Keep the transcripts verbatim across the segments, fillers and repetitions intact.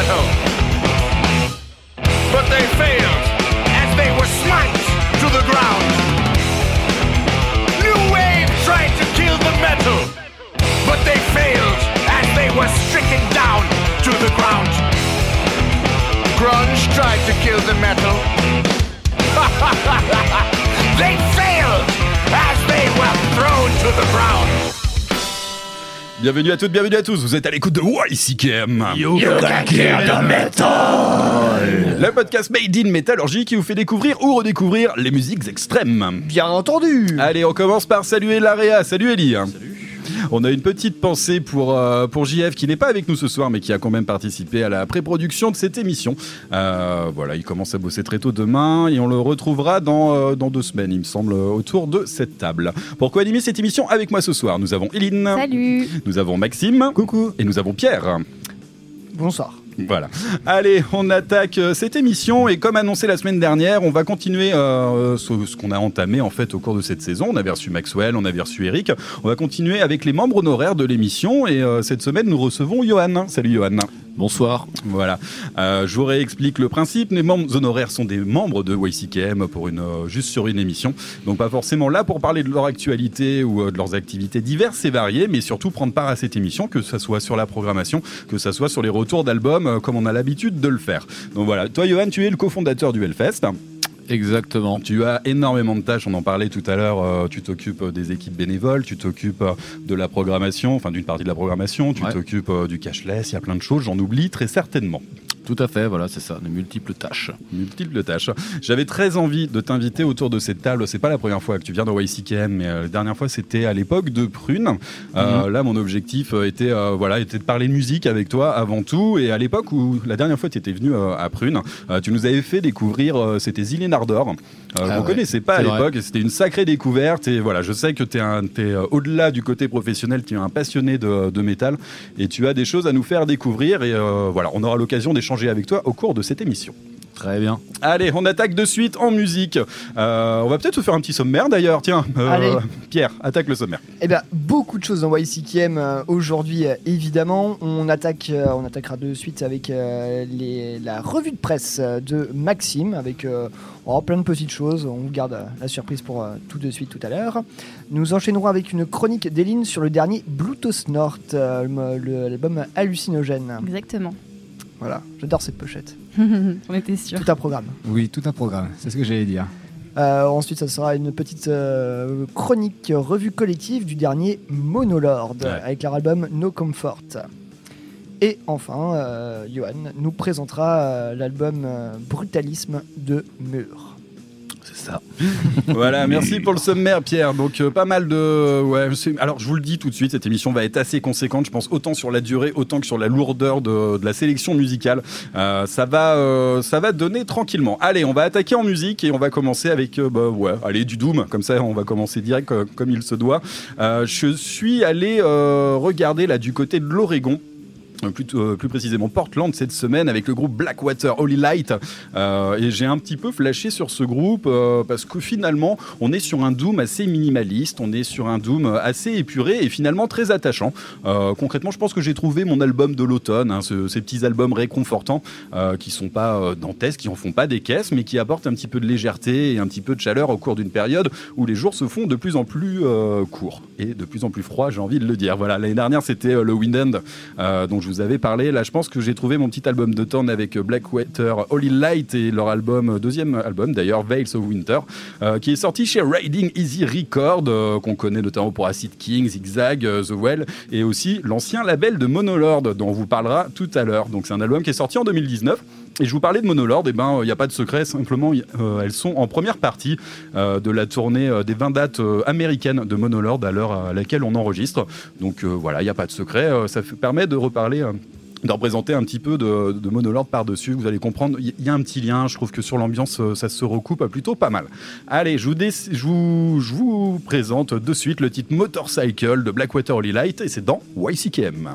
metal. But they failed as they were smite to the ground. New wave tried to kill the metal, but they failed as they were stricken down to the ground. Grunge tried to kill the metal. They failed as they were thrown to the ground. Bienvenue à toutes, bienvenue à tous, vous êtes à l'écoute de Y C K M. You can kill the metal. Le podcast Made in Métallurgie qui vous fait découvrir ou redécouvrir les musiques extrêmes. Bien entendu. Allez, on commence par saluer Larea. Salut Ellie. Salut. On a une petite pensée pour, euh, pour J F qui n'est pas avec nous ce soir mais qui a quand même participé à la pré-production de cette émission. Euh, voilà, il commence à bosser très tôt demain et on le retrouvera dans, euh, dans deux semaines, il me semble, autour de cette table. Pour co-animer cette émission avec moi ce soir, nous avons Eline. Salut. Nous avons Maxime. Coucou. Et nous avons Pierre. Bonsoir. Voilà. Allez, on attaque euh, cette émission et comme annoncé la semaine dernière, on va continuer euh, ce, ce qu'on a entamé en fait au cours de cette saison. On avait reçu Maxwell, on avait reçu Eric. On va continuer avec les membres honoraires de l'émission et euh, cette semaine nous recevons Johan. Salut Johan. Bonsoir. Voilà. Euh, je vous réexplique le principe. Les membres honoraires sont des membres de Y C K M pour une euh, juste sur une émission. Donc pas forcément là pour parler de leur actualité ou euh, de leurs activités diverses et variées, mais surtout prendre part à cette émission, que ça soit sur la programmation, que ça soit sur les retours d'albums, euh, comme on a l'habitude de le faire. Donc voilà. Toi, Johan, tu es le cofondateur du Hellfest. Exactement. Tu as énormément de tâches, on en parlait tout à l'heure, euh, tu t'occupes des équipes bénévoles, tu t'occupes euh, de la programmation, enfin d'une partie de la programmation, tu ouais. t'occupes euh, du cashless, il y a plein de choses, j'en oublie très certainement. Tout à fait, voilà, c'est ça, de multiples tâches. Multiples tâches. J'avais très envie de t'inviter autour de cette table. C'est pas la première fois que tu viens dans Y C K M, mais euh, la dernière fois c'était à l'époque de Prune. Euh, mm-hmm. Là, mon objectif était, euh, voilà, était de parler de musique avec toi avant tout. Et à l'époque où la dernière fois tu étais venu euh, à Prune, euh, tu nous avais fait découvrir, euh, c'était Zillion Ardor. Euh, ah vous ouais, connaissez pas à l'époque, c'était une sacrée découverte. Et voilà, je sais que tu es euh, au-delà du côté professionnel, tu es un passionné de, de métal et tu as des choses à nous faire découvrir. Et euh, voilà, on aura l'occasion d'échanger avec toi au cours de cette émission. Très bien. Allez, on attaque de suite en musique. Euh, on va peut-être se faire un petit sommaire d'ailleurs. Tiens, euh, Pierre, attaque le sommaire. Eh bien, beaucoup de choses dans Y C K M euh, aujourd'hui, euh, évidemment. On, attaque, euh, on attaquera de suite avec euh, les, la revue de presse de Maxime, avec euh, oh, plein de petites choses. On vous garde euh, la surprise pour euh, tout de suite tout à l'heure. Nous enchaînerons avec une chronique d'Eline sur le dernier Bluetooth North, euh, le, l'album hallucinogène. Exactement. Voilà, j'adore cette pochette. On était sûr. Tout un programme. Oui, tout un programme, c'est ce que j'allais dire. Euh, ensuite, ça sera une petite euh, chronique revue collective du dernier Monolord, ouais. avec leur album No Comfort. Et enfin, euh, Johan nous présentera euh, l'album euh, Brutalisme de Mur. C'est ça. Voilà, merci pour le sommaire, Pierre. Donc, euh, pas mal de... Ouais, c'est... Alors, je vous le dis tout de suite, cette émission va être assez conséquente, je pense, autant sur la durée, autant que sur la lourdeur de, de la sélection musicale. Euh, ça va, euh, ça va donner tranquillement. Allez, on va attaquer en musique et on va commencer avec, euh, bah, ouais, allez, du Doom. Comme ça, on va commencer direct euh, comme il se doit. Euh, je suis allé euh, regarder, là, du côté de l'Oregon. Plus, euh, plus précisément Portland cette semaine avec le groupe Blackwater Holy Light euh, et j'ai un petit peu flashé sur ce groupe euh, parce que finalement on est sur un doom assez minimaliste, on est sur un doom assez épuré et finalement très attachant. Euh, concrètement je pense que j'ai trouvé mon album de l'automne, hein, ce, ces petits albums réconfortants euh, qui sont pas euh, dantesques, qui en font pas des caisses mais qui apportent un petit peu de légèreté et un petit peu de chaleur au cours d'une période où les jours se font de plus en plus euh, courts et de plus en plus froids, j'ai envie de le dire. Voilà, l'année dernière c'était euh, le Wind End euh, dont je vous vous avez parlé. Là, je pense que j'ai trouvé mon petit album d'automne avec Blackwater Holy Light et leur album, deuxième album d'ailleurs, Veils of Winter, euh, qui est sorti chez Riding Easy Records, euh, qu'on connaît notamment pour Acid King, Zigzag, euh, The Well, et aussi l'ancien label de Monolord, dont on vous parlera tout à l'heure. Donc, c'est un album qui est sorti en deux mille dix-neuf. Et je vous parlais de Monolord, et ben il n'y a pas de secret, simplement euh, elles sont en première partie euh, de la tournée euh, des vingt dates euh, américaines de Monolord à l'heure à laquelle on enregistre. Donc euh, voilà, il n'y a pas de secret, euh, ça fait, permet de reparler... Euh, de représenter un petit peu de, de Monolord par-dessus, vous allez comprendre, il y, y a un petit lien, je trouve que sur l'ambiance, ça se recoupe plutôt pas mal. Allez, je vous, dé- je vous, je vous présente de suite le titre Motorcycle de Blackwater Holy Light, et c'est dans Y C K M.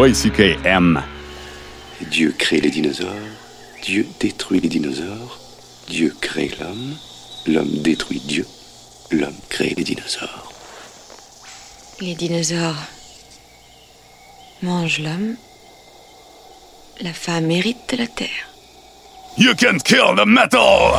Y C K M. Dieu crée les dinosaures, Dieu détruit les dinosaures, Dieu crée l'homme, l'homme détruit Dieu, l'homme crée les dinosaures. Les dinosaures mangent l'homme, la femme hérite de la terre. You can kill the metal!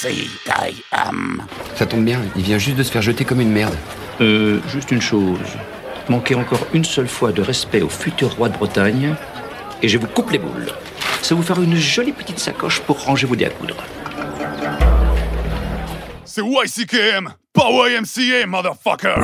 C I M. Ça tombe bien, il vient juste de se faire jeter comme une merde. Euh, juste une chose. Manquez encore une seule fois de respect au futur roi de Bretagne, et je vous coupe les boules. Ça vous fera une jolie petite sacoche pour ranger vos dés à coudre. C'est Y C K M, pas Y M C A, motherfucker.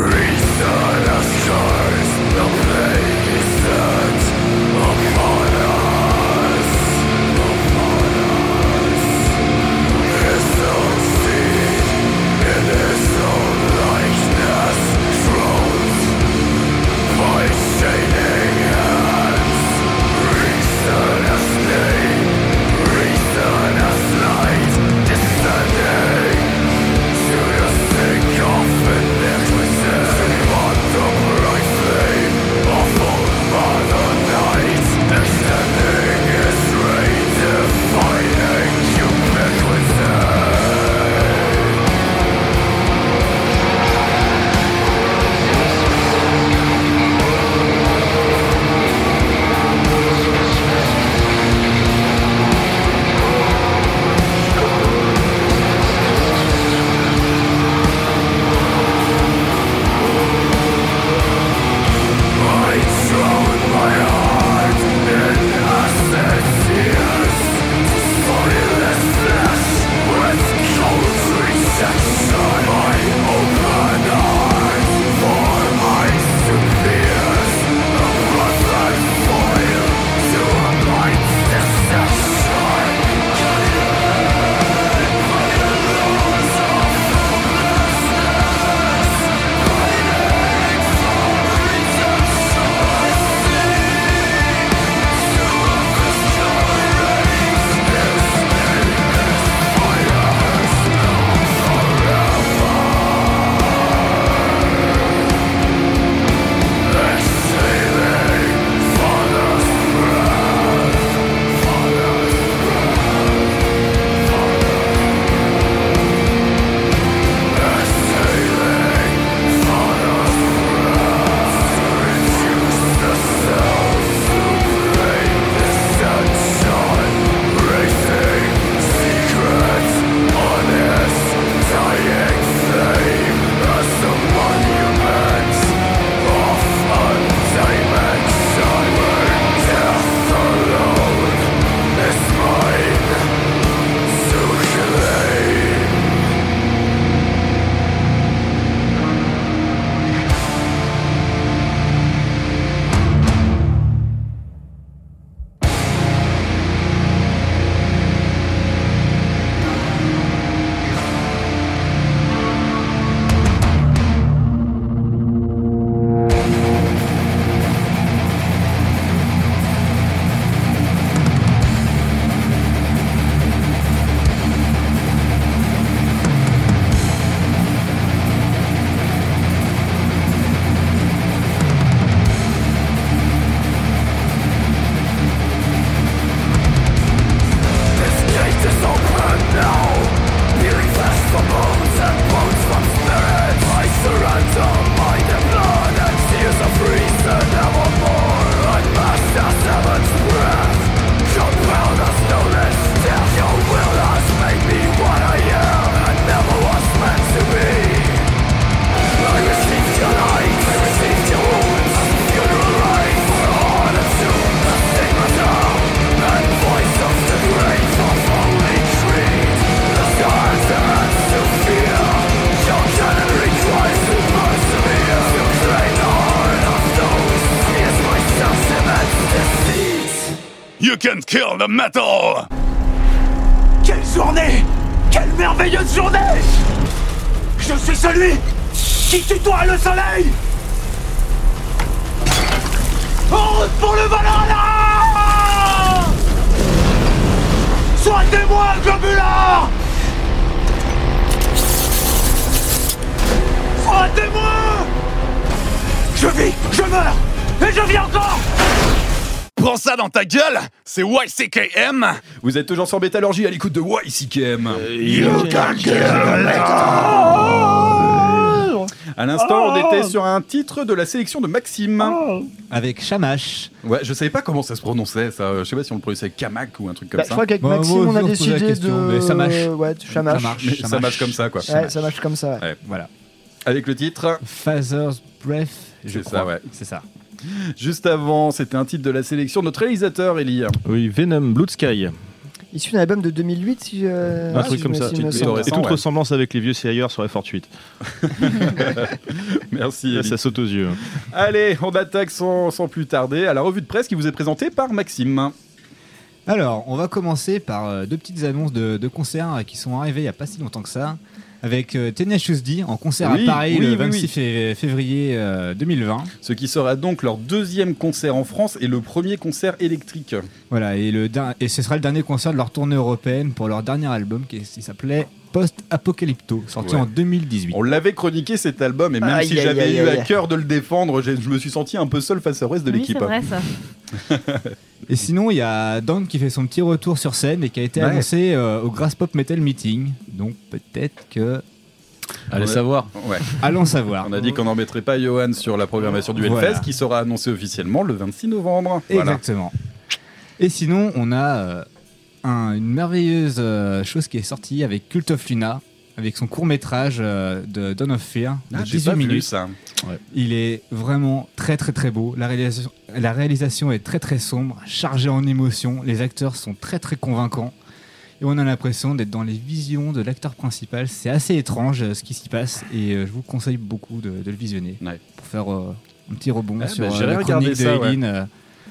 You can kill the metal! Quelle journée! Quelle merveilleuse journée! Je suis celui qui tutoie le soleil! En route pour le Valhalla! Sois témoin, globulard! Sois témoin! Je vis, je meurs, et je vis encore! Prends ça dans ta gueule, c'est Y C K M. Vous êtes toujours sur Métallurgie à l'écoute de Y C K M. You can kill the metal! À l'instant, Oh. on était sur un titre de la sélection de Maxime. Oh. Avec Shamash. Ouais, je savais pas comment ça se prononçait, ça. Je sais pas si on le prononçait Kamak ou un truc comme Bah, ça. je crois qu'avec Bon, Maxime, moi, on a je vous pose la décidé question, de. mais ça marche. Ouais, ça marche. Ça marche. Mais ça marche comme ça, quoi. Ouais, ça marche comme ça. Ouais. Ouais. Voilà. Avec le titre. Father's Breath, je C'est crois. ça, ouais. C'est ça. Juste avant, c'était un titre de la sélection de notre réalisateur, Eli. Oui, Venom, Blood Sky. Issu d'un album de deux mille huit, si je. Un si truc je comme me- ça. si je me Plutôt semble. récent. Et toute ouais. ressemblance avec les vieux Slayer serait fortuite. Merci, Là, Eli. ça saute aux yeux. Allez, on attaque sans, sans plus tarder à la revue de presse qui vous est présentée par Maxime. Alors, on va commencer par euh, deux petites annonces de, de concerts euh, qui sont arrivées il n'y a pas si longtemps que ça. Avec euh, Tenacious D en concert Oui, à Paris oui, le oui, vingt-six oui. fév- février euh, deux mille vingt. Ce qui sera donc leur deuxième concert en France et le premier concert électrique. Voilà, et, le, der- et ce sera le dernier concert de leur tournée européenne pour leur dernier album qui, est- qui s'appelait Post-Apocalypto, sorti Ouais. en deux mille dix-huit. On l'avait chroniqué cet album et même Aïe, si aïe, j'avais aïe, eu aïe. à cœur de le défendre, j'ai- je me suis senti un peu seul face au reste de Oui, l'équipe. c'est vrai ça. Et sinon, il y a Dan qui fait son petit retour sur scène et qui a été Ouais. annoncé euh, au Grass Pop Metal Meeting. Donc peut-être que... Allez On a- savoir. Ouais. Allons savoir. On a dit qu'on n'embêterait pas Johan sur la programmation du Voilà. Hellfest qui sera annoncé officiellement le vingt-six novembre. Voilà. Exactement. Et sinon, on a euh, un- une merveilleuse euh, chose qui est sortie avec Cult of Luna, avec son court métrage de Dawn of Fear de Ah, j'ai dix-huit pas vu minutes. ça. Il est vraiment très très très beau. La réalisation, la réalisation est très très sombre, chargée en émotions. Les acteurs sont très très convaincants. Et on a l'impression d'être dans les visions de l'acteur principal. C'est assez étrange euh, ce qui s'y passe et euh, je vous conseille beaucoup de, de le visionner Ouais. pour faire euh, un petit rebond Ah, sur bah, euh, j'irai la regarder chronique ça, de ouais. Eileen. euh.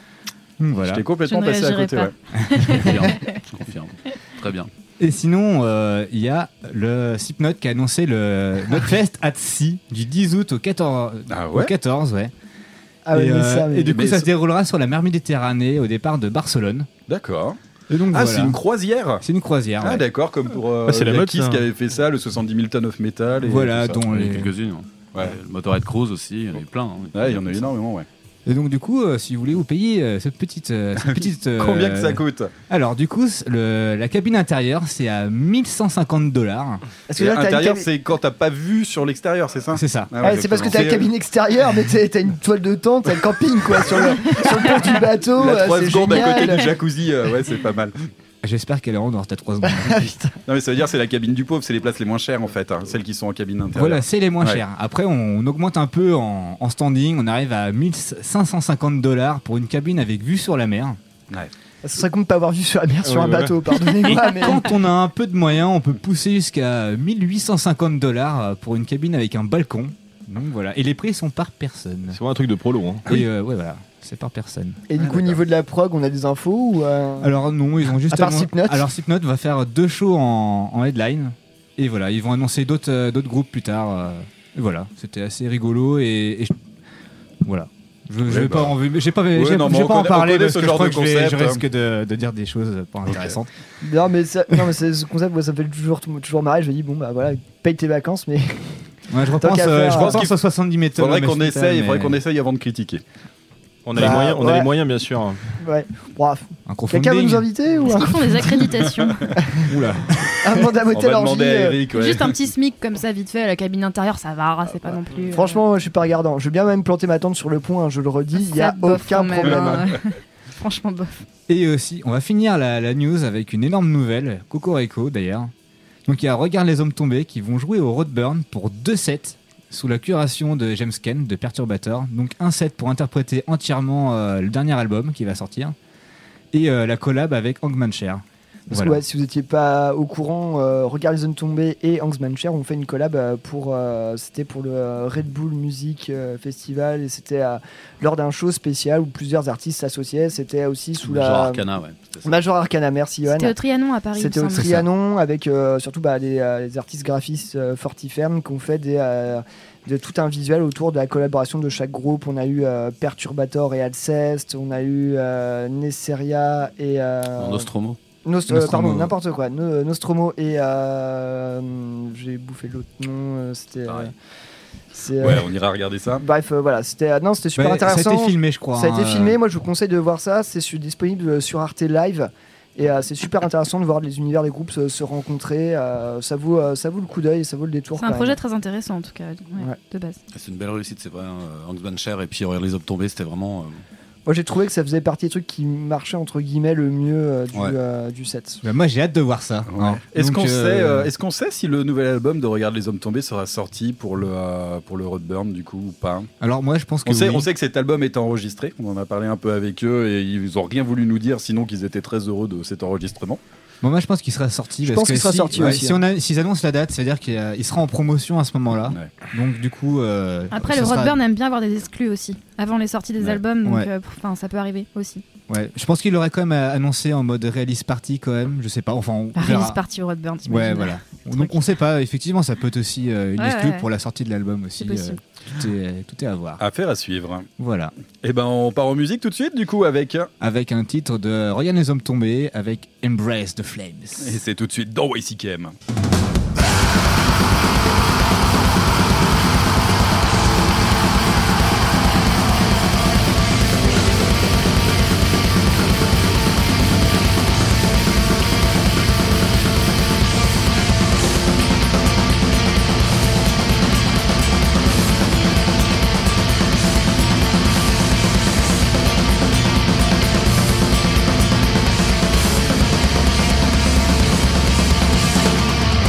Donc, voilà. J'étais complètement Je ne passé à réagirai côté. pas. Ouais. Je confirme. Je confirme. Très bien. Et sinon, euh, il y a le Slipknot qui a annoncé le Notfest at Sea du dix août au quatorze. Ah ouais Au quatorze, ouais. Ah ouais, et, mais euh, ça, mais- et du coup, mais ça ça- se déroulera sur la mer Méditerranée au départ de Barcelone. D'accord. Et donc, Ah, voilà. c'est une croisière. C'est une croisière. Ah ouais. d'accord, comme pour euh, Ah, c'est la mode, Kiss ça. qui avait fait ça, le soixante-dix mille tonnes of metal. Et Voilà, tout ça. dont Il y en a les- quelques-unes. Ouais. Le Motorhead Cruise aussi, il y en a eu plein. hein. Ouais, il y en a eu énormément, ouais. Et donc, du coup, euh, si vous voulez vous payer euh, cette petite. euh, cette petite euh, Combien que ça coûte? Alors, du coup, c- le- la cabine intérieure, c'est à mille cent cinquante dollars. Parce que Et là, t'as une L'intérieur, cabine- c'est quand t'as pas vu sur l'extérieur, c'est ça? C'est ça. Ah Ouais, c'est parce que t'as la exactement. cabine extérieure, mais t'as t'as une toile de tente, t'as le camping quoi sur le, sur le pont du bateau. La euh, trois c'est secondes à côté génial. du jacuzzi, euh, ouais, c'est pas mal. J'espère qu'elle est en dehors de trois secondes. Ah, putain. Non, mais ça veut dire c'est la cabine du pauvre, c'est les places les moins chères en fait, hein, celles qui sont en cabine intérieure. Voilà, c'est les moins Ouais. chers. Après, on augmente un peu en, en standing. On arrive à mille cinq cent cinquante dollars pour une cabine avec vue sur la mer. Ouais. Ça serait con de pas avoir vu sur la mer sur Ouais, un ouais. bateau, pardonnez-moi. mais... Quand on a un peu de moyens, on peut pousser jusqu'à mille huit cent cinquante dollars pour une cabine avec un balcon. Donc voilà. Et les prix sont par personne. C'est vraiment un truc de prolo. Hein. Et euh, ouais, voilà. C'est par personne. Et du coup, au niveau de la prog, on a des infos ou euh, Alors non, ils ont juste À part annon- Slipknot Alors Slipknot va faire deux shows en, en headline. Et voilà, ils vont annoncer d'autres euh, d'autres groupes plus tard. euh, et voilà, c'était assez rigolo et, et je- voilà. Je, je Ouais, vais bah. pas en, j'ai pas, Ouais, j'ai- non, je mais vais on pas en connaît- on parler connaît parce ce que je genre crois de que je, vais- je concept. risque de, de dire des choses pas intéressantes. Non, mais ça, non, mais c'est- ce concept, moi, ça me fait toujours, toujours marrer. Je me dis, bon, bah voilà, paye tes vacances, mais. Ouais, je Tant repense, qu'à euh, faire, je euh, repense aux soixante-dix méthodes. Faudrait qu'on mais- essaye, il faudrait mais- qu'on essaye avant de critiquer. On a, Bah, les, moyens, on a ouais. les moyens, bien sûr. Ouais. Bref. Un Quelqu'un veut crowdfunding. nous inviter ou Est-ce un, qu'ils font des accréditations? Oula. un mandat On va motel orgie demander à euh, Eric. Ouais. Juste un petit SMIC comme ça, vite fait, à la cabine intérieure, ça va, c'est pas non plus. euh, Franchement, je suis pas regardant. Je veux bien même planter ma tente sur le pont, hein, je le redis, il y a ça bof aucun quand même, problème. hein. Franchement, bof. Et aussi, on va finir la, la news avec une énorme nouvelle, Cocorico d'ailleurs. Donc il y a Regarde les hommes tombés qui vont jouer au Roadburn pour deux sets sous la curation de James Ken de Perturbator. Donc un set pour interpréter entièrement euh, le dernier album qui va sortir et euh, la collab avec Hangman Chair. Parce Voilà. que ouais, si vous n'étiez pas au courant, euh, Regarde les zones tombées et Hangsman Chair ont fait une collab euh, pour, euh, c'était pour le euh, Red Bull Music euh, Festival et c'était euh, lors d'un show spécial où plusieurs artistes s'associaient. C'était aussi sous Major la Arcana, ouais. c'était ça. Major Arcana. Merci Johan. C'était au Trianon à Paris. C'était il au me semble. Trianon avec euh, surtout bah, les, euh, les artistes graphistes euh, Fortiferne qui ont fait des, euh, de tout un visuel autour de la collaboration de chaque groupe. On a eu euh, Perturbator et Alceste, on a eu euh, Nesseria et euh, En Nostromo. Nost- euh, Nostromo. pardon, n'importe quoi. No- Nostromo et euh, j'ai bouffé l'autre nom. euh, C'était. Pareil. euh, c'est, euh, Ouais, on ira regarder ça. Bref, euh, voilà, c'était euh, non, c'était super Ouais, intéressant. Ça a été filmé, je crois. Ça a été hein, filmé. Moi, je vous conseille de voir ça. C'est su- disponible sur Arte Live. Et euh, c'est super intéressant de voir les univers des groupes se, se rencontrer. Euh, ça, vaut, euh, ça vaut le coup d'œil et ça vaut le détour. C'est un quand projet même. très intéressant en tout cas, ouais, Ouais. de base. C'est une belle réussite, c'est vrai. Hein. Hans Bancher et puis Regarde les hommes tombés, c'était vraiment. Euh... Moi j'ai trouvé que ça faisait partie des trucs qui marchaient entre guillemets le mieux euh, du, Ouais. euh, du set. Bah, moi j'ai hâte de voir ça. Ouais. hein. Est-ce Donc, qu'on euh, sait, euh, est-ce qu'on sait si le nouvel album de Regarde les hommes tombés sera sorti pour le euh, pour le Roadburn du coup ou pas? Alors moi je pense que On sait, oui. on sait que cet album est enregistré. On en a parlé un peu avec eux et ils ont rien voulu nous dire, sinon qu'ils étaient très heureux de cet enregistrement. Bon, moi je pense qu'il sera sorti. Je parce pense que qu'il sera si, sorti ouais, aussi, Si hein. on a, s'ils annoncent la date, c'est-à-dire qu'il euh, il sera en promotion à ce moment-là. Ouais. Donc du coup. euh, Après, ce le sera- Roadburn aime bien avoir des exclus aussi, avant les sorties des Ouais. albums, donc Ouais. euh, enfin, ça peut arriver aussi. Ouais, je pense qu'il l'aurait quand même euh, annoncé en mode release party quand même. Je sais pas. Enfin, on La verra. release party au Roadburn, Ouais, t'imagines. voilà. Donc on sait pas. Effectivement, ça peut être aussi euh, une Ouais, exclue ouais, ouais. pour la sortie de l'album aussi. C'est possible. euh, tout est tout est à voir. Affaire à suivre. Voilà. Et ben on part en musique tout de suite du coup avec Avec un titre de Regarde les hommes tombés avec Embrace the Flames. et c'est tout de suite dans Y C K M. Thank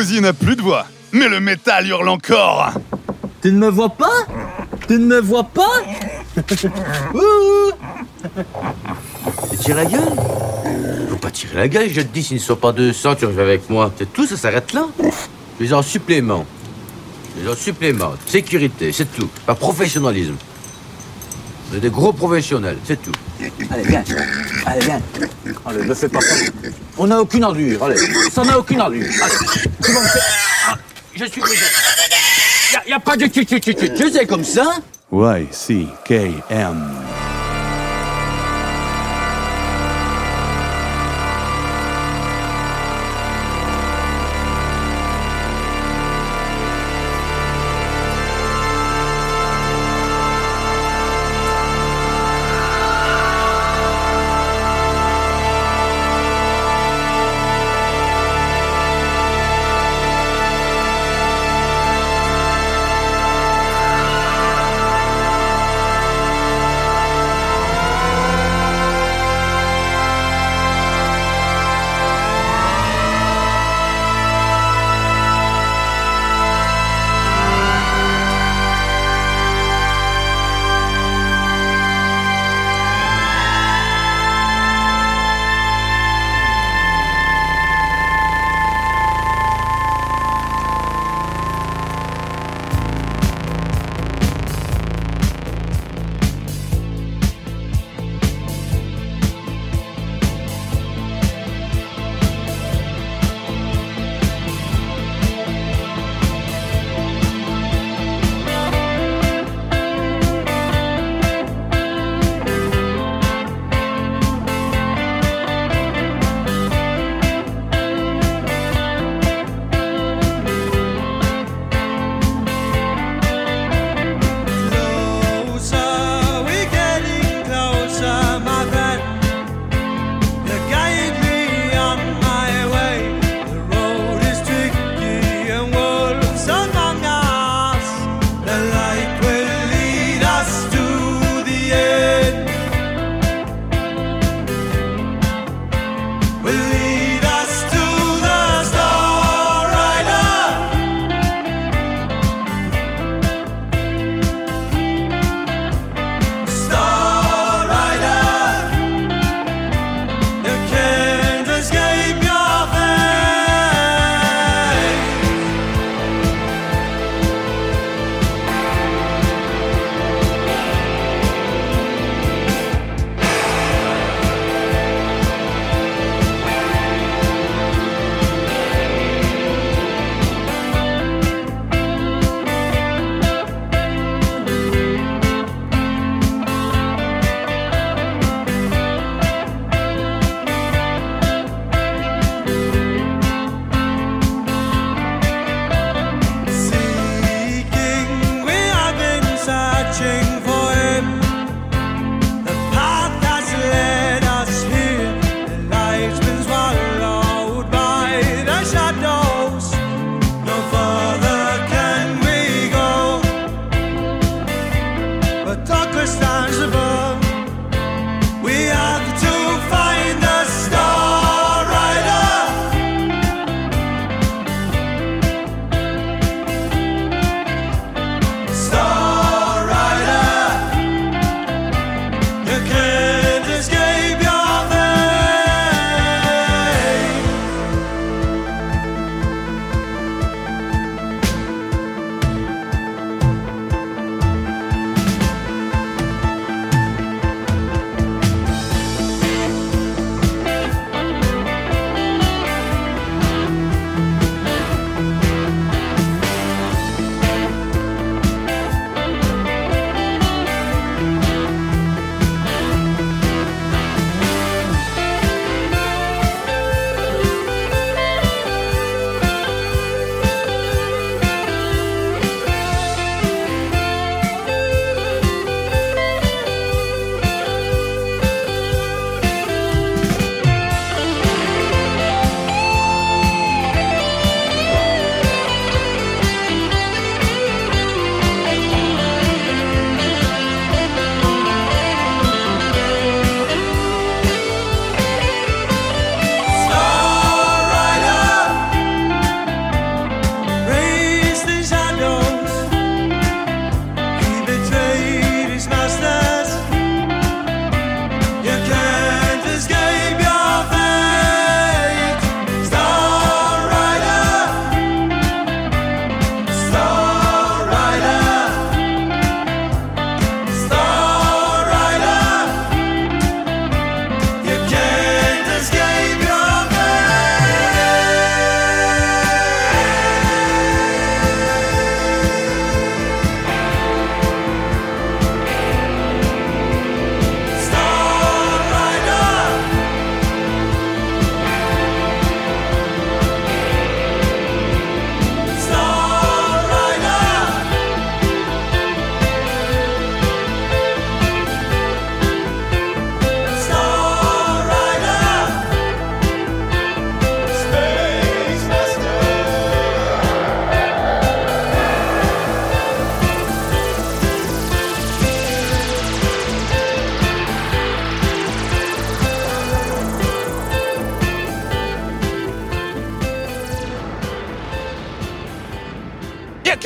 Ozzy n'a plus de voix, mais le métal hurle encore. Tu ne me vois pas? Tu ne me vois pas? Tu tires la gueule? Faut pas tirer la gueule, je te dis, s'il ne sont pas deux cents, tu reviens avec moi. C'est tout, ça s'arrête là. Je les en supplément. Je les en supplément. Sécurité, c'est tout. Pas professionnalisme. Vous êtes des gros professionnels, c'est tout. Allez, viens. Allez, viens. Allez, ne fais pas ça. On n'a aucune ordure, allez. Ça n'a aucune ordure. Allez. Tu vas me faire... Ah, je suis désolé. Il n'y a, a pas de tu tu tu tu tu sais comme ça. Y C K M.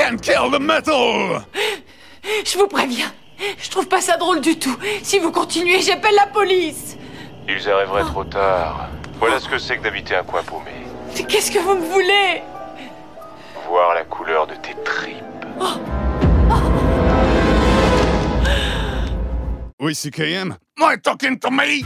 can't kill the metal! Je vous préviens, je trouve pas ça drôle du tout. Si vous continuez, j'appelle la police. Ils arriveraient trop tard. Voilà ce que c'est que d'habiter un coin paumé. Mais qu'est-ce que vous me voulez? Voir la couleur de tes tripes. Oh. Oui, C K M? Am I talking to me?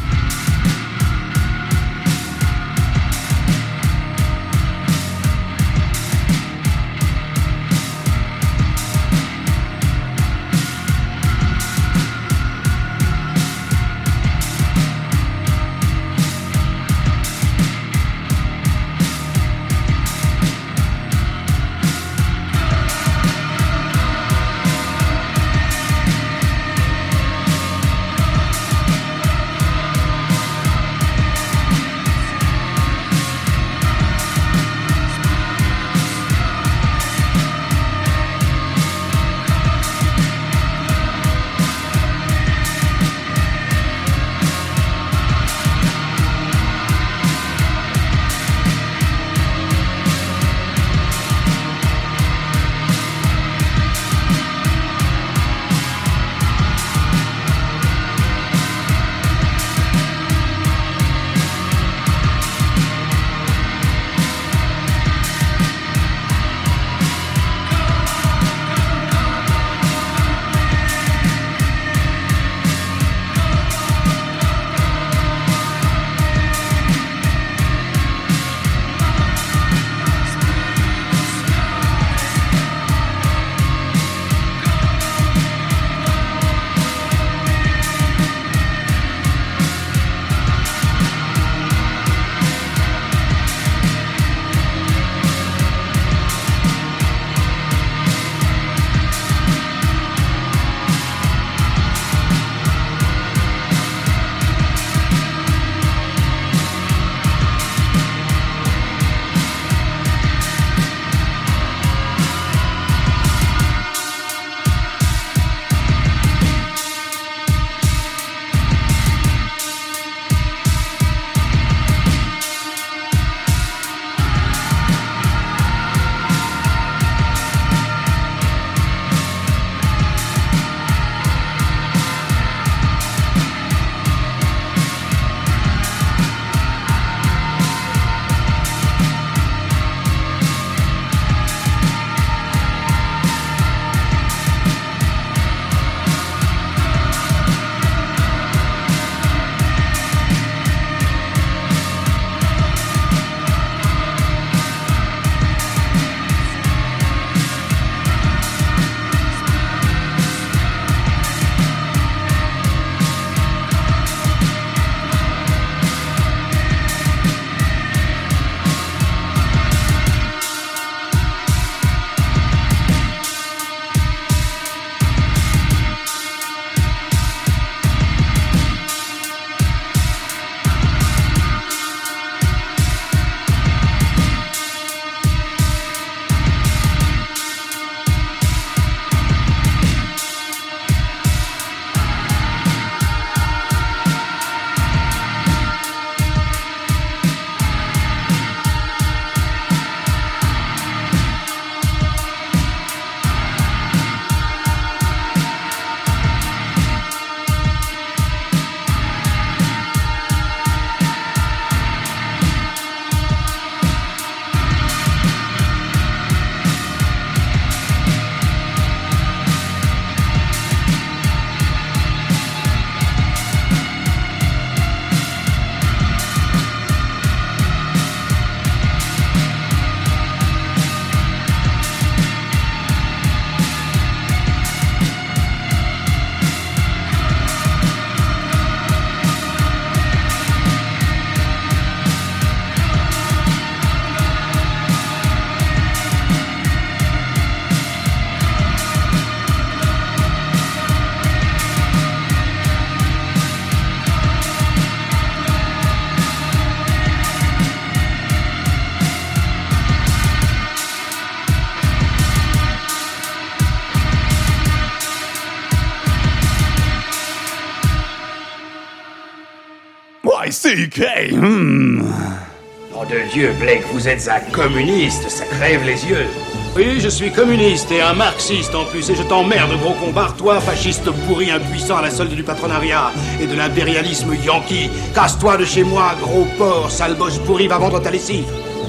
Y C K, hmm. Oh de Dieu, Blake, vous êtes un communiste, ça crève les yeux. Oui, je suis communiste et un marxiste en plus, et je t'emmerde, gros combat, toi, fasciste pourri, impuissant à la solde du patronariat et de l'impérialisme yankee. Casse-toi de chez moi, gros porc, sale bosse pourri, va vendre ta lessive.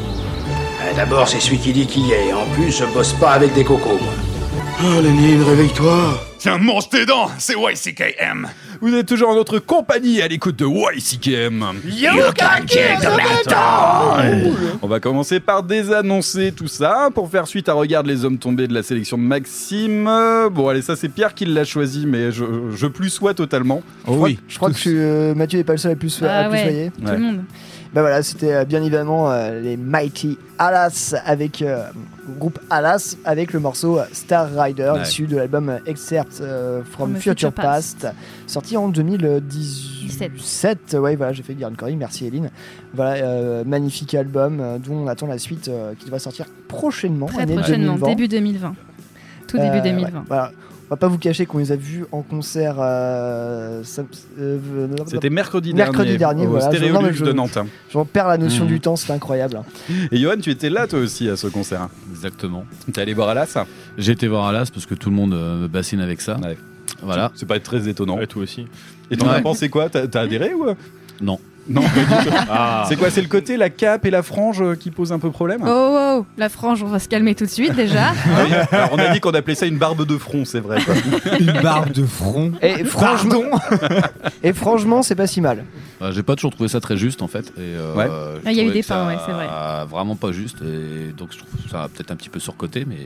Euh, D'abord, c'est celui qui dit qui est, en plus, je bosse pas avec des cocos, moi. Oh, Lénine, réveille-toi. Tiens, mange tes dents, c'est Y C K M. Vous êtes toujours en notre compagnie à l'écoute de Y C K M. You can kick the metal. On va commencer par désannoncer tout ça pour faire suite à Regarde les hommes tombés de la sélection de Maxime. Bon, allez, ça c'est Pierre qui l'a choisi, mais je, je plus sois totalement. Oh oui. Je crois que euh, Mathieu n'est pas le seul à plus, Ah à plus ouais, soyer. tout le monde. Bah voilà, c'était euh, bien évidemment euh, les Mighty Alas avec euh, le groupe Alas avec le morceau euh, Star Rider, Ouais. issu de l'album euh, Excerpt euh, from From Future, Future Past, Past. sorti en deux mille dix-sept. Ouais, voilà, j'ai fait dire une connerie, merci Eline. Voilà, euh, magnifique album euh, dont on attend la suite euh, qui va sortir prochainement. Très année prochainement, deux mille vingt. début deux mille vingt. Tout début Euh, deux mille ouais, vingt. voilà. On va pas vous cacher qu'on les a vus en concert. Euh, sam- euh, C'était mercredi, mercredi dernier. au voilà. Je- non, mais Stéréolux je- de Nantes. J'en perds la notion Mmh. du temps, c'est incroyable. Et Johan, tu étais là toi aussi à ce concert. Exactement. T'es allé voir Alas? J'ai été voir Alas parce que tout le monde euh, me bassine avec ça. Ouais. Voilà. C'est pas très étonnant. Et toi aussi. Et t'en as Ouais. pensé quoi? T'as t'as adhéré ou? Non. Non, pas du tout. Ah. C'est quoi? C'est le côté la cape et la frange euh, qui posent un peu problème? Oh, oh, oh, la frange, on va se calmer tout de suite déjà. Alors, on a dit qu'on appelait ça une barbe de front, c'est vrai. quoi. Une barbe de front. Et franchement, et franchement, c'est pas si mal. Bah, j'ai pas toujours trouvé ça très juste en fait. Et, euh, Ouais. je Ah, il y a eu trouvais des que ça- fins, ouais, c'est vrai. Vraiment pas juste. Et donc je trouve ça peut-être un petit peu surcoté, mais.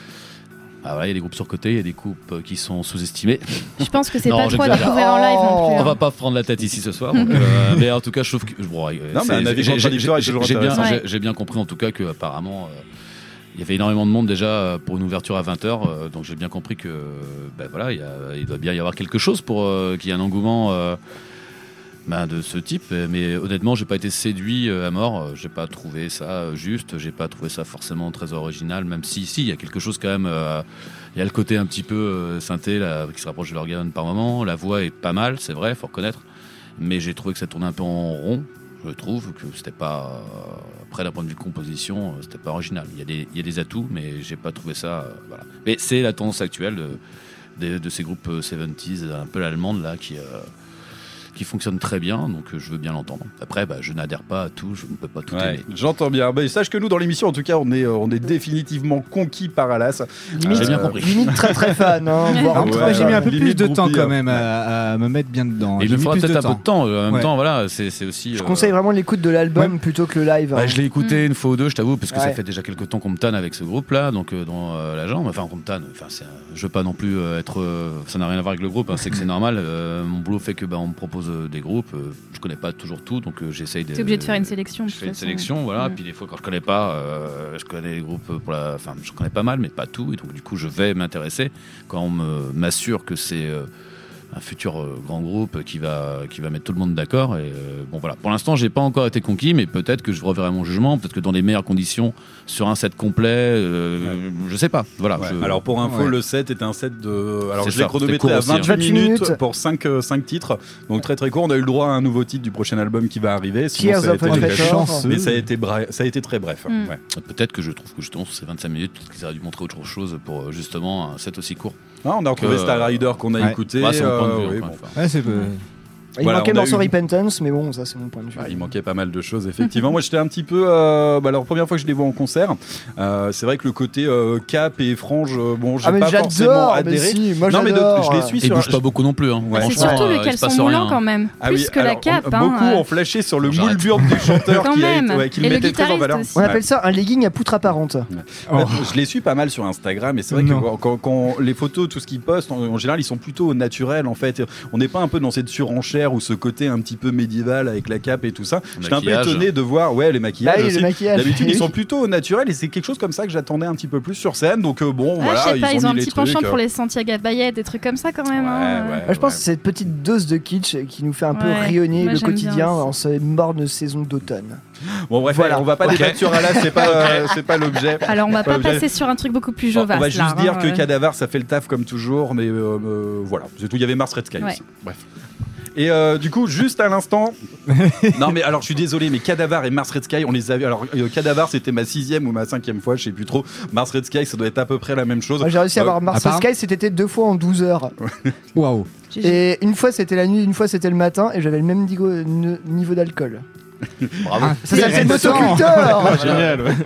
Ah voilà, il y a des groupes surcotés, il y a des groupes euh, qui sont sous-estimés. Je pense que c'est Non, pas trop à j'exagère. découvrir en live non plus. On hein. va pas prendre la tête ici ce soir. donc, euh, mais en tout cas, je trouve que. Bon, euh, Non, mais c'est- un avis j'ai- contradictoire est j'ai- toujours j'ai bien, intéressant. j'ai- j'ai bien compris en tout cas qu'apparemment. Il y avait énormément de monde déjà euh, pour une ouverture à vingt heures, euh, donc j'ai bien compris que ben voilà, il, y a- il doit bien y avoir quelque chose pour euh, qu'il y ait un engouement euh, ben, de ce type. Mais honnêtement, j'ai pas été séduit euh, à mort. Euh, J'ai pas trouvé ça euh, juste. J'ai pas trouvé ça forcément très original. Même si, si, il y a quelque chose quand même. euh, Il y a le côté un petit peu euh, synthé là, qui se rapproche de l'organe par moment. La voix est pas mal, c'est vrai, faut reconnaître. Mais j'ai trouvé que ça tournait un peu en rond. Je trouve que c'était pas. euh, Après, d'un point de vue composition, euh, c'était pas original. Il y a des, il y a des atouts, mais j'ai pas trouvé ça. euh, voilà. Mais c'est la tendance actuelle de, de, de ces groupes euh, soixante-dix, un peu l'allemande là, qui. Euh, qui fonctionne très bien, donc euh, je veux bien l'entendre. Après, bah, je n'adhère pas à tout, je ne peux pas tout Ouais, aimer. j'entends bien. Bah, sache que nous, dans l'émission, en tout cas, on est, euh, on est définitivement conquis par Alas. Limite, J'ai bien compris. limite très très fan. Hein, voire Ouais, très, Moi, j'ai mis un peu limite plus de temps groupie, quand hein. même à, à me mettre bien dedans. Et il J'ai me mis faudra plus peut-être de un peu de temps. En même Ouais. temps, voilà, c'est c'est aussi. Je euh, conseille vraiment l'écoute de l'album plutôt que le live. Bah, hein. je l'ai écouté une fois ou deux, je t'avoue, parce que ça Ouais. fait déjà quelques temps qu'on me tanne avec ce groupe-là, donc euh, dans euh, la jambe. Enfin, qu'on me tanne. Enfin, c'est un- je veux pas non plus euh, être. euh, ça n'a rien à voir avec le groupe. hein, c'est que c'est normal. euh, mon boulot fait que bah, on me propose euh, des groupes. euh, je connais pas toujours tout, donc euh, j'essaye de. T'es obligé de faire une sélection. de Je toute fais une façon. sélection, voilà. Mm. Puis des fois, quand je connais pas, euh, je connais les groupes pour la. Enfin, je connais pas mal, mais pas tout. Et donc, du coup, je vais m'intéresser quand on me- m'assure que c'est euh, un futur euh, grand groupe qui va qui va mettre tout le monde d'accord. Et euh, bon, voilà. Pour l'instant, j'ai pas encore été conquis, mais peut-être que je reverrai mon jugement. Peut-être que dans les meilleures conditions, sur un set complet, euh, je sais pas. Voilà. Ouais. je- Alors pour info, Ouais. le set était un set de. Alors C'est je l'ai ça, chronométré c'était court à aussi, hein. vingt-huit minutes, minutes. pour cinq titres, donc très très court. On a eu le droit à un nouveau titre du prochain album qui va arriver. Sinon, Tears ça a of été a très Traitor. chanceux. Mais ça a été bref, ça a été très bref. Mm. Ouais. Peut-être que je trouve que justement sur ces vingt-cinq minutes, peut-être qu'ils auraient dû montrer autre chose pour euh, justement un set aussi court. Ah, on a retrouvé Que, Star Rider qu'on a ouais. écouté. Ouais, c'est mon point de vue, euh, oui, encore bon. une fois. Ouais, c'est peu- Il Voilà, manquait on le a morceau eu- Repentance, mais bon, ça c'est mon point de vue. Ah, il manquait pas mal de choses, effectivement. Moi, j'étais un petit peu. Euh, bah, alors, première fois que je les vois en concert, euh, c'est vrai que le côté euh, cap et frange, euh, bon, j'ai Ah, mais pas j'adore, forcément mais adhéré. si, moi, non, mais de- j'adore. je les suis Et ils sur. bougent pas beaucoup non plus. Hein. Ouais. C'est Franchement, surtout euh, le il se caleçon passe moulant rien. quand même. Ah Plus oui, que la alors, cape. on- hein, beaucoup euh. ont flashé sur le J'arrête. moule burn du chanteur Quand qui, a même. été, ouais, qui le Et le mettait très en guitariste valeur. aussi. On Ouais. appelle ça un legging à poutre apparente. Ouais, je les suis pas mal sur Instagram et c'est vrai Non. que quand, quand les photos, tout ce qu'ils postent, en, en général, ils sont plutôt naturels en fait. On n'est pas un peu dans cette surenchère ou ce côté un petit peu médiéval avec la cape et tout ça. J'étais un peu Maquillage. étonné de voir, ouais, les maquillages Ah oui, aussi. le maquillage. D'habitude, ils Oui. sont plutôt naturels et c'est quelque chose comme ça que j'attendais un petit peu plus sur scène. Donc euh, bon, Ah, voilà, je sais pas, ils ils ont ont un mis petit les trucs. penchant euh, pour les Santiago Bayet, des trucs comme ça quand même. Ouais, hein. ouais. Moi, je pense que c'est cette petite dose de kitsch qui nous fait un peu Ouais, rayonner moi, le j'aime quotidien bien aussi. en cette morne saison d'automne. Bon bref, Voilà. on va pas Ok. débattre sur Alas, c'est pas, euh, c'est pas l'objet. Alors on va pas l'objet. passer sur un truc beaucoup plus Bon, jovasse. on va juste là, dire hein, que euh. Cadavar ça fait le taf comme toujours, mais euh, euh, voilà, c'est tout. Il y avait Mars Red Sky Ouais. aussi. Bref. Et euh, du coup, juste à l'instant, non mais alors je suis désolé, mais Cadavar et Mars Red Sky, on les a vus. Alors euh, Cadavar, c'était ma sixième ou ma cinquième fois, je sais plus trop. Mars Red Sky, ça doit être à peu près la même chose. Moi, j'ai réussi à Euh, voir Mars Red Sky, c'était deux fois en douze heures. Waouh. Et une fois c'était la nuit, une fois c'était le matin, et j'avais le même niveau, niveau d'alcool. Bravo. Ah, ça s'appelle motoculteur. Ah, génial. Ouais.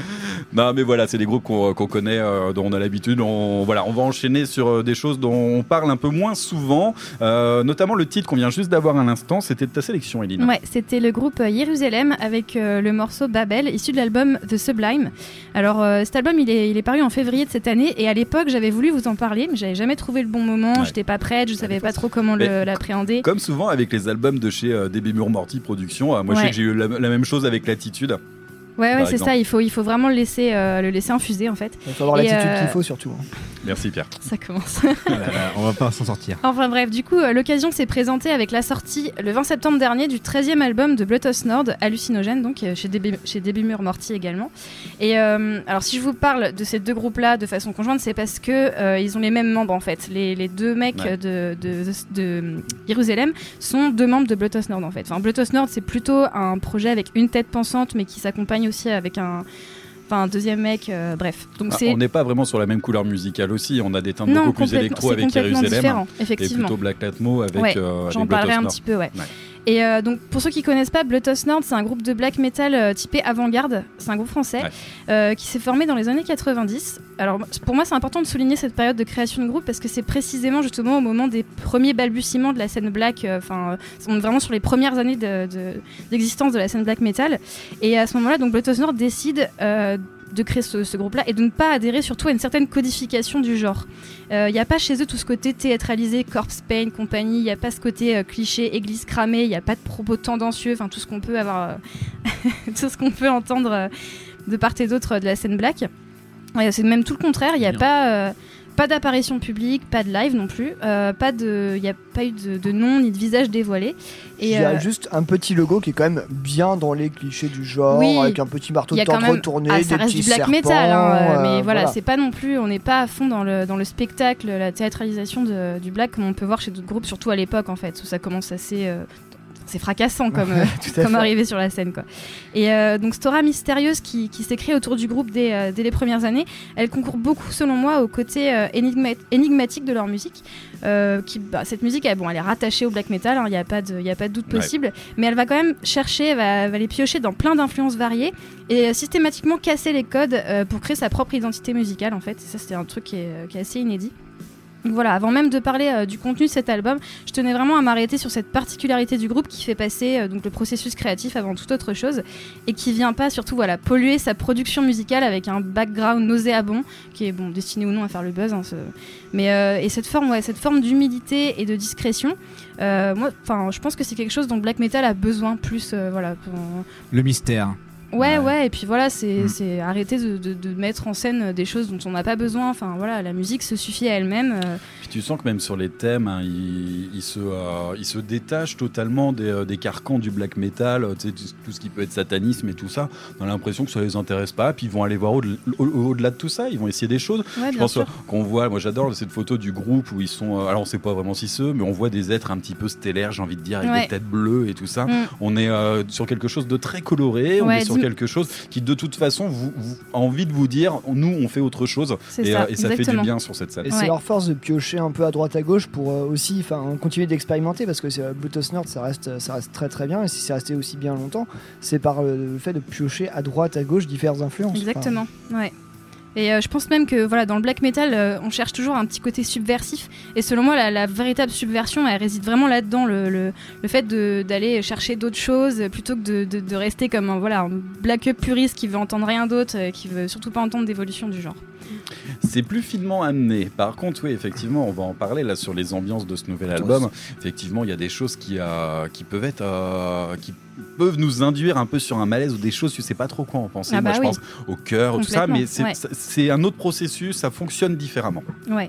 Non mais voilà, c'est des groupes qu'on, qu'on connaît, euh, dont on a l'habitude. On, voilà, on va enchaîner sur euh, des choses dont on parle un peu moins souvent, euh, notamment le titre qu'on vient juste d'avoir à l'instant. C'était de ta sélection, Eline. Ouais, c'était le groupe Jérusalem avec euh, le morceau Babel, issu de l'album The Sublime. Alors euh, cet album, il est, il est paru en février de cette année, et à l'époque, j'avais voulu vous en parler, mais j'avais jamais trouvé le bon moment. Ouais. J'étais pas prête, je savais pas trop comment le, Mais, l'appréhender. Comme souvent avec les albums de chez euh, D B Mur Morty Productions, euh, moi Ouais. je sais que j'ai eu la, la même chose avec Latitude. Ouais, ouais, c'est exemple. ça. Il faut, il faut vraiment le laisser, euh, le laisser infuser en fait. Il faut avoir Et, l'attitude euh, qu'il faut surtout. hein. Merci Pierre. Ça commence. On va pas s'en sortir. Enfin bref, du coup, euh, l'occasion s'est présentée avec la sortie le vingt septembre dernier du treizième album de Blood of Nord, Hallucinogène, donc euh, chez D B, chez D B Mur Morty également. Et euh, alors, si je vous parle de ces deux groupes-là de façon conjointe, c'est parce que euh, ils ont les mêmes membres en fait. Les, les deux mecs Ouais. de, de, de, de Jérusalem sont deux membres de Blood of Nord en fait. Enfin, Blood of Nord, c'est plutôt un projet avec une tête pensante, mais qui s'accompagne aussi avec un. Enfin, un deuxième mec, euh, bref. Donc Ah, c'est... on n'est pas vraiment sur la même couleur musicale aussi. On a des teintes Non, beaucoup plus complètement- électro c'est avec complètement Jérusalem. différent, Et effectivement. plutôt Black Latmo avec, Ouais, euh, j'en avec Blood parlerai of un Nord. petit peu, ouais. Et euh, donc, pour ceux qui connaissent pas, Blood of Nord, c'est un groupe de black metal euh, typé avant-garde. C'est un groupe français Ouais. euh, qui s'est formé dans les années quatre-vingt-dix. Alors, pour moi, c'est important de souligner cette période de création de groupe parce que c'est précisément justement au moment des premiers balbutiements de la scène black. Enfin, euh, on est vraiment sur les premières années de, de- d'existence de la scène black metal. Et à ce moment-là, donc Blood of Nord décide euh, de créer ce, ce groupe-là et de ne pas adhérer surtout à une certaine codification du genre. Il n'y a pas chez eux tout ce côté théâtralisé, corpse paint, compagnie, il n'y a pas ce côté euh, cliché, église cramée, il n'y a pas de propos tendancieux, enfin tout ce qu'on peut avoir, euh, tout ce qu'on peut entendre euh, de part et d'autre euh, de la scène black. Ouais, c'est même tout le contraire, il n'y a pas, euh, pas d'apparition publique, pas de live non plus, euh, pas de, il n'y a pas eu de, de nom ni de visage dévoilé. Il Et y a euh, juste un petit logo qui est quand même bien dans les clichés du genre, Oui. avec un petit marteau Il y de a quand tente même- retourné, ah, des ça reste petits du black serpents, metal, hein, euh, euh, mais voilà, c'est pas non plus, on n'est pas à fond dans le, dans le spectacle, la théâtralisation de- du black comme on peut voir chez d'autres groupes, surtout à l'époque en fait, où ça commence assez, euh, c'est fracassant comme, euh, Tout à comme fait. arriver sur la scène quoi. Et euh, donc cette aura mystérieuse qui, qui s'est créée autour du groupe dès, euh, dès les premières années, elle concourt beaucoup selon moi au côté euh, énigma- énigmatique de leur musique. Euh, qui, bah, cette musique, elle, bon, elle est rattachée au black metal, il n'y a, pas de- y a pas de doute Ouais. possible, mais elle va quand même chercher, elle va, elle va les piocher dans plein d'influences variées et euh, systématiquement casser les codes euh, pour créer sa propre identité musicale en fait. Et ça, c'est un truc qui est, qui est assez inédit. Donc voilà, avant même de parler euh, du contenu de cet album, je tenais vraiment à m'arrêter sur cette particularité du groupe qui fait passer euh, donc le processus créatif avant toute autre chose et qui vient pas surtout voilà polluer sa production musicale avec un background nauséabond qui est bon destiné ou non à faire le buzz. Hein, ce... Mais euh, et cette forme, ouais, cette forme d'humilité et de discrétion, euh, moi, enfin, je pense que c'est quelque chose dont le black metal a besoin plus, euh, voilà. Pour... Le mystère. Ouais, ouais, et puis voilà, c'est Mm. c'est arrêter de, de, de mettre en scène des choses dont on n'a pas besoin. Enfin voilà, la musique se suffit à elle-même. euh, Puis tu sens que même sur les thèmes, hein, il, il se, euh, il se détache totalement des, euh, des carcans du black metal, euh, tu sais, tout, tout ce qui peut être satanisme et tout ça. On a l'impression que ça les intéresse pas, puis ils vont aller voir au- au- au-delà de tout ça, ils vont essayer des choses. Ouais, Je bien pense sûr. euh, qu'on voit, moi j'adore cette photo du groupe où ils sont, euh, alors on sait pas vraiment si c'est eux, mais on voit des êtres un petit peu stellaires, j'ai envie de dire, avec Ouais. des têtes bleues et tout ça. Mm. On est euh, sur quelque chose de très coloré, on Ouais, est sur dis- quelque chose qui de toute façon vous, vous- a envie de vous dire, nous on fait autre chose, C'est et, ça, euh, et ça fait du exactement. bien sur cette scène. Et c'est leur force de piocher un peu à droite à gauche pour euh, aussi enfin, continuer d'expérimenter parce que c'est- Blood of Nord ça reste, ça reste très très bien et si c'est resté aussi bien longtemps, c'est par euh, le fait de piocher à droite à gauche diverses influences. Exactement, ouais. Et euh, je pense même que voilà, dans le black metal, euh, on cherche toujours un petit côté subversif. Et selon moi, la, la véritable subversion, elle réside vraiment là-dedans, le, le, le fait de- d'aller chercher d'autres choses plutôt que de, de, de rester comme un, voilà, un black up puriste qui veut entendre rien d'autre, euh, qui veut surtout pas entendre d'évolution du genre. C'est plus finement amené. Par contre, oui, effectivement, on va en parler là sur les ambiances de ce nouvel album. Effectivement, il y a des choses qui, euh, qui peuvent être, euh, qui peuvent nous induire un peu sur un malaise ou des choses, tu sais pas trop quoi en penser. Ah Moi, bah je oui. pense au cœur, tout ça, Complètement, mais c'est ouais. c'est un autre processus, ça fonctionne différemment. Ouais.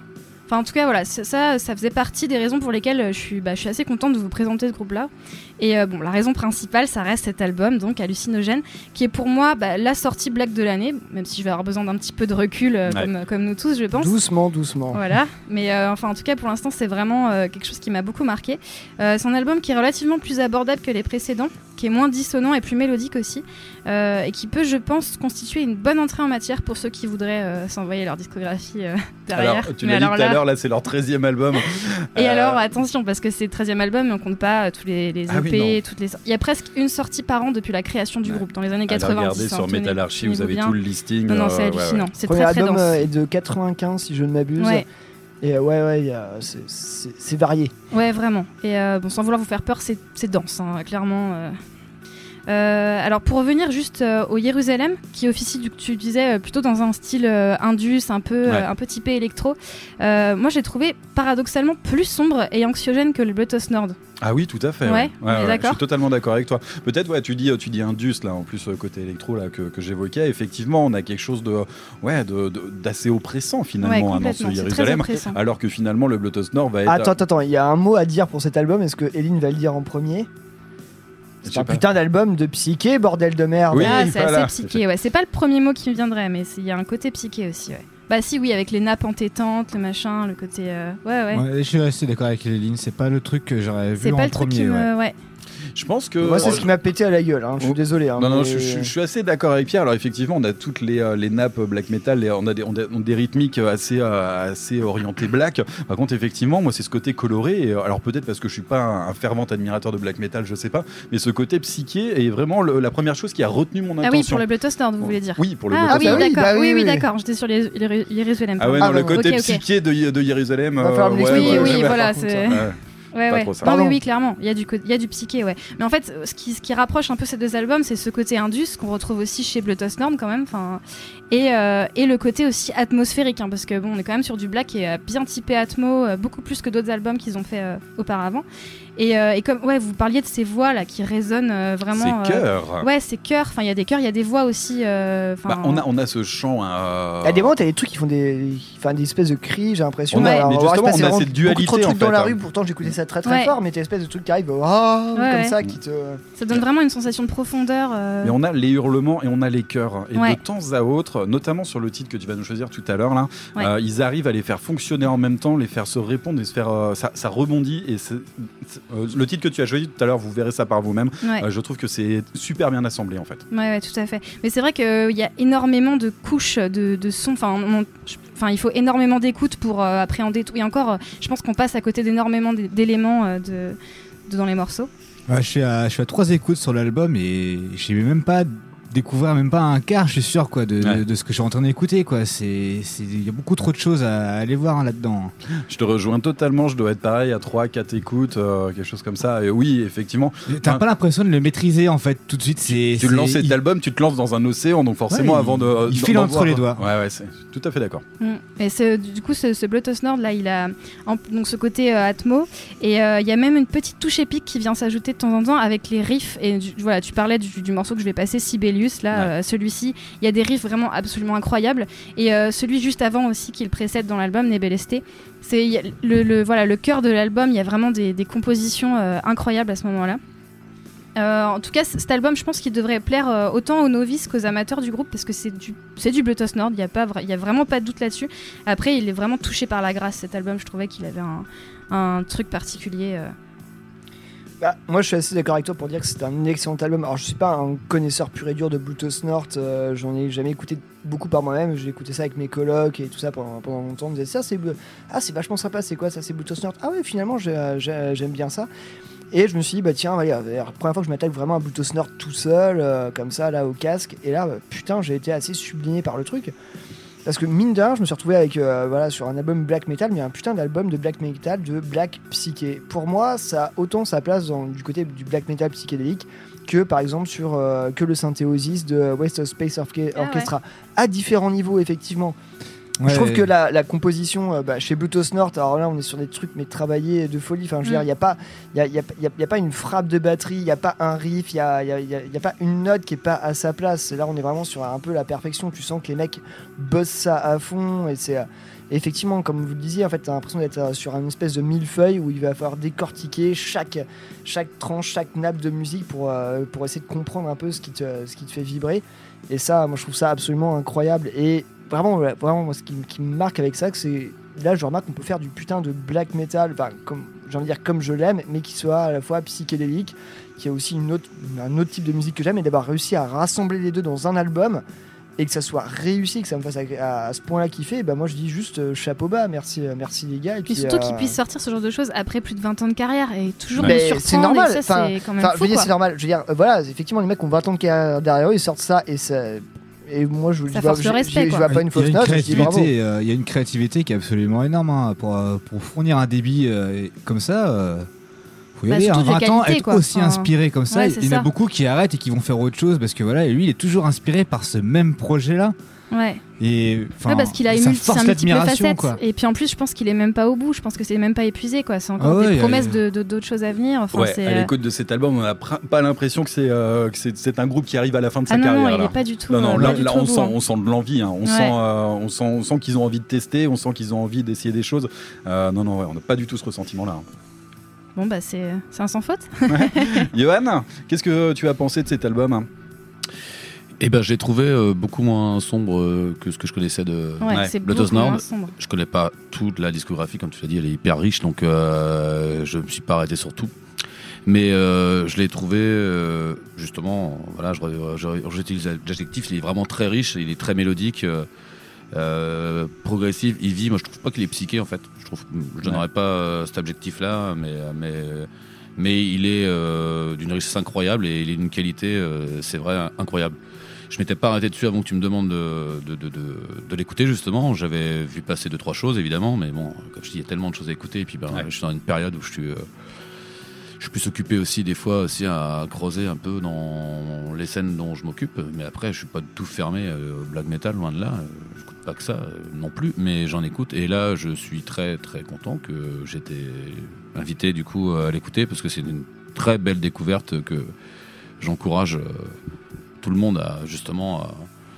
Enfin, en tout cas, voilà, ça, ça, ça faisait partie des raisons pour lesquelles je suis, bah, je suis assez contente de vous présenter ce groupe-là. Et euh, bon, la raison principale, ça reste cet album, donc Hallucinogène, qui est pour moi bah, la sortie black de l'année, même si je vais avoir besoin d'un petit peu de recul, euh, ouais. comme, comme nous tous, je pense. Doucement, doucement. Voilà, mais euh, enfin, en tout cas, pour l'instant, c'est vraiment euh, quelque chose qui m'a beaucoup marqué. Euh, c'est un album qui est relativement plus abordable que les précédents, qui est moins dissonant et plus mélodique aussi, euh, et qui peut, je pense, constituer une bonne entrée en matière pour ceux qui voudraient euh, s'envoyer leur discographie euh, derrière. Alors, tu l'as dit tout à l'heure, là, c'est leur treizième album. Et euh... alors, attention, parce que c'est le treizième album, mais on compte pas euh, tous les, les E P, ah oui, toutes les... Il y a presque une sortie par an depuis la création du ouais. groupe, dans les années quatre-vingt-dix. Regardez sur Metal Archive, vous avez bien. tout le listing. Non, non, c'est euh, hallucinant. Ouais, ouais. C'est le très, premier très album dense. est de quatre-vingt-quinze, si je ne m'abuse. Ouais. Et euh, ouais, ouais, y a, c'est, c'est, c'est varié. Ouais, vraiment. Et euh, bon, sans vouloir vous faire peur, c'est, c'est dense, hein, clairement. Euh... Euh, alors pour revenir juste euh, au Jérusalem, qui officie, du, tu disais, euh, plutôt dans un style euh, indus, un peu, ouais. euh, un peu typé électro, euh, moi j'ai trouvé paradoxalement plus sombre et anxiogène que le Bluetooth Nord. Ah oui, tout à fait. Ouais, ouais. on est ouais, d'accord. Je suis totalement d'accord avec toi. Peut-être, ouais, tu dis, tu dis indus là, en plus côté électro là que, que j'évoquais. Effectivement, on a quelque chose de, ouais, de, de, d'assez oppressant finalement ouais, hein, dans ce Jérusalem, alors que finalement le Bluetooth Nord va être. Attends, attends, il y a un mot à dire pour cet album. Est-ce que Eline va le dire en premier? C'est un putain d'album de psyché, bordel de merde. Oui, ah, c'est voilà. assez psyché, ouais. C'est pas le premier mot qui me viendrait, mais il y a un côté psyché aussi, ouais. Bah si, oui, avec les nappes entêtantes, le machin, le côté... Euh... Ouais, ouais. ouais. Je suis assez d'accord avec Léline, c'est pas le truc que j'aurais vu c'est en pas le premier. Truc qui me... ouais. ouais. Je pense que... Moi, c'est ce qui m'a pété à la gueule, hein. Je suis oh. désolé. Hein, non, mais... non, je, je, je suis assez d'accord avec Pierre. Alors, effectivement, on a toutes les, euh, les nappes black metal, les, on, a des, on, a, on a des rythmiques assez, euh, assez orientées black. Par contre, effectivement, moi, c'est ce côté coloré. Et, alors, peut-être parce que je suis pas un, un fervent admirateur de black metal, je sais pas. Mais ce côté psyché est vraiment le, la première chose qui a retenu mon attention. Ah oui, pour le Bluetooth Nord, vous voulez dire? Oui, pour le ah, Bluetooth Nord. Ah oui, d'accord. Bah, oui, oui, oui, oui, d'accord. J'étais sur les, les, les Jérusalem. Ah ouais, non, ah, le bon, côté okay, psyché okay. de, de Jérusalem. Euh, ouais, oui, ouais, oui, ouais, voilà, contre, c'est... Ouais. Ouais, ouais. Non, oui, oui, clairement. Il y a du, il y a du psyché, ouais. Mais en fait, ce qui, ce qui rapproche un peu ces deux albums, c'est ce côté indus qu'on retrouve aussi chez Bluetooth Nord, quand même. Enfin, et, euh, et le côté aussi atmosphérique, hein, parce que bon, on est quand même sur du black qui est bien typé atmo, euh, beaucoup plus que d'autres albums qu'ils ont fait euh, auparavant. Et, euh, et comme ouais, vous parliez de ces voix là qui résonnent euh, vraiment. Ces chœurs. Euh, ouais, ces chœurs. Enfin, il y a des chœurs, il y a des voix aussi. Euh, bah, on a on a ce chant. Euh... Il y a des moments, t'as des trucs qui font des, enfin, des espèces de cris. J'ai l'impression. On a, alors, mais justement, on a cette dualité beaucoup trop de trucs en fait. dans la rue. Pourtant, j'écoutais ça très très ouais. fort, mais t'as des espèces de trucs qui arrivent, oh, ouais, comme ouais. ça, qui te. Ça donne vraiment une sensation de profondeur. Euh... Mais on a les hurlements et on a les chœurs. Et ouais. de temps à autre, notamment sur le titre que tu vas nous choisir tout à l'heure là, ouais. euh, ils arrivent à les faire fonctionner en même temps, les faire se répondre et se faire, euh, ça, ça rebondit. Et c'est, c'est, euh, le titre que tu as choisi tout à l'heure, vous verrez ça par vous-même. Ouais. Euh, je trouve que c'est super bien assemblé en fait. Ouais, ouais, tout à fait. Mais c'est vrai qu'il euh, y a énormément de couches de, de sons. Enfin, on, enfin, il faut énormément d'écoute pour euh, appréhender tout. Et encore, euh, je pense qu'on passe à côté d'énormément d'éléments euh, de, de dans les morceaux. Ouais, je suis à, je suis à trois écoutes sur l'album et je sais même pas découvrir même pas un quart, je suis sûr quoi, de, ouais. de, de ce que je suis en train d'écouter quoi. C'est, c'est, y a beaucoup trop de choses à aller voir hein, là-dedans. Je te rejoins totalement. Je dois être pareil à trois, quatre écoutes, euh, quelque chose comme ça. Et oui, effectivement. T'as hein, pas l'impression de le maîtriser en fait tout de suite. C'est, tu c'est... lances cet il... album, tu te lances dans un océan, donc forcément ouais, avant de. Il file entre voir, les doigts. Ouais, ouais, c'est tout à fait d'accord. Mmh. Et c'est, du coup, ce, ce Bluetooth Nord là, il a en, donc ce côté euh, atmo et il euh, y a même une petite touche épique qui vient s'ajouter de temps en temps avec les riffs. Et du, voilà, tu parlais du, du morceau que je vais passer, Sibelius là, ouais. euh, celui Celui-ci, il y a des riffs vraiment absolument incroyables et euh, celui juste avant aussi qui le précède dans l'album, Nebeleste, c'est le, le, voilà, le cœur de l'album, il y a vraiment des, des compositions euh, incroyables à ce moment-là. Euh, en tout cas, cet album, je pense qu'il devrait plaire euh, autant aux novices qu'aux amateurs du groupe parce que c'est du, c'est du Bluetooth Nord, il n'y a, pas, il y a vraiment pas de doute là-dessus. Après, il est vraiment touché par la grâce, cet album, je trouvais qu'il avait un, un truc particulier. Euh, Bah, moi je suis assez d'accord avec toi pour dire que c'est un excellent album. Alors je suis pas un connaisseur pur et dur de Bluetooth Nord, euh, j'en ai jamais écouté beaucoup par moi-même, j'ai écouté ça avec mes colocs et tout ça pendant, pendant longtemps, on me disait ça c'est, ah, c'est vachement sympa, c'est quoi ça, c'est Bluetooth Nord, ah ouais finalement j'ai, j'ai, j'aime bien ça. Et je me suis dit bah tiens, voilà, la première fois que je m'attaque vraiment à Bluetooth Nord tout seul, euh, comme ça là au casque, et là bah, putain j'ai été assez sublimé par le truc. Parce que mine de rien, je me suis retrouvé avec, euh, voilà, sur un album black metal, mais un putain d'album de black metal, de black psyché. Pour moi, ça a autant sa place dans, du côté du black metal psychédélique que par exemple sur euh, que le Synthéosis de Waste of Space Orchestra, ah ouais. à différents niveaux effectivement. Ouais, je trouve ouais. que la, la composition euh, bah, chez Bluetooth Nord, alors là on est sur des trucs mais travaillés de folie, enfin je veux mm. dire il n'y a pas il y a, y a, y a, y a pas une frappe de batterie, il n'y a pas un riff, il n'y a, y a, y a, y a pas une note qui n'est pas à sa place. Là on est vraiment sur un peu la perfection, tu sens que les mecs bossent ça à fond et c'est, Et effectivement, comme vous le disiez, en fait, t'as l'impression d'être sur une espèce de millefeuille où il va falloir décortiquer chaque, chaque tranche, chaque nappe de musique pour, euh, pour essayer de comprendre un peu ce qui, te, ce qui te fait vibrer. Et ça, moi, je trouve ça absolument incroyable. Et vraiment, vraiment moi, ce qui, qui me marque avec ça, que c'est là, je remarque qu'on peut faire du putain de black metal, enfin, comme, j'ai envie de dire comme je l'aime, mais qui soit à la fois psychédélique, qui a aussi une autre, un autre type de musique que j'aime, et d'avoir réussi à rassembler les deux dans un album. Et que ça soit réussi, que ça me fasse à, à ce point-là kiffer, bah moi je dis juste euh, chapeau bas, merci, euh, merci les gars. Et puis, puis surtout euh... qu'ils puissent sortir ce genre de choses après plus de vingt ans de carrière et toujours mais nous surprendre. C'est normal, et ça, c'est quand même fou, je veux dire, quoi. c'est normal. Je veux dire, euh, voilà, effectivement, les mecs ont vingt ans de carrière derrière eux, ils sortent ça et ça. Et moi je, ça je, vois, le respect, je, je vois pas une fausse note. Il y a une créativité qui est absolument énorme hein, pour, pour fournir un débit euh, comme ça. Euh... Faut y bah, aller, hein, vingt qualité, ans, être quoi. aussi enfin... inspiré comme ça. Ouais, il y en a ça. beaucoup qui arrêtent et qui vont faire autre chose parce que voilà, et lui il est toujours inspiré par ce même projet-là. Ouais. Et ouais, parce qu'il a une multiples facettes. Quoi. Et puis en plus, je pense qu'il est même pas au bout. Je pense que c'est même pas épuisé. Quoi. C'est encore ah ouais, des promesses de, de, d'autres choses à venir. Enfin, ouais, c'est... à l'écoute de cet album, on n'a pr- pas l'impression que c'est, euh, que c'est, c'est un groupe qui arrive à la fin de sa ah non, carrière. Non, il là. est pas du tout. Non, non, euh, là, du là tout on, sent, hein. on sent de l'envie. Hein. On, ouais. sent, euh, on, sent, on sent qu'ils ont envie de tester. On sent qu'ils ont envie d'essayer des choses. Euh, non, non, ouais, on n'a pas du tout ce ressentiment-là. Hein. Bon, bah, c'est, c'est un sans faute. Ouais. Johan, qu'est-ce que tu as pensé de cet album ? Eh ben, j'ai trouvé euh, beaucoup moins sombre euh, que ce que je connaissais de ouais, Blood of Nord. Je connais pas toute la discographie, comme tu l'as dit, elle est hyper riche, donc euh, je me suis pas arrêté sur tout. Mais euh, je l'ai trouvé euh, justement, voilà, je, je, je, j'utilise l'adjectif, il est vraiment très riche, il est très mélodique, euh, euh, progressif, il vit. Moi, je trouve pas qu'il est psyché en fait. Je trouve, je donnerais ouais. pas euh, cet objectif-là, mais mais mais il est euh, d'une richesse incroyable et il est d'une qualité, euh, c'est vrai, incroyable. Je m'étais pas arrêté dessus avant que tu me demandes de, de, de, de, de l'écouter justement. J'avais vu passer deux trois choses évidemment, mais bon, comme je dis, il y a tellement de choses à écouter. Et puis ben, ouais. je suis dans une période où je suis, euh, je suis plus occupé aussi des fois aussi à creuser un peu dans les scènes dont je m'occupe. Mais après, je suis pas du tout fermé euh, au black metal, loin de là. Je n'écoute pas que ça euh, non plus, mais j'en écoute. Et là, je suis très très content que j'étais invité du coup à l'écouter parce que c'est une très belle découverte que j'encourage. Euh, tout le monde a justement à,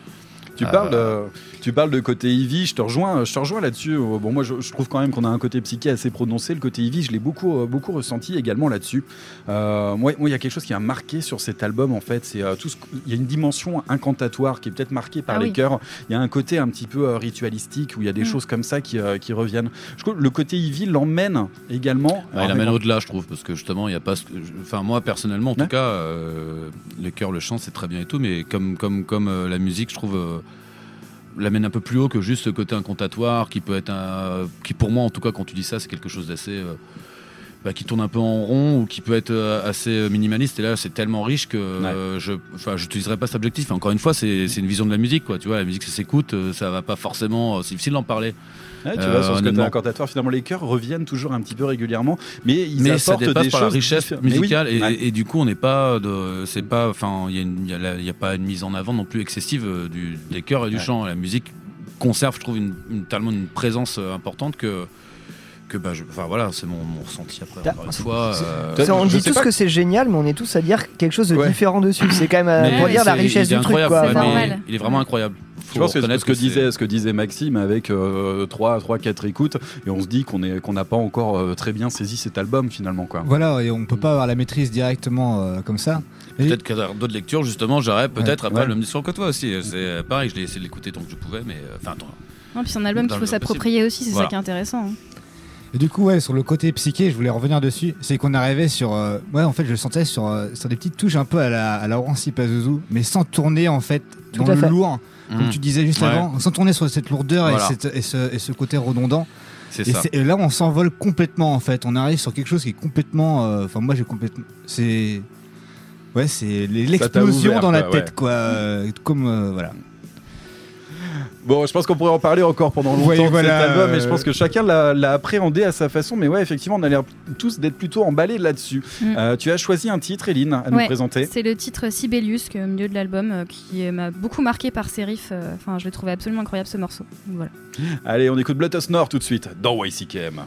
tu à... parles de, tu parles de côté heavy, je te rejoins je te rejoins là-dessus. Bon, moi je, je trouve quand même qu'on a un côté psyché assez prononcé. Le côté heavy, je l'ai beaucoup beaucoup ressenti également là-dessus. Euh, moi il y a quelque chose qui a marqué sur cet album en fait, c'est euh, tout ce, il y a une dimension incantatoire qui est peut-être marquée par ah les oui. chœurs. Il y a un côté un petit peu euh, ritualistique où il y a des mmh. choses comme ça qui, euh, qui reviennent. Je trouve le côté heavy l'emmène également. Ouais, il l'emmène au-delà, je trouve, parce que justement il y a pas, enfin moi personnellement en ouais. tout cas, euh, les chœurs, le chant c'est très bien et tout, mais comme comme comme euh, la musique, je trouve. Euh, l'amène un peu plus haut que juste ce côté incantatoire qui peut être un, qui pour moi en tout cas quand tu dis ça c'est quelque chose d'assez euh, bah, qui tourne un peu en rond ou qui peut être euh, assez minimaliste et là c'est tellement riche que ouais. euh, je enfin j'utiliserai pas cet objectif. Encore une fois c'est, c'est une vision de la musique quoi, tu vois, la musique ça s'écoute, ça va pas forcément, c'est difficile d'en parler. Ouais, tu euh, vois, sur ce côté incantatoire, finalement, les chœurs reviennent toujours un petit peu régulièrement, mais ils mais apportent ça dépasse des par choses la richesse musicale oui. et, ouais. et, et du coup, on n'est pas, de, c'est pas, enfin, il y a, une, y a, y a pas une mise en avant non plus excessive du, des chœurs et du ouais. chant. La musique conserve, je trouve, une, une, tellement une présence importante que. Que bah, je, enfin voilà, c'est mon, mon ressenti après. Encore une fois, euh, on dit tous que... que c'est génial, mais on est tous à dire quelque chose de ouais. différent dessus. C'est quand même euh, pour dire la richesse du truc. Quoi. Ouais, mais il est vraiment incroyable. Je pense que c'est ce que, disait, ce que disait Maxime avec euh, trois, quatre écoutes, et on se dit qu'on est, qu'on n'a pas encore euh, très bien saisi cet album finalement. Quoi. Voilà, et on peut pas avoir la maîtrise directement euh, comme ça. Et... Peut-être qu'à d'autres lectures, justement, j'arrête peut-être ouais, après ouais. le même discours que toi aussi. C'est pareil, je l'ai essayé de l'écouter tant que je pouvais, mais enfin, attends. Non, puis c'est un album qu'il faut s'approprier aussi, c'est voilà. ça qui est intéressant. Hein. Et du coup, ouais, sur le côté psyché, je voulais revenir dessus. C'est qu'on arrivait sur, euh, ouais, en fait, je le sentais sur, euh, sur des petites touches un peu à la, à la Orange Pazuzu, mais sans tourner en fait Tout dans le fait. lourd, mmh. comme tu disais juste ouais. avant, sans tourner sur cette lourdeur voilà. et, cette, et, ce, et ce côté redondant. C'est et, ça. C'est, et là, on s'envole complètement en fait. On arrive sur quelque chose qui est complètement, enfin, euh, moi, j'ai complètement, c'est, ouais, c'est l'explosion ouvert, dans la quoi, tête, ouais. quoi, euh, comme euh, voilà. Bon, je pense qu'on pourrait en parler encore pendant longtemps oui, de voilà, cet album, euh... et je pense que chacun l'a, l'a appréhendé à sa façon, mais ouais, effectivement, on a l'air tous d'être plutôt emballés là-dessus. Mm. Euh, tu as choisi un titre, Eline, à ouais, nous présenter. C'est le titre Sibelius, au milieu de l'album, euh, qui m'a beaucoup marqué par ses riffs. Enfin, euh, je l'ai trouvé absolument incroyable ce morceau. Donc, voilà. Allez, on écoute Blood of Nord tout de suite dans Y C K M.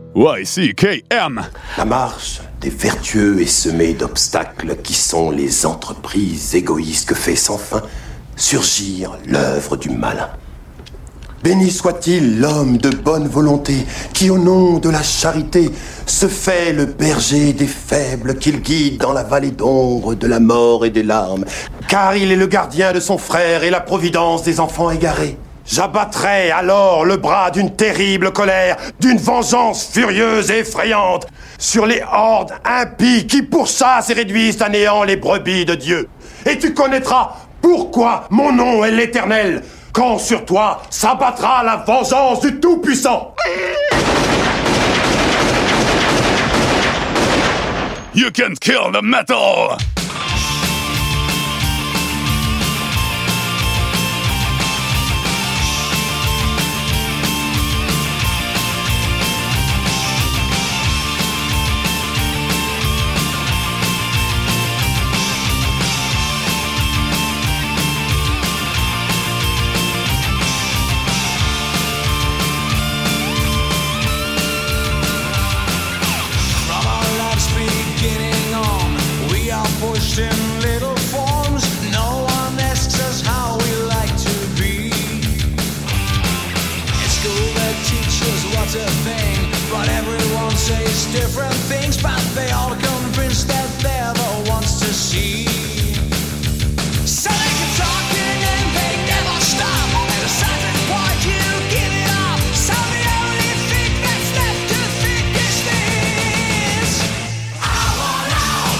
Y C K M. La marche des vertueux est semée d'obstacles qui sont les entreprises égoïstes que fait sans fin surgir l'œuvre du malin. Béni soit-il l'homme de bonne volonté qui, au nom de la charité, se fait le berger des faibles qu'il guide dans la vallée d'ombre de la mort et des larmes, car il est le gardien de son frère et la providence des enfants égarés. J'abattrai alors le bras d'une terrible colère, d'une vengeance furieuse et effrayante, sur les hordes impies qui pourchassent et réduisent à néant les brebis de Dieu. Et tu connaîtras pourquoi mon nom est l'Éternel, quand sur toi s'abattra la vengeance du Tout-Puissant. You can kill the metal. In little forms, no one asks us how we like to be. At school they teach us what's a thing, but everyone says different things, but they all convinced that they're the ones to see. So they keep talking and they never stop, at a certain point you give it up. So the only thing that's left to think is this: I want out.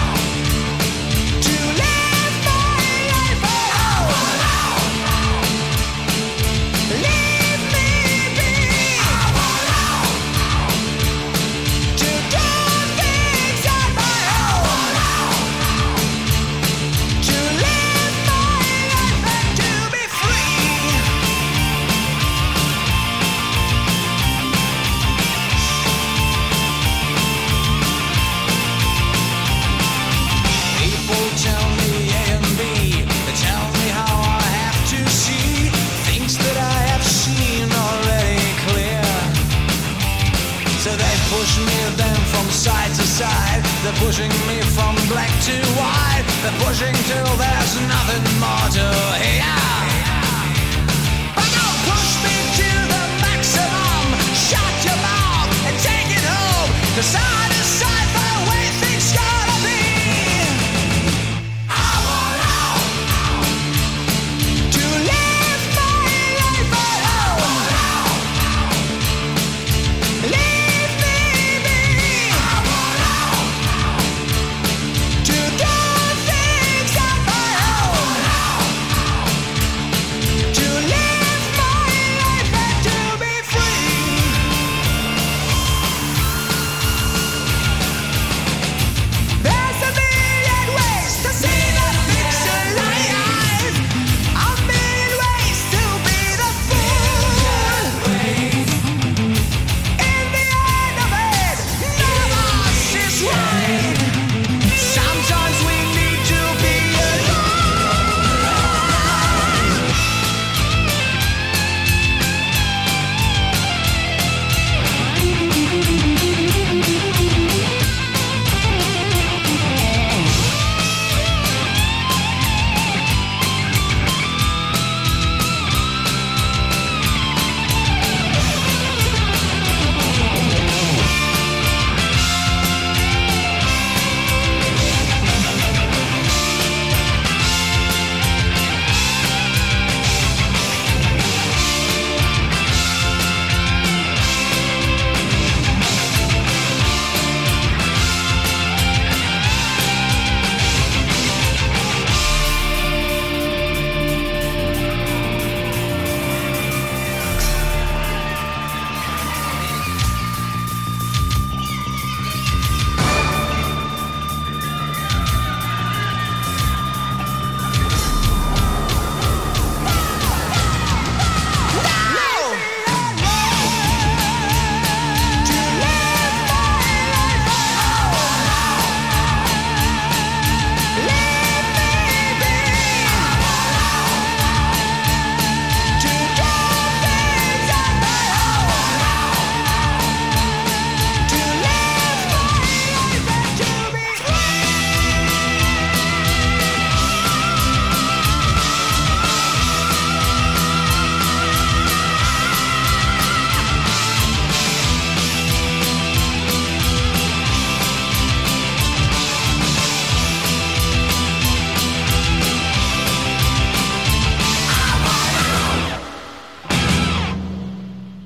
They're pushing me from black to white. They're pushing till there's nothing more to hear. But don't push me to the maximum. Shut your mouth and take it home. 'Cause I decide the way things gotta be. I want out to live my life alone. Leave me be. I want out to do things on my own.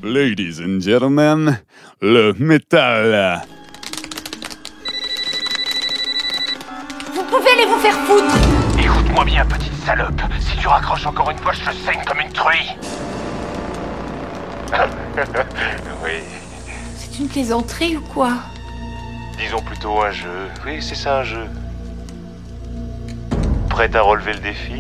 Ladies and gentlemen, le métal. Vous pouvez aller vous faire foutre. Écoute-moi bien, petite salope. Si tu raccroches encore une fois, je te saigne comme une truie. Oui, C'est une plaisanterie ou quoi? disons plutôt un jeu. Oui, c'est ça, un jeu. Prête à relever le défi?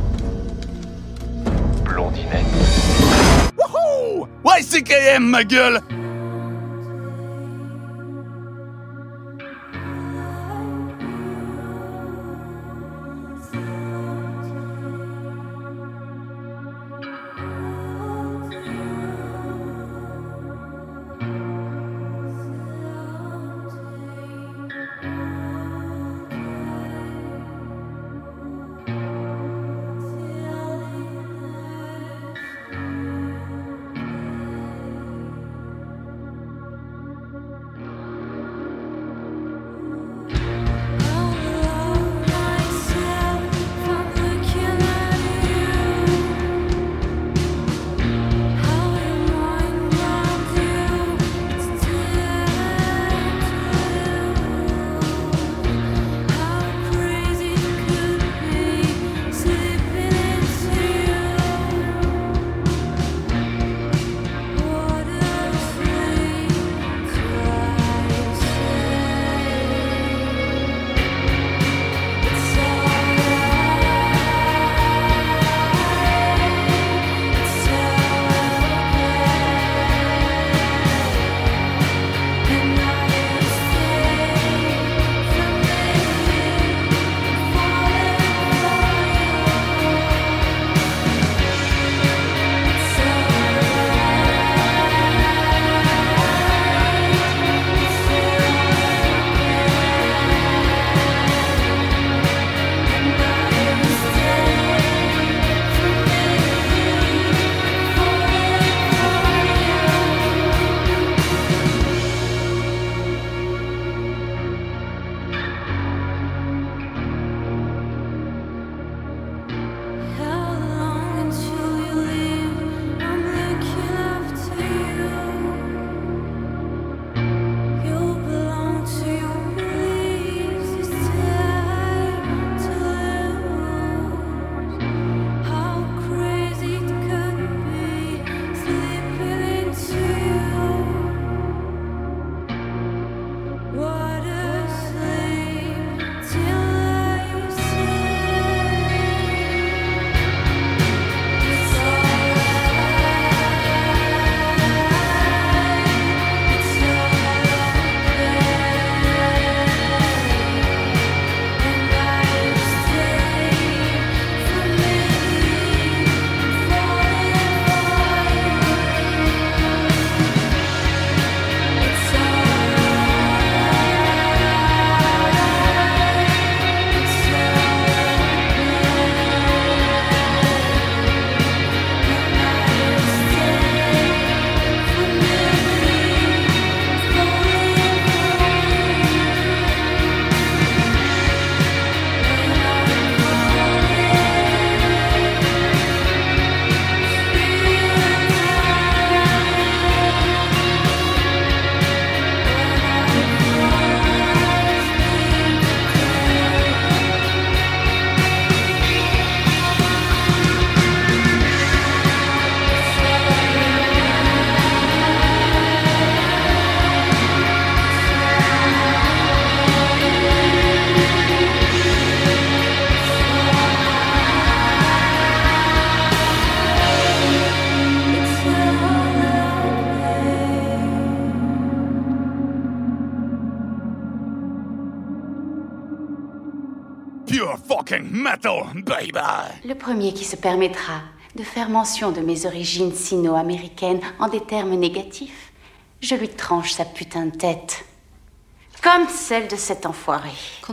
Blondinette. Wouhou! Y C K M, ma gueule! Pure fucking metal, baby! Le premier qui se permettra de faire mention de mes origines sino-américaines en des termes négatifs, je lui tranche sa putain de tête. Comme celle de cet enfoiré.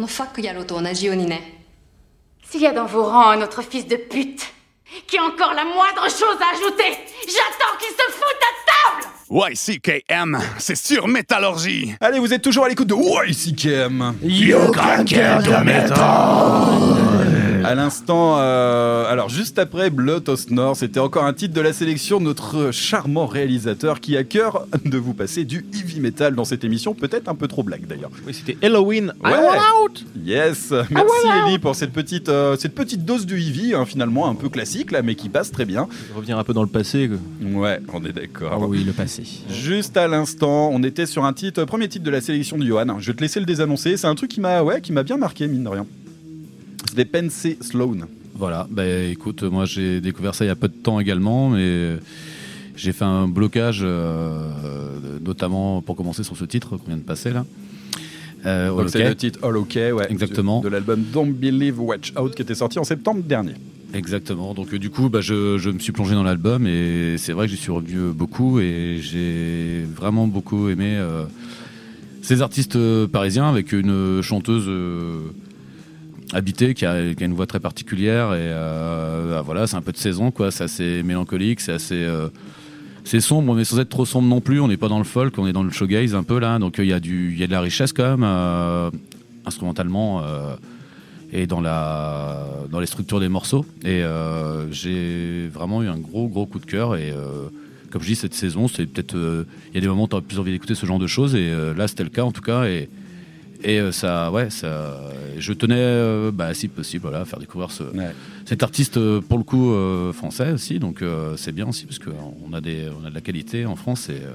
S'il y a dans vos rangs un autre fils de pute qui a encore la moindre chose à ajouter, j'attends qu'il se foute à table! Y C K M, c'est sur Métallurgie. Allez, vous êtes toujours à l'écoute de Y C K M. Yo, craqueur de métal. À l'instant, euh, alors juste après Blood of North, c'était encore un titre de la sélection de notre charmant réalisateur qui a cœur de vous passer du heavy metal dans cette émission, peut-être un peu trop blague d'ailleurs. Oui, c'était Halloween. Ouais. I want out. Yes, merci Ellie pour cette petite, euh, cette petite dose de heavy, hein, finalement un peu classique là, mais qui passe très bien. Revenir un peu dans le passé. Quoi. Ouais, on est d'accord. Oh oui, le passé. Juste à l'instant, on était sur un titre, euh, premier titre de la sélection de Johan. Je vais te laisser le désannoncer. C'est un truc qui m'a, ouais, qui m'a bien marqué, mine de rien. C'était Pensée Sloan. Voilà, bah écoute, moi j'ai découvert ça il y a peu de temps également, mais j'ai fait un blocage, euh, notamment pour commencer sur ce titre qu'on vient de passer là. Euh, Donc c'est le titre All OK, ouais, exactement. De, de l'album Don't Believe Watch Out qui était sorti en septembre dernier. Exactement, donc euh, du coup bah, je, je me suis plongé dans l'album et c'est vrai que j'y suis revenu beaucoup et j'ai vraiment beaucoup aimé euh, ces artistes parisiens avec une chanteuse euh, habitée qui a, qui a une voix très particulière et euh, voilà, c'est un peu de saison quoi, c'est assez mélancolique, c'est assez euh, c'est sombre mais sans être trop sombre non plus, on n'est pas dans le folk, on est dans le shoegaze un peu là, donc il y a du il y a de la richesse quand même euh, instrumentalement euh, et dans la dans les structures des morceaux et euh, j'ai vraiment eu un gros gros coup de cœur et euh, comme je dis cette saison c'est peut-être il euh, y a des moments où tu as plus envie d'écouter ce genre de choses et euh, là c'était le cas en tout cas et et euh, ça ouais ça je tenais euh, bah si possible voilà à faire découvrir ce ouais. cet artiste euh, pour le coup euh, français aussi donc euh, c'est bien aussi parce que on a des on a de la qualité en France et euh,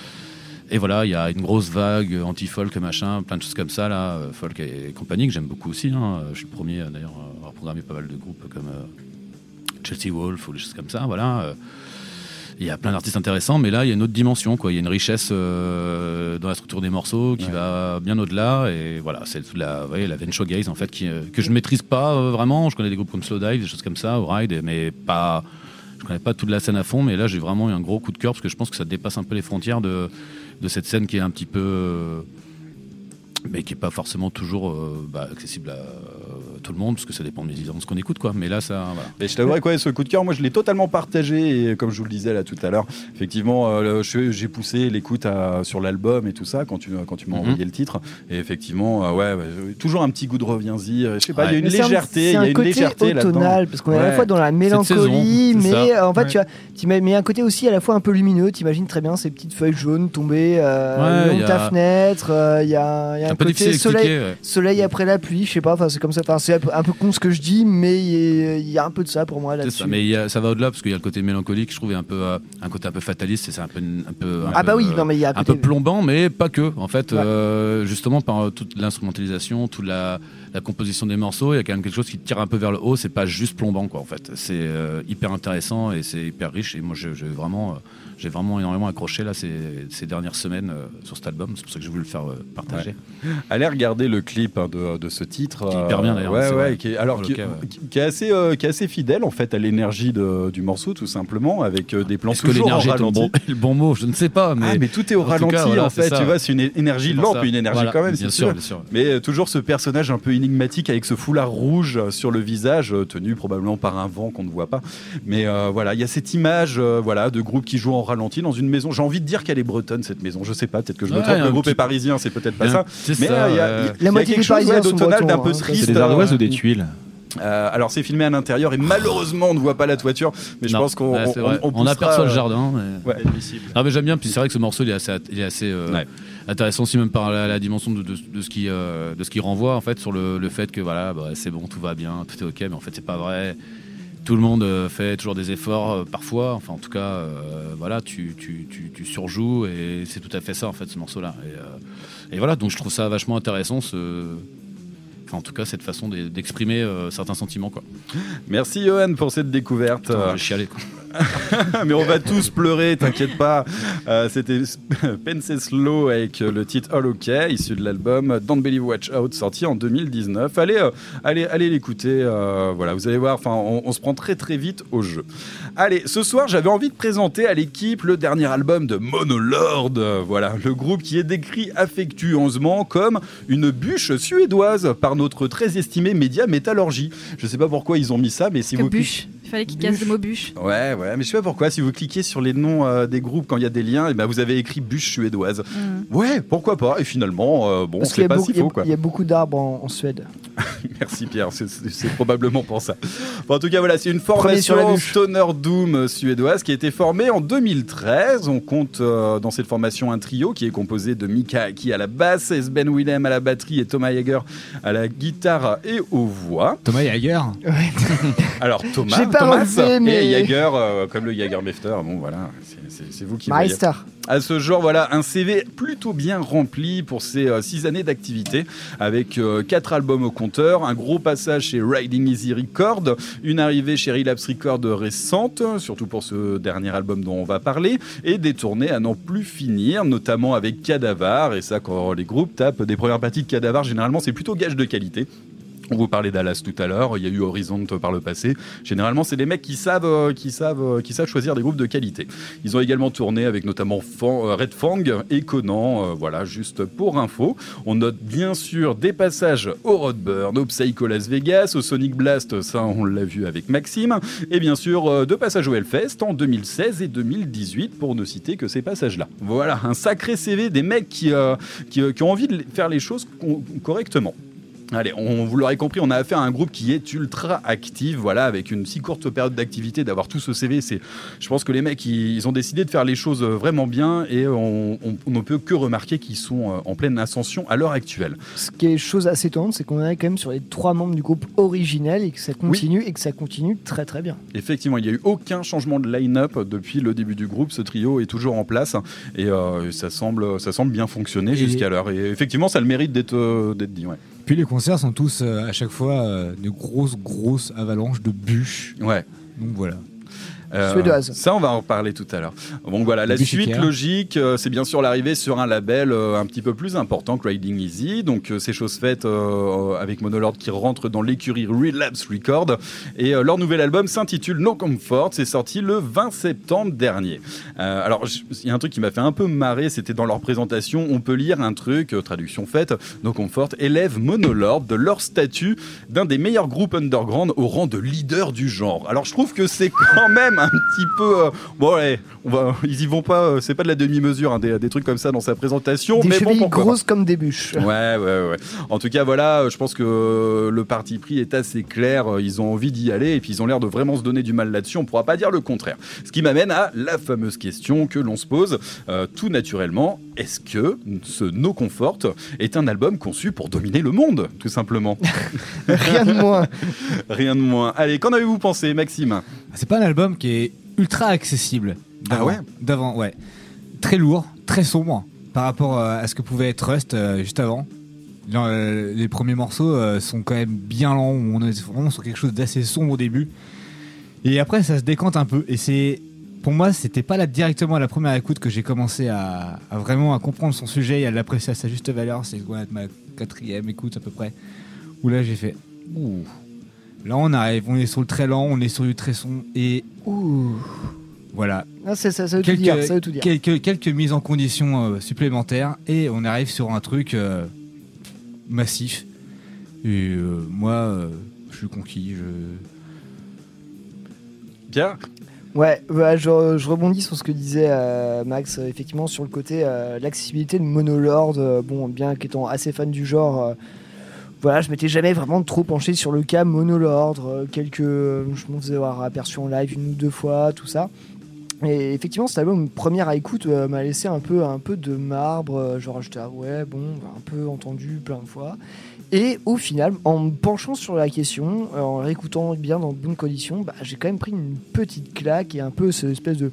et voilà, il y a une grosse vague anti-folk, machin, plein de choses comme ça, là, folk et compagnie, que j'aime beaucoup aussi. Hein. Je suis le premier, d'ailleurs, à avoir programmé pas mal de groupes comme euh, Chelsea Wolf ou des choses comme ça, voilà. Il y a plein d'artistes intéressants, mais là, il y a une autre dimension, quoi. Il y a une richesse euh, dans la structure des morceaux qui ouais. va bien au-delà, et voilà, c'est toute la, ouais, la veine shoegaze, en fait, qui, euh, que je ne maîtrise pas euh, vraiment. Je connais des groupes comme Slowdive, des choses comme ça, ou Ride, mais pas... Je connais pas toute la scène à fond, mais là, j'ai vraiment eu un gros coup de cœur, parce que je pense que ça dépasse un peu les frontières de... de cette scène qui est un petit peu euh, mais qui est pas forcément toujours euh, bah, accessible à euh, tout le monde parce que ça dépend de ce qu'on écoute quoi, mais là ça voilà. Et je t'avouerais quoi, ce coup de cœur moi je l'ai totalement partagé et comme je vous le disais là tout à l'heure effectivement euh, je, j'ai poussé l'écoute à, sur l'album et tout ça quand tu, quand tu m'as mm-hmm. envoyé le titre et effectivement euh, ouais, ouais toujours un petit goût de reviens-y je sais pas il ouais. y a une mais légèreté il y a une légèreté là-dedans parce qu'on est ouais. à la fois dans la mélancolie saison, mais ça. en fait ouais. tu as tu mets un côté aussi à la fois un peu lumineux, t'imagines très bien ces petites feuilles jaunes tombées euh, ouais, le long de ta fenêtre il euh, y a, y a un, un côté soleil, ouais. soleil après la pluie je sais pas c'est comme ça c'est un peu con ce que je dis mais il y, y a un peu de ça pour moi là-dessus ça, mais y a, ça va au-delà parce qu'il y a le côté mélancolique je trouve et un peu euh, un côté un peu fataliste et c'est un peu un peu un ah bah peu, oui non mais il y a un peu plombant mais pas que en fait ouais. euh, justement par euh, toute l'instrumentalisation toute la, la composition des morceaux il y a quand même quelque chose qui tire un peu vers le haut c'est pas juste plombant quoi en fait c'est euh, hyper intéressant et c'est hyper riche et moi j'ai vraiment euh, j'ai vraiment énormément accroché là ces, ces dernières semaines euh, sur cet album c'est pour ça que j'ai voulu le faire euh, partager ouais. Allez regarder le clip hein, de, de ce titre qui est hyper bien d'ailleurs ouais, ouais, ouais, qui est, alors qui, ouais. qui, est assez, euh, qui est assez fidèle en fait à l'énergie de, du morceau tout simplement avec euh, des plans Est-ce toujours que l'énergie au ralenti est le bon, le bon mot je ne sais pas mais, ah, mais tout est au ralenti cas, voilà, en fait tu vois c'est une énergie lente mais une énergie voilà, quand même bien c'est sûr, sûr. Bien sûr mais euh, toujours ce personnage un peu énigmatique avec ce foulard rouge sur le visage euh, tenu probablement par un vent qu'on ne voit pas mais euh, voilà il y a cette image euh, voilà de groupe qui joue en ralenti dans une maison j'ai envie de dire qu'elle est bretonne cette maison je sais pas peut-être que je me trompe le groupe est parisien c'est peut-être pas ça mais il y a la moitié des Parisiens sont bretons d'un peu triste c'est des ardoises ou des tuiles Euh, alors c'est filmé à l'intérieur et malheureusement on ne voit pas la toiture mais je non, pense qu'on ouais, on, on, on, on aperçoit le jardin mais... ouais. non mais j'aime bien puis c'est vrai que ce morceau il est assez, il est assez euh, ouais. intéressant aussi même par la, la dimension de, de, de ce qui euh, de ce qui renvoie en fait sur le, le fait que voilà bah, c'est bon tout va bien tout est ok mais en fait c'est pas vrai tout le monde euh, fait toujours des efforts euh, parfois enfin en tout cas euh, voilà tu, tu, tu, tu surjoues et c'est tout à fait ça en fait ce morceau là et, euh, et voilà donc je trouve ça vachement intéressant ce Enfin, en tout cas, cette façon d'exprimer euh, certains sentiments. Quoi. Merci Johan pour cette découverte. Putain, je vais chialer. Quoi. Mais on va tous pleurer, t'inquiète pas. Euh, C'était Pensée Slow avec le titre All OK, issu de l'album Don't Believe Watch Out, sorti en deux mille dix-neuf. Allez, euh, allez, allez l'écouter. Euh, voilà, vous allez voir. Enfin, on, on se prend très très vite au jeu. Allez, ce soir, j'avais envie de présenter à l'équipe le dernier album de Monolord. Voilà, le groupe qui est décrit affectueusement comme une bûche suédoise par notre très estimé média Métallurgie. Je sais pas pourquoi ils ont mis ça, mais si que vous bûche. Il fallait qu'ils cassent le mot bûche. Ouais, ouais, mais je sais pas pourquoi. Si vous cliquez sur les noms euh, des groupes quand il y a des liens, et ben vous avez écrit bûche suédoise. Mm. Ouais, pourquoi pas. Et finalement, euh, bon, c'est pas si faux, quoi. Il y a beaucoup d'arbres en, en Suède. Merci Pierre, c'est, c'est, c'est probablement pour ça. Bon, en tout cas, voilà, c'est une formation Stoner Doom suédoise qui a été formée en deux mille treize. On compte euh, dans cette formation un trio qui est composé de Mika Aki à la basse, Sven Willem à la batterie et Thomas Jäger à la guitare et aux voix. Thomas Jäger. Ouais. Alors Thomas, J'ai pas Thomas relevé, mais... et Jäger, euh, comme le Jägermeister. Bon voilà, c'est, c'est, c'est vous qui voyez. Meister. À ce jour, voilà, un C V plutôt bien rempli pour ces euh, six années d'activité, avec euh, quatre albums au compteur, un gros passage chez Riding Easy Records, une arrivée chez Relapse Records récente, surtout pour ce dernier album dont on va parler, et des tournées à n'en plus finir, notamment avec Cadavar, et ça, quand les groupes tapent des premières parties de Cadavar, généralement, c'est plutôt gage de qualité. On vous parlait d'Alas tout à l'heure, il y a eu Horizon par le passé. Généralement, c'est des mecs qui savent, euh, qui savent, euh, qui savent choisir des groupes de qualité. Ils ont également tourné avec notamment Fan, euh, Red Fang et Conan, euh, voilà, juste pour info. On note bien sûr des passages au Roadburn, au Psycho Las Vegas, au Sonic Blast, ça on l'a vu avec Maxime, et bien sûr euh, deux passages au Hellfest en deux mille seize et deux mille dix-huit, pour ne citer que ces passages-là. Voilà, un sacré C V des mecs qui, euh, qui, euh, qui ont envie de faire les choses co- correctement. Allez, on, vous l'aurez compris, on a affaire à un groupe qui est ultra actif, voilà, avec une si courte période d'activité, d'avoir tout ce C V. C'est, je pense que les mecs, ils, ils ont décidé de faire les choses vraiment bien et on, on, on ne peut que remarquer qu'ils sont en pleine ascension à l'heure actuelle. Ce qui est chose assez étonnante, c'est qu'on est quand même sur les trois membres du groupe originel et que ça continue oui. et que ça continue très très bien. Effectivement, il n'y a eu aucun changement de line-up depuis le début du groupe. Ce trio est toujours en place et euh, ça semble, ça semble bien fonctionner et jusqu'à l'heure. Et effectivement, ça a le mérite d'être, euh, d'être dit. Ouais. Puis les concerts sont tous euh, à chaque fois euh, de grosses, grosses avalanches de bûches. Ouais. Donc voilà. Euh, Suédoise. Ça, on va en parler tout à l'heure. Donc voilà, la suite logique, euh, c'est bien sûr l'arrivée sur un label euh, un petit peu plus important que Riding Easy. Donc euh, c'est chose faite euh, avec Monolord qui rentre dans l'écurie Relapse Records. Et euh, leur nouvel album s'intitule No Comfort. C'est sorti le vingt septembre dernier. Euh, alors, il y a un truc qui m'a fait un peu marrer, c'était dans leur présentation. On peut lire un truc, euh, traduction faite, No Comfort élève Monolord de leur statut d'un des meilleurs groupes underground au rang de leader du genre. Alors je trouve que c'est quand même un petit peu euh, bon ouais, on va, ils y vont pas, euh, c'est pas de la demi-mesure hein, des, des trucs comme ça dans sa présentation, des mais chevilles bon, grosses comme des bûches. Ouais ouais ouais. En tout cas voilà, je pense que le parti pris est assez clair, ils ont envie d'y aller et puis ils ont l'air de vraiment se donner du mal là-dessus, on pourra pas dire le contraire. Ce qui m'amène à la fameuse question que l'on se pose euh, tout naturellement, est-ce que ce No Comfort est un album conçu pour dominer le monde, tout simplement? Rien de moins. Rien de moins. Allez, qu'en avez-vous pensé, Maxime? C'est pas un album qui est ultra accessible. Ah ouais? D'avant, ouais. Très lourd, très sombre par rapport à ce que pouvait être Rust euh, juste avant. Là, euh, les premiers morceaux euh, sont quand même bien lents, on est vraiment sur quelque chose d'assez sombre au début. Et après, ça se décante un peu. Et c'est, pour moi, c'était pas là directement à la première écoute que j'ai commencé à, à vraiment à comprendre son sujet et à l'apprécier à sa juste valeur. C'est quoi, ma quatrième écoute à peu près. Où là, j'ai fait ouh. Là, on arrive, on est sur le très lent, on est sur du très son et ouh. Voilà. Ah, c'est, ça, ça, veut quelques, tout dire, ça veut tout dire. Quelques, quelques mises en condition euh, supplémentaires et on arrive sur un truc euh, massif. Et euh, moi, euh, je suis conquis. Je... Pierre ? Ouais, ouais je, je rebondis sur ce que disait euh, Max, euh, effectivement, sur le côté euh, l'accessibilité de Monolord. Euh, bon, bien qu'étant assez fan du genre. Euh, Voilà, je m'étais jamais vraiment trop penché sur le cas Monolord, euh, quelques, euh, je m'en faisais avoir aperçu en live une ou deux fois, tout ça. Et effectivement, cet album, première à écoute, euh, m'a laissé un peu, un peu de marbre, euh, genre j'étais ah ouais, bon, un peu entendu plein de fois. Et au final, en me penchant sur la question, euh, en réécoutant bien dans de bonnes conditions, bah, j'ai quand même pris une petite claque et un peu cette espèce de...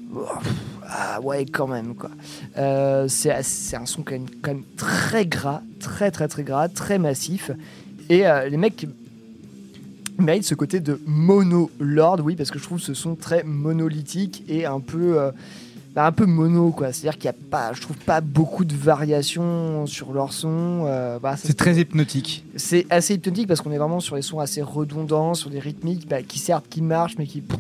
Ah ouais, quand même quoi. Euh, c'est, c'est un son quand même, quand même très gras, très très très gras, très massif. Et euh, les mecs méritent ce côté de Monolord, oui, parce que je trouve ce son très monolithique et un peu, euh, bah, un peu mono quoi. C'est-à-dire qu'il y a pas, je trouve pas beaucoup de variations sur leur son. Euh, bah, c'est très hypnotique. C'est assez hypnotique parce qu'on est vraiment sur des sons assez redondants, sur des rythmiques bah, qui certes qui marchent mais qui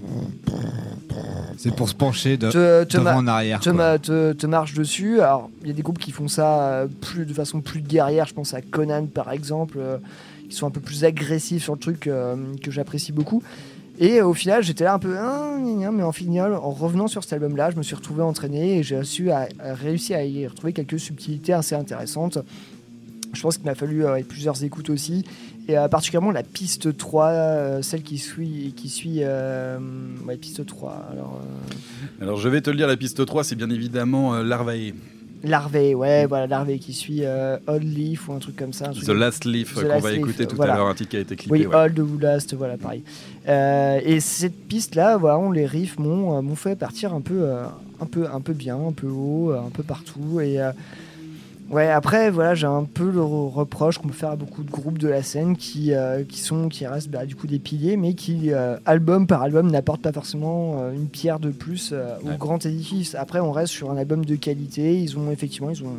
c'est pour se pencher de, te, te devant ma- en arrière. Te, ma- te, te marche dessus. Alors, il y a des groupes qui font ça plus, de façon plus guerrière. Je pense à Conan, par exemple, euh, qui sont un peu plus agressifs sur le truc euh, que j'apprécie beaucoup. Et euh, au final, j'étais là un peu... Ah, gna, gna, mais en final, en revenant sur cet album-là, je me suis retrouvé entraîné et j'ai su à, à réussi à y retrouver quelques subtilités assez intéressantes. Je pense qu'il m'a fallu euh, plusieurs écoutes aussi. Et euh, particulièrement la piste trois, euh, celle qui suit. Qui suit euh, ouais, piste trois. Alors, euh... alors, je vais te le dire, la piste trois, c'est bien évidemment euh, Larvae. Larvae, ouais, voilà, Larvae qui suit euh, Old Leaf ou un truc comme ça. The comme... Last Leaf, The qu'on last va leaf, écouter tout voilà. à l'heure, un titre qui a été clippé. Oui, ouais. Old ou Last, voilà, pareil. Euh, et cette piste-là, voilà, les riffs m'ont, m'ont fait partir un peu, euh, un, peu, un peu bien, un peu haut, un peu partout. Et euh, ouais, après, voilà, j'ai un peu le reproche qu'on peut faire à beaucoup de groupes de la scène qui, euh, qui, sont, qui restent bah, du coup des piliers, mais qui, euh, album par album, n'apportent pas forcément euh, une pierre de plus euh, au ouais. grand édifice. Après, on reste sur un album de qualité. Ils ont effectivement, ils, ont,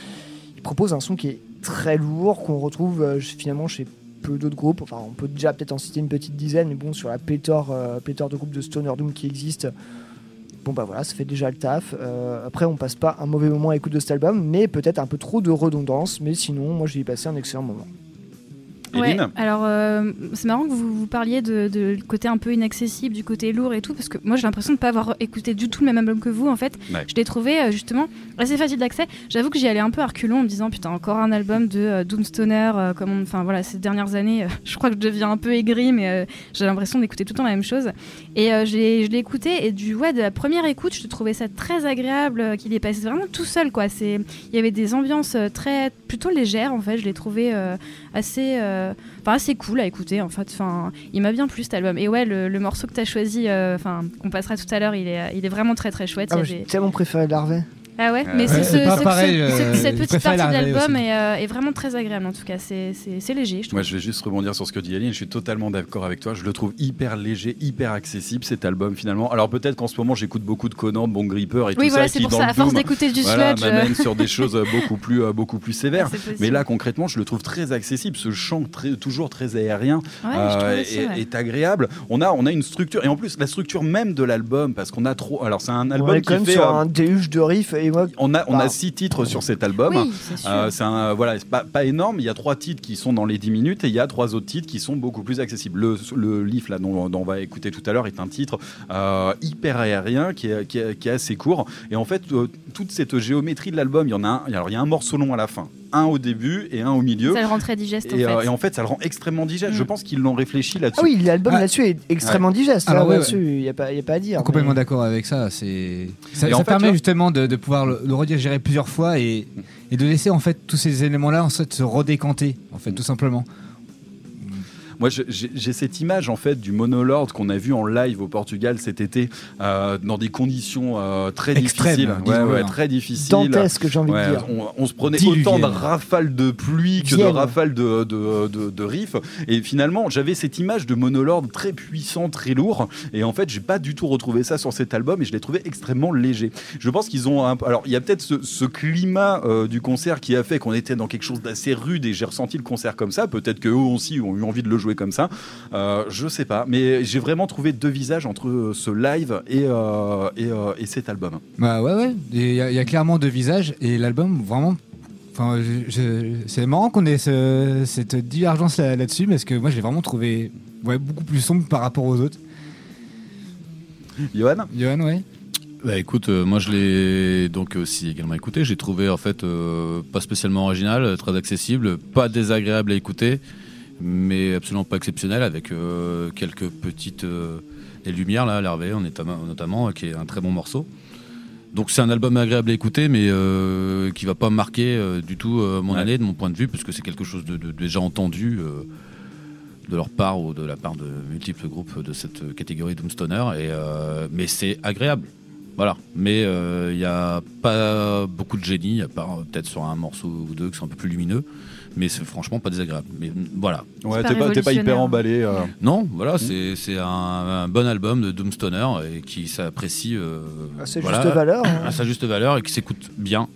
ils proposent un son qui est très lourd, qu'on retrouve euh, finalement chez peu d'autres groupes. Enfin, on peut déjà peut-être en citer une petite dizaine, mais bon, sur la pléthore, euh, pléthore de groupes de Stoner Doom qui existent, bon bah voilà, ça fait déjà le taf. Euh, après, on passe pas un mauvais moment à l'écoute de cet album, mais peut-être un peu trop de redondance. Mais sinon, moi, j'ai passé un excellent moment. Ouais, alors euh, c'est marrant que vous, vous parliez de, de côté un peu inaccessible, du côté lourd et tout, parce que moi j'ai l'impression de ne pas avoir écouté du tout le même album que vous en fait. Ouais. Je l'ai trouvé euh, justement assez facile d'accès. J'avoue que j'y allais un peu à reculons en me disant putain, encore un album de euh, Doomstoner, euh, comme enfin voilà, ces dernières années, euh, je crois que je deviens un peu aigrie, mais euh, j'ai l'impression d'écouter tout le temps la même chose. Et euh, j'ai, je l'ai écouté et du ouais de la première écoute, je trouvais ça très agréable, euh, qu'il est passé vraiment tout seul quoi. C'est, il y avait des ambiances euh, très plutôt légères en fait. Je l'ai trouvé euh, assez euh, Enfin, assez cool à écouter en fait. Enfin, il m'a bien plu cet album. Et ouais, le, le morceau que tu as choisi, enfin, euh, qu'on passera tout à l'heure, il est, il est vraiment très très chouette. Ah, il y j'ai des... tellement préféré Larvae. Ah ouais, mais euh, c'est, ouais, ce, c'est pas ce, pareil, ce, euh, ce, cette petite partie de l'album est, euh, est vraiment très agréable en tout cas. C'est, c'est, c'est léger, je trouve. Moi, je vais juste rebondir sur ce que dit Aline. Je suis totalement d'accord avec toi. Je le trouve hyper léger, hyper accessible cet album finalement. Alors peut-être qu'en ce moment, j'écoute beaucoup de Conan, de Bon Gripper et oui, tout voilà, ça c'est qui pour dans ça, le à force Doom, d'écouter du voilà, sludge, m'amène euh... sur des choses beaucoup plus, euh, beaucoup plus sévères. Ah, mais là, concrètement, je le trouve très accessible. Ce chant très, toujours très aérien ouais, euh, aussi, est, ouais. est agréable. On a, on a une structure et en plus la structure même de l'album parce qu'on a trop. Alors c'est un album on est qui quand même fait sur euh, un déluge de riffs et moi. On a, on bah. a six titres sur cet album. Oui, c'est sûr. Euh, c'est un, voilà, c'est pas, pas énorme. Il y a trois titres qui sont dans les dix minutes et il y a trois autres titres qui sont beaucoup plus accessibles. Le, le Leaf là, dont, dont on va écouter tout à l'heure est un titre euh, hyper aérien qui est, qui, est, qui est assez court. Et en fait, euh, toute cette géométrie de l'album, il y en a un. Alors, il y a un morceau long à la fin, un au début et un au milieu. Ça le rend très digeste et, en fait. Euh, et en fait, ça le rend extrêmement digeste. Mm. Je pense qu'ils l'ont réfléchi là-dessus. Ah oui, l'album ah. là-dessus est extrêmement ouais. digeste. Alors, là, ouais, là-dessus, il ouais. n'y a, a pas à dire. Complètement mais... d'accord avec ça. C'est... Ça, ça fait, permet vois... justement de, de pouvoir le, le redigérer plusieurs fois et, et de laisser en fait tous ces éléments-là en fait, se redécanter, en fait, tout simplement. Moi, j'ai, j'ai cette image en fait du Monolord qu'on a vu en live au Portugal cet été, euh, dans des conditions euh, très Extrême, difficiles, ouais, ouais, hein. très difficiles. Dantesque, j'ai envie ouais, de dire. On, on se prenait Diluvienne. autant de rafales de pluie que Vienne. de rafales de, de, de, de riffs. Et finalement, j'avais cette image de Monolord très puissant, très lourd. Et en fait, j'ai pas du tout retrouvé ça sur cet album et je l'ai trouvé extrêmement léger. Je pense qu'ils ont un... alors il y a peut-être ce, ce climat euh, du concert qui a fait qu'on était dans quelque chose d'assez rude et j'ai ressenti le concert comme ça. Peut-être qu'eux aussi ont eu envie de le jouer comme ça. Euh, je sais pas, mais j'ai vraiment trouvé deux visages entre ce live et, euh, et, euh, et cet album. Bah ouais, ouais. Il y, y a clairement deux visages et l'album vraiment. Enfin, je, je, c'est marrant qu'on ait ce, cette divergence là, là-dessus parce que moi, je l'ai vraiment trouvé ouais, beaucoup plus sombre par rapport aux autres. Johan Johan, ouais. Bah écoute, euh, moi je l'ai donc aussi également écouté. J'ai trouvé en fait euh, pas spécialement original, très accessible, pas désagréable à écouter, mais absolument pas exceptionnel, avec euh, quelques petites euh, les lumières là, Larvae notamment, notamment, qui est un très bon morceau. Donc c'est un album agréable à écouter, mais euh, qui va pas marquer euh, du tout euh, mon ouais. année de mon point de vue, parce que c'est quelque chose de, de déjà entendu euh, de leur part ou de la part de multiples groupes de cette catégorie Doomstoner. Et euh, mais c'est agréable. Voilà, mais il euh, n'y a pas beaucoup de génie, à part peut-être sur un morceau ou deux qui sont un peu plus lumineux, mais c'est franchement pas désagréable. Mais voilà. Ouais, t'es pas, t'es pas hyper emballé. Euh... Non, voilà, mmh. c'est, c'est un, un bon album de Doomstoner et qui s'apprécie euh, à sa voilà, juste valeur. Hein. À sa juste valeur et qui s'écoute bien.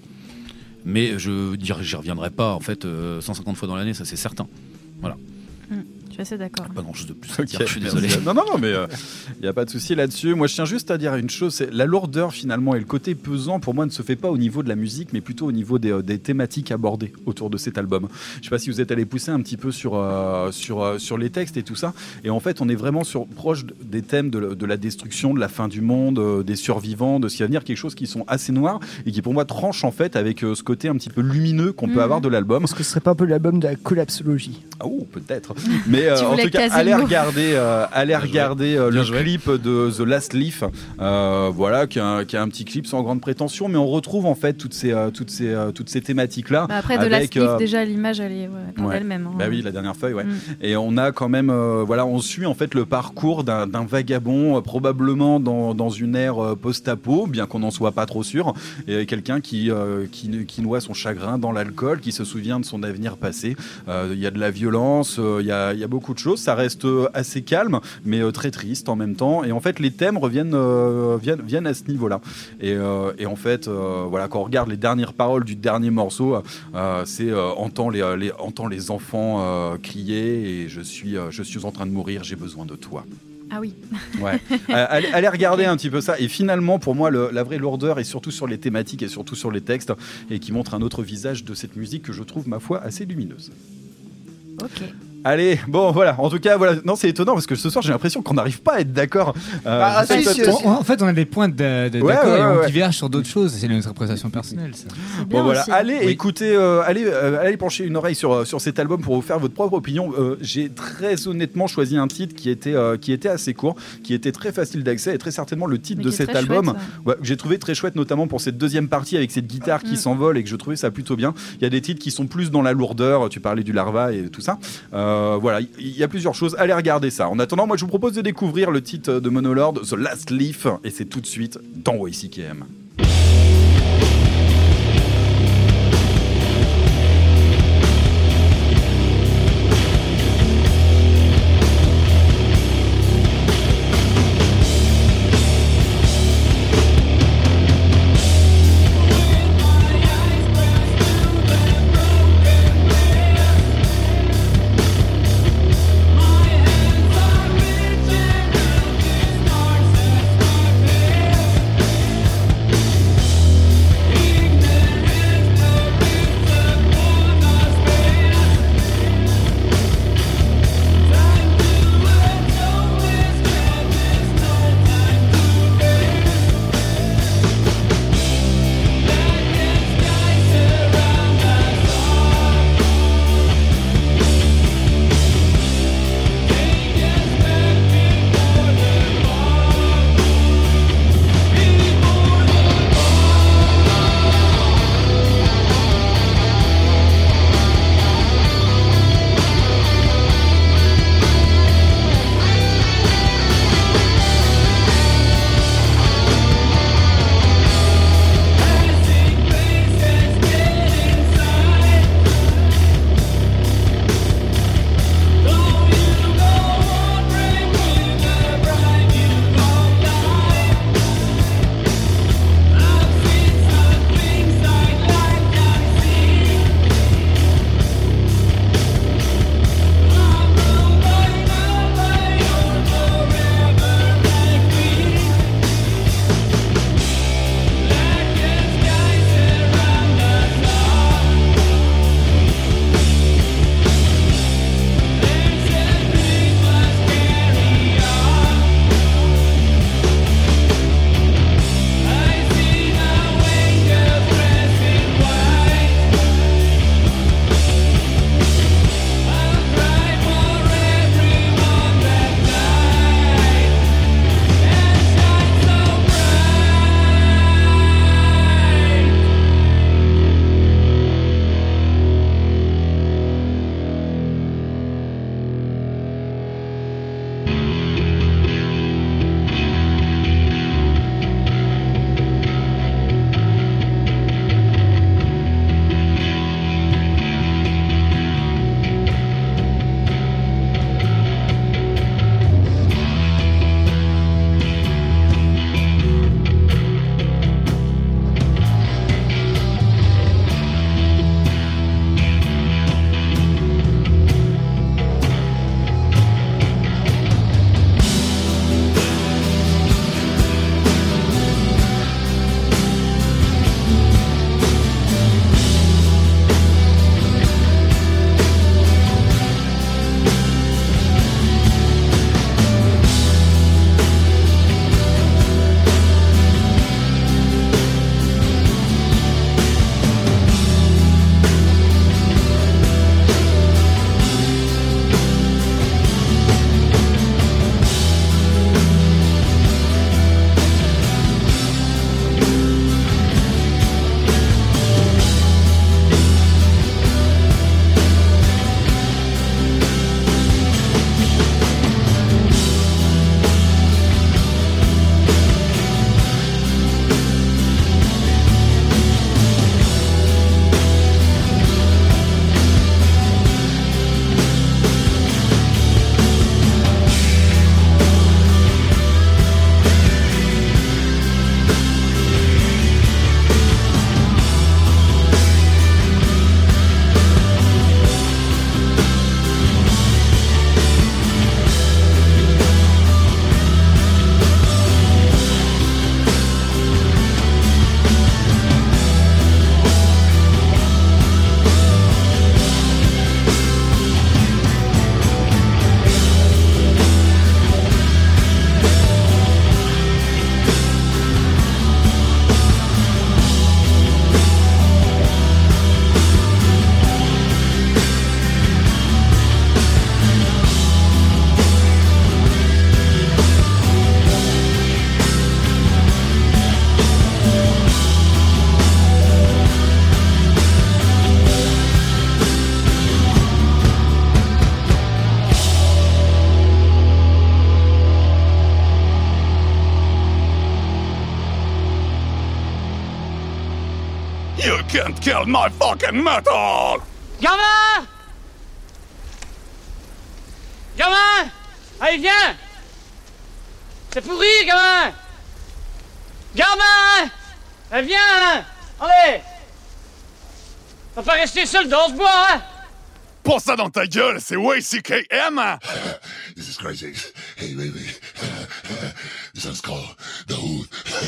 Mais je dirais, j'y reviendrai pas en fait euh, cent cinquante fois dans l'année, ça c'est certain. Voilà. Mmh. suis assez d'accord. Pas grand chose de plus à Ok, dire, je suis merci. désolé. Non, non, non, mais il n'y a pas de souci là-dessus. Moi, je tiens juste à dire une chose, c'est la lourdeur finalement et le côté pesant pour moi ne se fait pas au niveau de la musique, mais plutôt au niveau des, des thématiques abordées autour de cet album. Je ne sais pas si vous êtes allé pousser un petit peu sur, euh, sur, euh, sur les textes et tout ça. Et en fait, on est vraiment sur, proche des thèmes de, de la destruction, de la fin du monde, euh, des survivants, de ce qui va venir, quelque chose qui sont assez noirs et qui pour moi tranche en fait avec euh, ce côté un petit peu lumineux qu'on Mmh. peut avoir de l'album. Est-ce que ce serait pas un peu l'album de la collapsologie? Oh, peut-être. Mais euh, Tu en voulais tout cas, caser allez le mot. regarder, euh, allez regarder euh, le joué. clip de The Last Leaf, euh, voilà, qui est, un, qui est un petit clip sans grande prétention, mais on retrouve en fait toutes ces, euh, toutes ces, euh, toutes ces thématiques-là. Bah après, de avec, la euh, déjà, l'image, elle est ouais, elle Ouais. elle-même. hein. Bah oui, la dernière feuille, ouais. Mm. Et on a quand même, euh, voilà, on suit en fait le parcours d'un, d'un vagabond, euh, probablement dans, dans une ère euh, post-apo, bien qu'on n'en soit pas trop sûr, et quelqu'un qui, euh, qui, qui noie son chagrin dans l'alcool, qui se souvient de son avenir passé. Euh, Il y a de la violence, euh, il y, a, il y a beaucoup de choses. Ça reste euh, assez calme, mais euh, très triste en même temps. Et en fait, les thèmes reviennent, euh, viennent, viennent à ce niveau-là. Et, euh, et en fait, euh, voilà, quand on regarde les dernières paroles du dernier morceau, euh, c'est euh, entends les, les, entends les enfants euh, crier et je suis, euh, je suis en train de mourir, j'ai besoin de toi. Ah oui. Ouais. Euh, allez, allez regarder un petit peu ça. Et finalement, pour moi, le, la vraie lourdeur est surtout sur les thématiques et surtout sur les textes et qui montre un autre visage de cette musique que je trouve, ma foi, assez lumineuse. Ok. Allez, bon voilà, en tout cas, voilà. Non, c'est étonnant parce que ce soir j'ai l'impression qu'on n'arrive pas à être d'accord. Euh, Bah, je sais si, que si, toi- si. En fait, on a des points de, de- Ouais, d'accord ouais, et on ouais. diverge sur d'autres choses. C'est notre appréciation personnelle, ça. Bon voilà, allez Oui. écoutez, euh, allez, euh, allez pencher une oreille sur, sur cet album pour vous faire votre propre opinion. Euh, j'ai très honnêtement choisi un titre qui était, euh, qui était assez court, qui était très facile d'accès et très certainement le titre Mais de qui est cet très album chouette, ouais, que j'ai trouvé très chouette, notamment pour cette deuxième partie avec cette guitare qui Mm. s'envole et que je trouvais ça plutôt bien. Il y a des titres qui sont plus dans la lourdeur, tu parlais du Larva et tout ça. Euh, voilà, il y a plusieurs choses. Allez regarder ça. En attendant, moi je vous propose de découvrir le titre de Monolord, The Last Leaf, et c'est tout de suite dans Y C K M. My You can't kill my fucking metal! Gamin! Gamin! Allez, viens! C'est pourri, gamin! Gamin! Allez, viens! Allez! Va pas rester seul dans ce bois, hein? Pour ça dans ta gueule, c'est Y C K M! This is crazy. Hey, baby. This is called the Hood.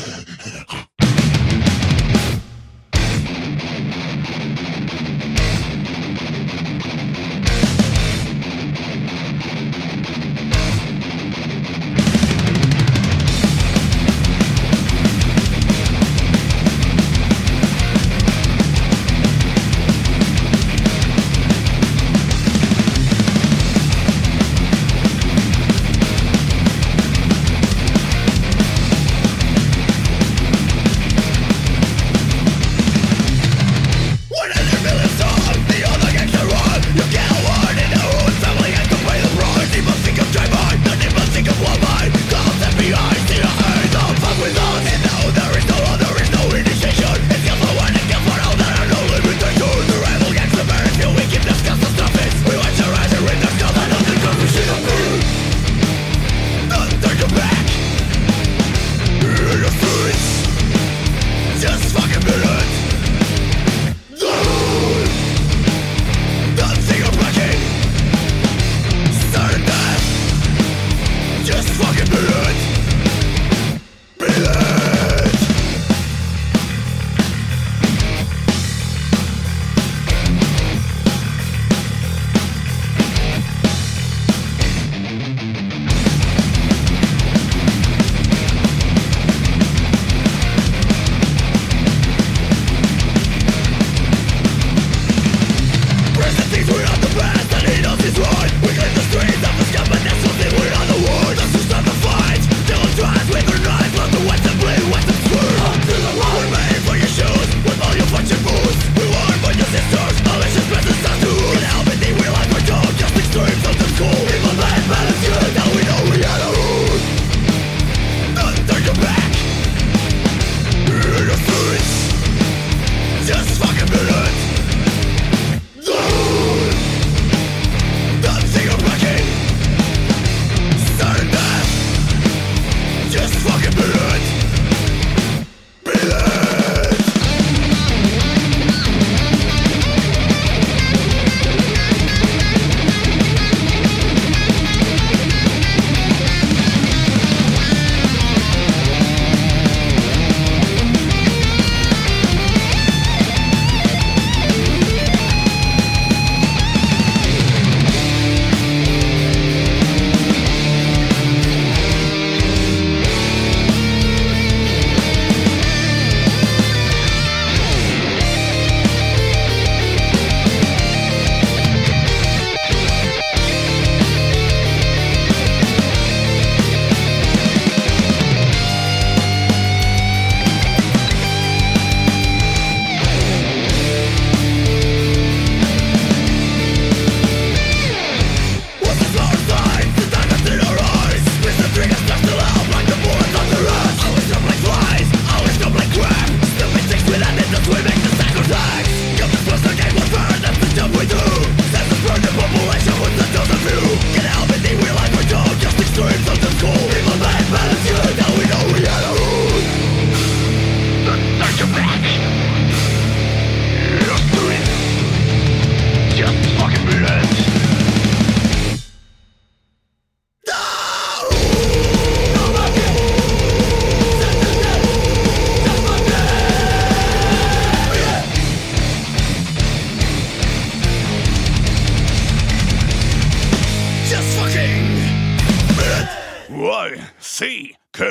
Y C K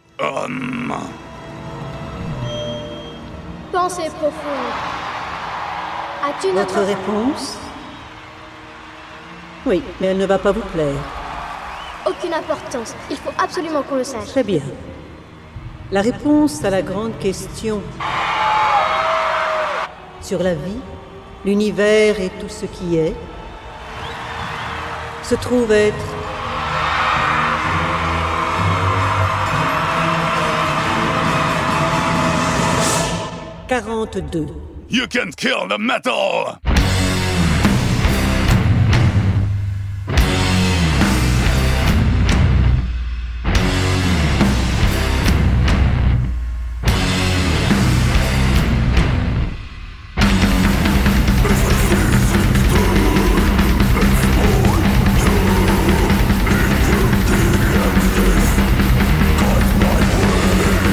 M. Pensée profonde. As-tu une Votre réponse? Oui, mais elle ne va pas vous plaire. Aucune importance. Il faut absolument qu'on le sache. Très bien. La réponse à la grande question sur la vie, l'univers et tout ce qui est se trouve être quarante-deux. You can kill the metal!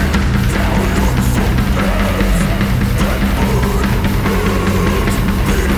Down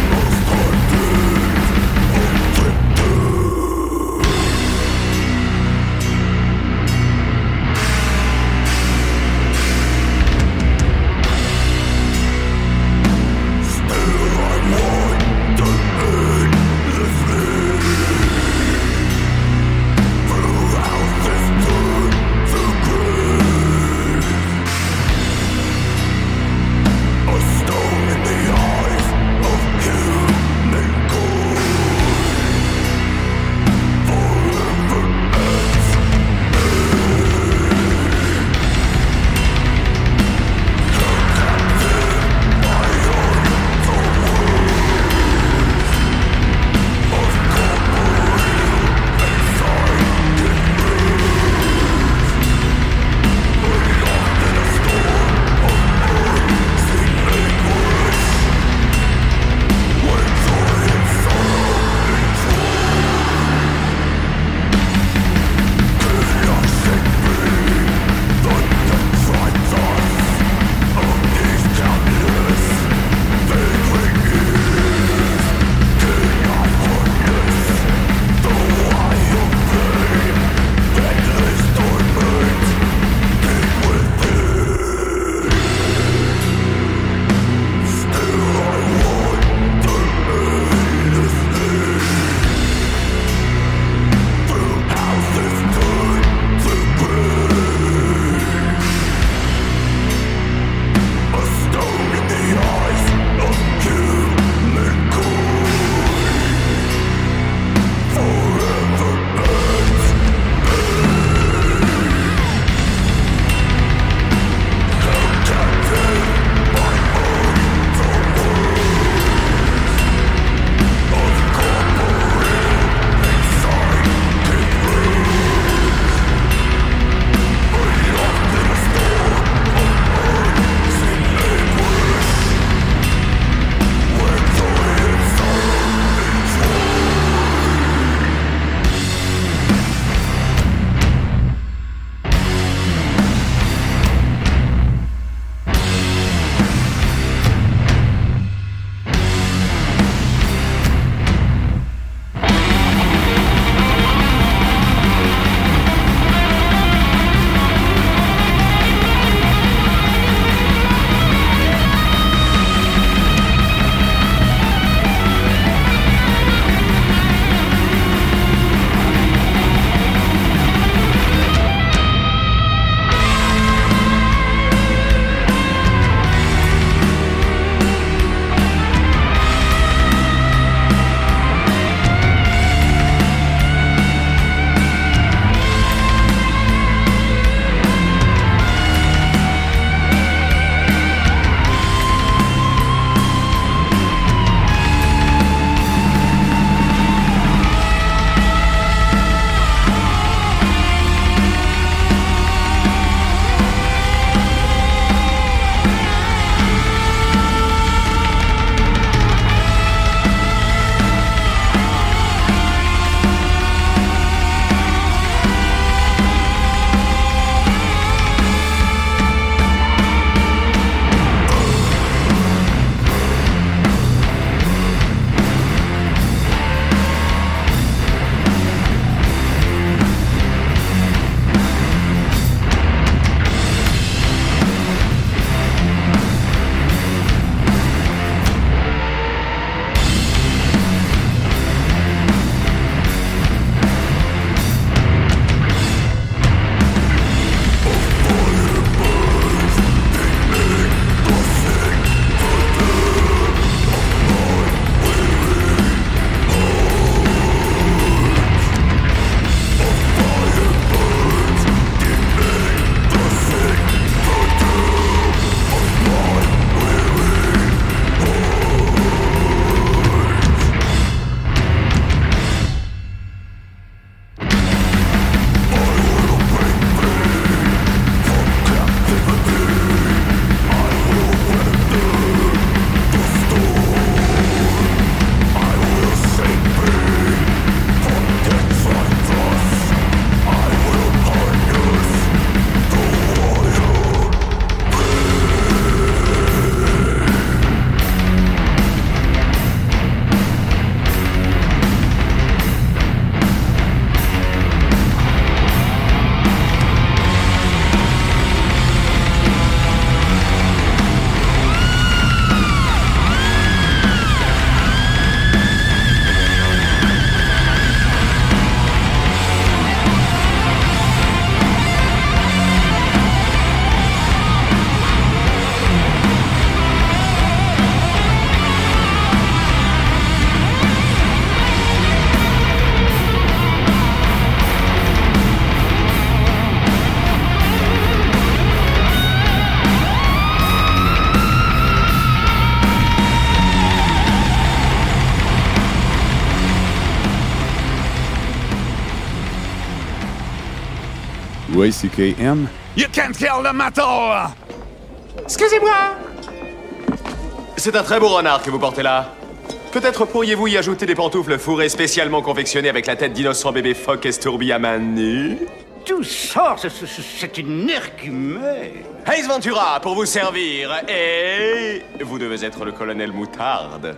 Y C K M. You can't kill the metal! Excusez-moi. C'est un très beau renard que vous portez là. Peut-être pourriez-vous y ajouter des pantoufles fourrées spécialement confectionnées avec la tête d'innocent bébé phoque estourbi à main nue? Tout ça, c'est- c'est c'est une nercumée. Ace Ventura, pour vous servir. Et vous devez être le colonel Moutarde.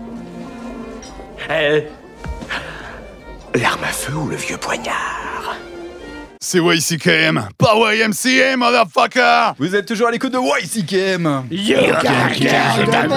Euh, L'arme à feu ou le vieux poignard? C'est Y C K M, pas Y M C A, motherfucker! Vous êtes toujours à l'écoute de Y C K M. You can kill the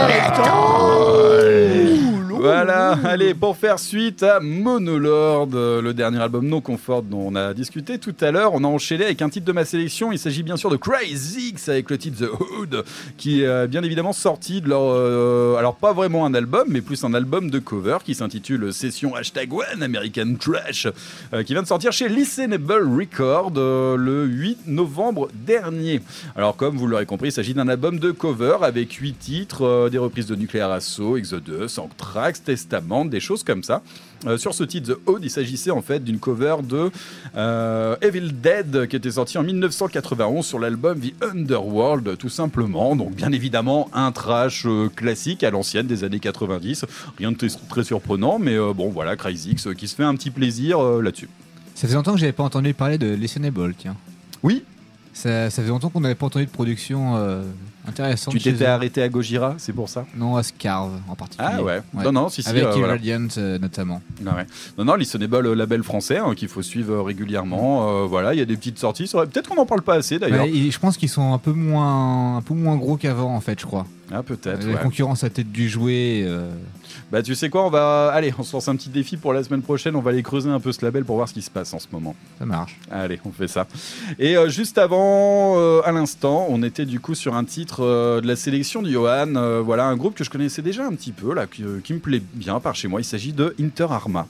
Voilà, allez, pour faire suite à Monolord, euh, le dernier album No Comfort dont on a discuté tout à l'heure, on a enchaîné avec un titre de ma sélection. Il s'agit bien sûr de Crazy X avec le titre The Hood, qui est euh, bien évidemment sorti de leur... euh, alors pas vraiment un album, mais plus un album de cover qui s'intitule Session Hashtag One American Trash, euh, qui vient de sortir chez Listenable Record euh, le huit novembre dernier. Alors comme vous l'aurez compris, il s'agit d'un album de cover avec huit titres, euh, des reprises de Nuclear Assault, Exodus, Anthrax, Testament, des choses comme ça. Euh, sur ce titre, The Hood, il s'agissait en fait d'une cover de euh, Evil Dead qui était sorti en dix-neuf cent quatre-vingt-onze sur l'album The Underworld, tout simplement. Donc bien évidemment un trash euh, classique à l'ancienne des années quatre-vingt-dix. Rien de t- très surprenant, mais euh, bon voilà, Crazy X euh, qui se fait un petit plaisir euh, là-dessus. Ça faisait longtemps que j'avais pas entendu parler de Listenable, tiens. Oui. Ça, ça faisait longtemps qu'on n'avait pas entendu de production euh, intéressante. Tu chez t'étais eux. arrêté à Gojira, c'est pour ça? Non, à Scarve en particulier. Ah ouais. Non, non, si, si, Avec euh, Evil voilà. Radiant euh, notamment. Ah ouais. Non, non, Listenable, euh, label français hein, qu'il faut suivre euh, régulièrement. Euh, voilà, il y a des petites sorties. Ça aurait- Peut-être qu'on n'en parle pas assez d'ailleurs. Ouais, et je pense qu'ils sont un peu moins, un peu moins gros qu'avant en fait, je crois. Ah peut-être. La ouais. concurrence à tête du jouet. euh, Bah tu sais quoi, on va allez, on se lance un petit défi pour la semaine prochaine. On va aller creuser un peu ce label pour voir ce qui se passe en ce moment. Ça marche. Allez, on fait ça. Et euh, juste avant, euh, à l'instant, on était du coup sur un titre euh, de la sélection de Johan. Euh, voilà, un groupe que je connaissais déjà un petit peu là, qui, euh, qui me plaît bien par chez moi. Il s'agit de Inter Arma.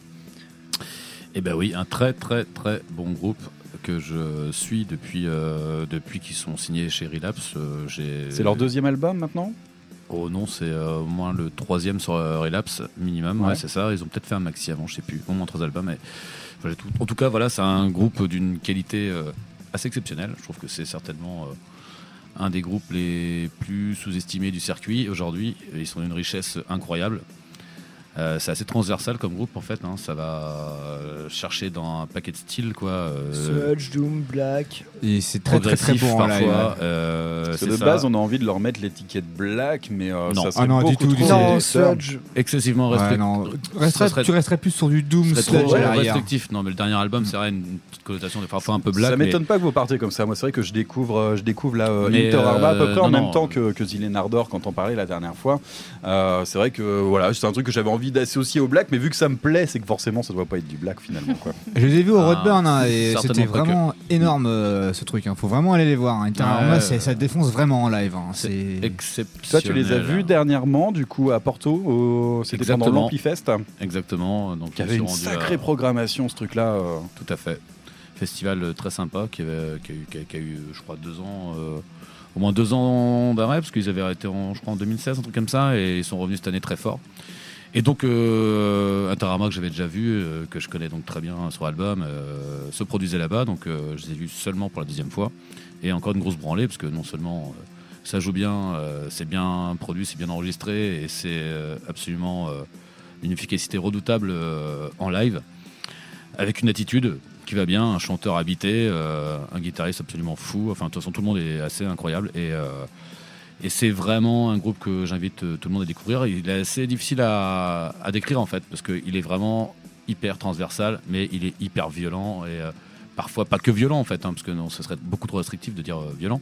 Eh ben oui, un très très très bon groupe que je suis depuis, euh, depuis qu'ils sont signés chez Relapse. Euh, j'ai- C'est leur deuxième album maintenant? Oh non, c'est euh, au moins le troisième sur euh, Relapse minimum, ouais, Ouais. c'est ça. Ils ont peut-être fait un maxi avant, je sais plus, au moins trois albums. Mais voilà, tout- en tout cas, voilà, c'est un groupe d'une qualité euh, assez exceptionnelle. Je trouve que c'est certainement euh, un des groupes les plus sous-estimés du circuit aujourd'hui. Ils sont d'une richesse incroyable. Euh, c'est assez transversal comme groupe en fait, hein. Ça va euh, chercher dans un paquet de styles quoi. euh, Sludge, Doom, Black. Et c'est très très très progressif bon en live. parfois. ouais. euh, Parce que c'est de ça. base, on a envie de leur mettre l'étiquette black, mais euh, Non. ça serait Ah non, du beaucoup tout, trop du tout. Non, réducteur. Sludge. Excessivement Ouais, restrictif. non. Resterais- tu resterais plus sur du Doom serait Sludge trop à l'arrière. restrictif. Non, mais le dernier album, c'est vrai, une petite connotation de parfois un peu black. Ça mais- m'étonne pas que vous partez comme ça. Moi, c'est vrai que je découvre, euh, je découvre là euh, Mais, Inter Arma à peu euh, près en non, même non. temps que, que Zillen Ardor quand on parlait la dernière fois. Euh, c'est vrai que voilà, c'est un truc que j'avais envie d'associer au black, mais vu que ça me plaît, c'est que forcément, ça doit pas être du black finalement. Quoi. Je les ai vus au Ah, Roadburn hein, et certainement c'était pas que. vraiment énorme euh, ce truc. Il faut vraiment aller les voir. Hein. Inter Ouais, Arma, ouais. c'est- ça défonce vraiment en live. Hein. C'est C'est exceptionnel. Toi, tu les as vus dernièrement, du coup, à Porto, au... c'était pendant Exactement. l'Amplifest, Exactement. Donc, qui je avait suis une rendu sacrée à- programmation, ce truc-là. euh. Tout à fait. Festival euh, très sympa qui, avait, qui, a eu, qui, a, qui a eu, je crois, deux ans, euh, au moins deux ans d'arrêt, parce qu'ils avaient arrêté en, je crois, en deux mille seize, un truc comme ça, et ils sont revenus cette année très fort. Et donc, euh, Inter Arma, que j'avais déjà vu, euh, que je connais donc très bien sur l'album, euh, se produisait là-bas, donc euh, je les ai vus seulement pour la deuxième fois. Et encore une grosse branlée, parce que non seulement euh, ça joue bien, euh, c'est bien produit, c'est bien enregistré, et c'est euh, absolument euh, une efficacité redoutable euh, en live, avec une attitude qui va bien, un chanteur habité, euh, un guitariste absolument fou, enfin de toute façon tout le monde est assez incroyable, et, euh, et c'est vraiment un groupe que j'invite euh, tout le monde à découvrir. Il est assez difficile à, à décrire en fait, parce qu'il est vraiment hyper transversal, mais il est hyper violent, et euh, parfois pas que violent en fait, hein, parce que non, ce serait beaucoup trop restrictif de dire euh, violent.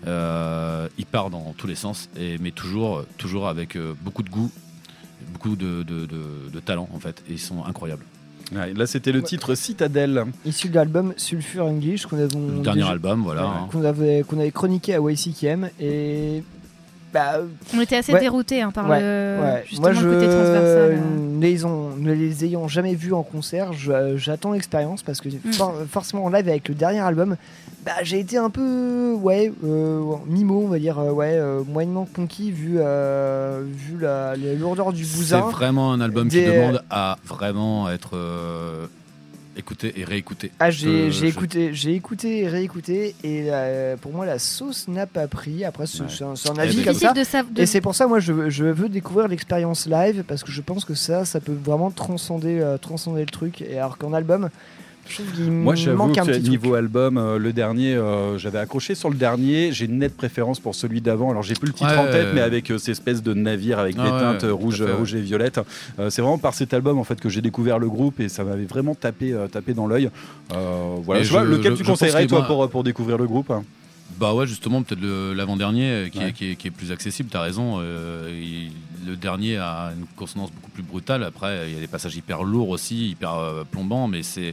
Euh, il part dans tous les sens, et, mais toujours, toujours avec euh, beaucoup de goût, beaucoup de, de, de, de talent en fait, et ils sont incroyables. Ouais, là, c'était le titre Citadel. Issu de l'album Sulfur English qu'on avait Le dernier album, voilà, hein. qu'on avait qu'on avait chroniqué à Y C K M et bah, On était assez ouais. déroutés hein, par Ouais, le, ouais. justement Moi, le côté transversal. euh. Ne les, ont- ne les ayant jamais vus en concert, je- j'attends l'expérience parce que Mm. for- forcément en live avec le dernier album, bah, j'ai été un peu ouais euh, mimo on va dire euh, ouais euh, moyennement conquis vu euh, vu la, la lourdeur du C'est bousin. vraiment un album Des- qui demande à vraiment être euh, écouter et réécouter. Ah, j'ai, Euh, j'ai je- écouté, j'ai écouté et réécouté, et euh, pour moi la sauce n'a pas pris. Après, c'est, Ouais. c'est un, c'est un Eh avis ben, comme ça. difficile de sav- de- Et c'est pour ça, moi, je, veux- je veux découvrir l'expérience live parce que je pense que ça, ça peut vraiment transcender, euh, transcender le truc. Et alors qu'en album, je trouve qu'il Moi, j'avoue manque un que petit niveau truc. album, euh, le dernier, euh, j'avais accroché sur le dernier. J'ai une nette préférence pour celui d'avant. Alors, j'ai plus le titre Ouais, en tête, ouais, mais ouais. avec euh, ces espèces de navires avec Ah des ouais, teintes ouais, euh, tout à rouges, fait, ouais. rouges et violettes. Euh, c'est vraiment par cet album en fait que j'ai découvert le groupe et ça m'avait vraiment tapé, euh, tapé dans l'œil. Euh, voilà. Et Je sais pas, je- lequel je- tu je pense conseillerais que toi moi- pour, pour découvrir le groupe hein Bah ouais, justement, peut-être le- l'avant-dernier euh, qui, Ouais. est, qui, est, qui est plus accessible, t'as raison. euh, il- le dernier a une consonance beaucoup plus brutale. Après, il y a des passages hyper lourds aussi, hyper euh, plombants, mais c'est.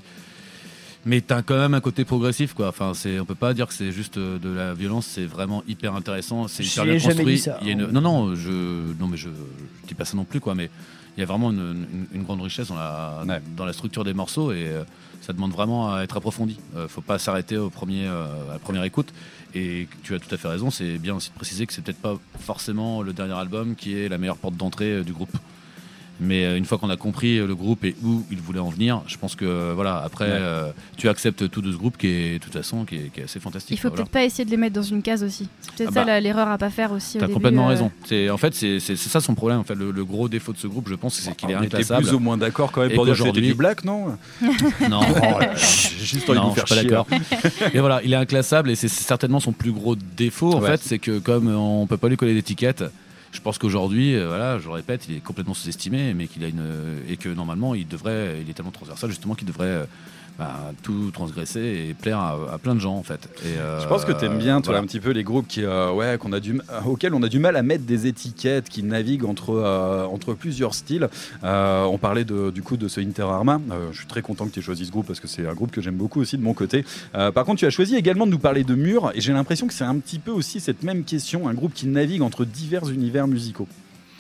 Mais t'as quand même un côté progressif, quoi. Enfin, c'est, on peut pas dire que c'est juste euh, de la violence, c'est vraiment hyper intéressant, c'est hyper J'ai bien jamais construit. dit ça. Il y a une- Non, non, je, non, mais je, je dis pas ça non plus, quoi. Mais il y a vraiment une, une- une grande richesse dans la, dans la structure des morceaux et euh, ça demande vraiment à être approfondi. Euh, faut pas s'arrêter au premier, euh, à la première écoute. Et tu as tout à fait raison, c'est bien aussi de préciser que c'est peut-être pas forcément le dernier album qui est la meilleure porte d'entrée euh, du groupe. Mais euh, une fois qu'on a compris euh, le groupe et où il voulait en venir, je pense que euh, voilà, après Ouais. euh, tu acceptes tout de ce groupe qui est de toute façon qui est, qui est assez fantastique. Il faut quoi, peut-être pas essayer de les mettre dans une case aussi. C'est peut-être Ah ça bah, la- l'erreur à pas faire aussi. au T'as début, complètement euh, raison. C'est, en fait, c'est, c'est, c'est ça son problème. En fait, le, le gros défaut de ce groupe, je pense, c'est qu'il est On était inclassable. plus ou moins d'accord quand même Et pour dire que c'était qu'aujourd'hui- du black, non Non, Oh là là, j'ai juste envie de non, vous je faire suis pas chier. d'accord. Et voilà, il est inclassable et c'est certainement son plus gros défaut. En Ouais. fait, c'est que comme on peut pas lui coller d'étiquette, je pense qu'aujourd'hui, euh, voilà, je le répète, il est complètement sous-estimé, mais qu'il a une et que normalement, il devrait, il est tellement transversal justement qu'il devrait euh, bah, tout transgresser et plaire à, à plein de gens en fait. Et, euh, Je pense que t'aimes bien, toi, voilà. un petit peu les groupes qui, euh, ouais, qu'on a du, euh, auxquels on a du mal à mettre des étiquettes, qui naviguent entre, euh, entre plusieurs styles. Euh, on parlait de, du coup de ce Inter Arma. Euh, je suis très content que tu aies choisi ce groupe parce que c'est un groupe que j'aime beaucoup aussi de mon côté. Euh, par contre, tu as choisi également de nous parler de Mur et j'ai l'impression que c'est un petit peu aussi cette même question, un groupe qui navigue entre divers univers musicaux.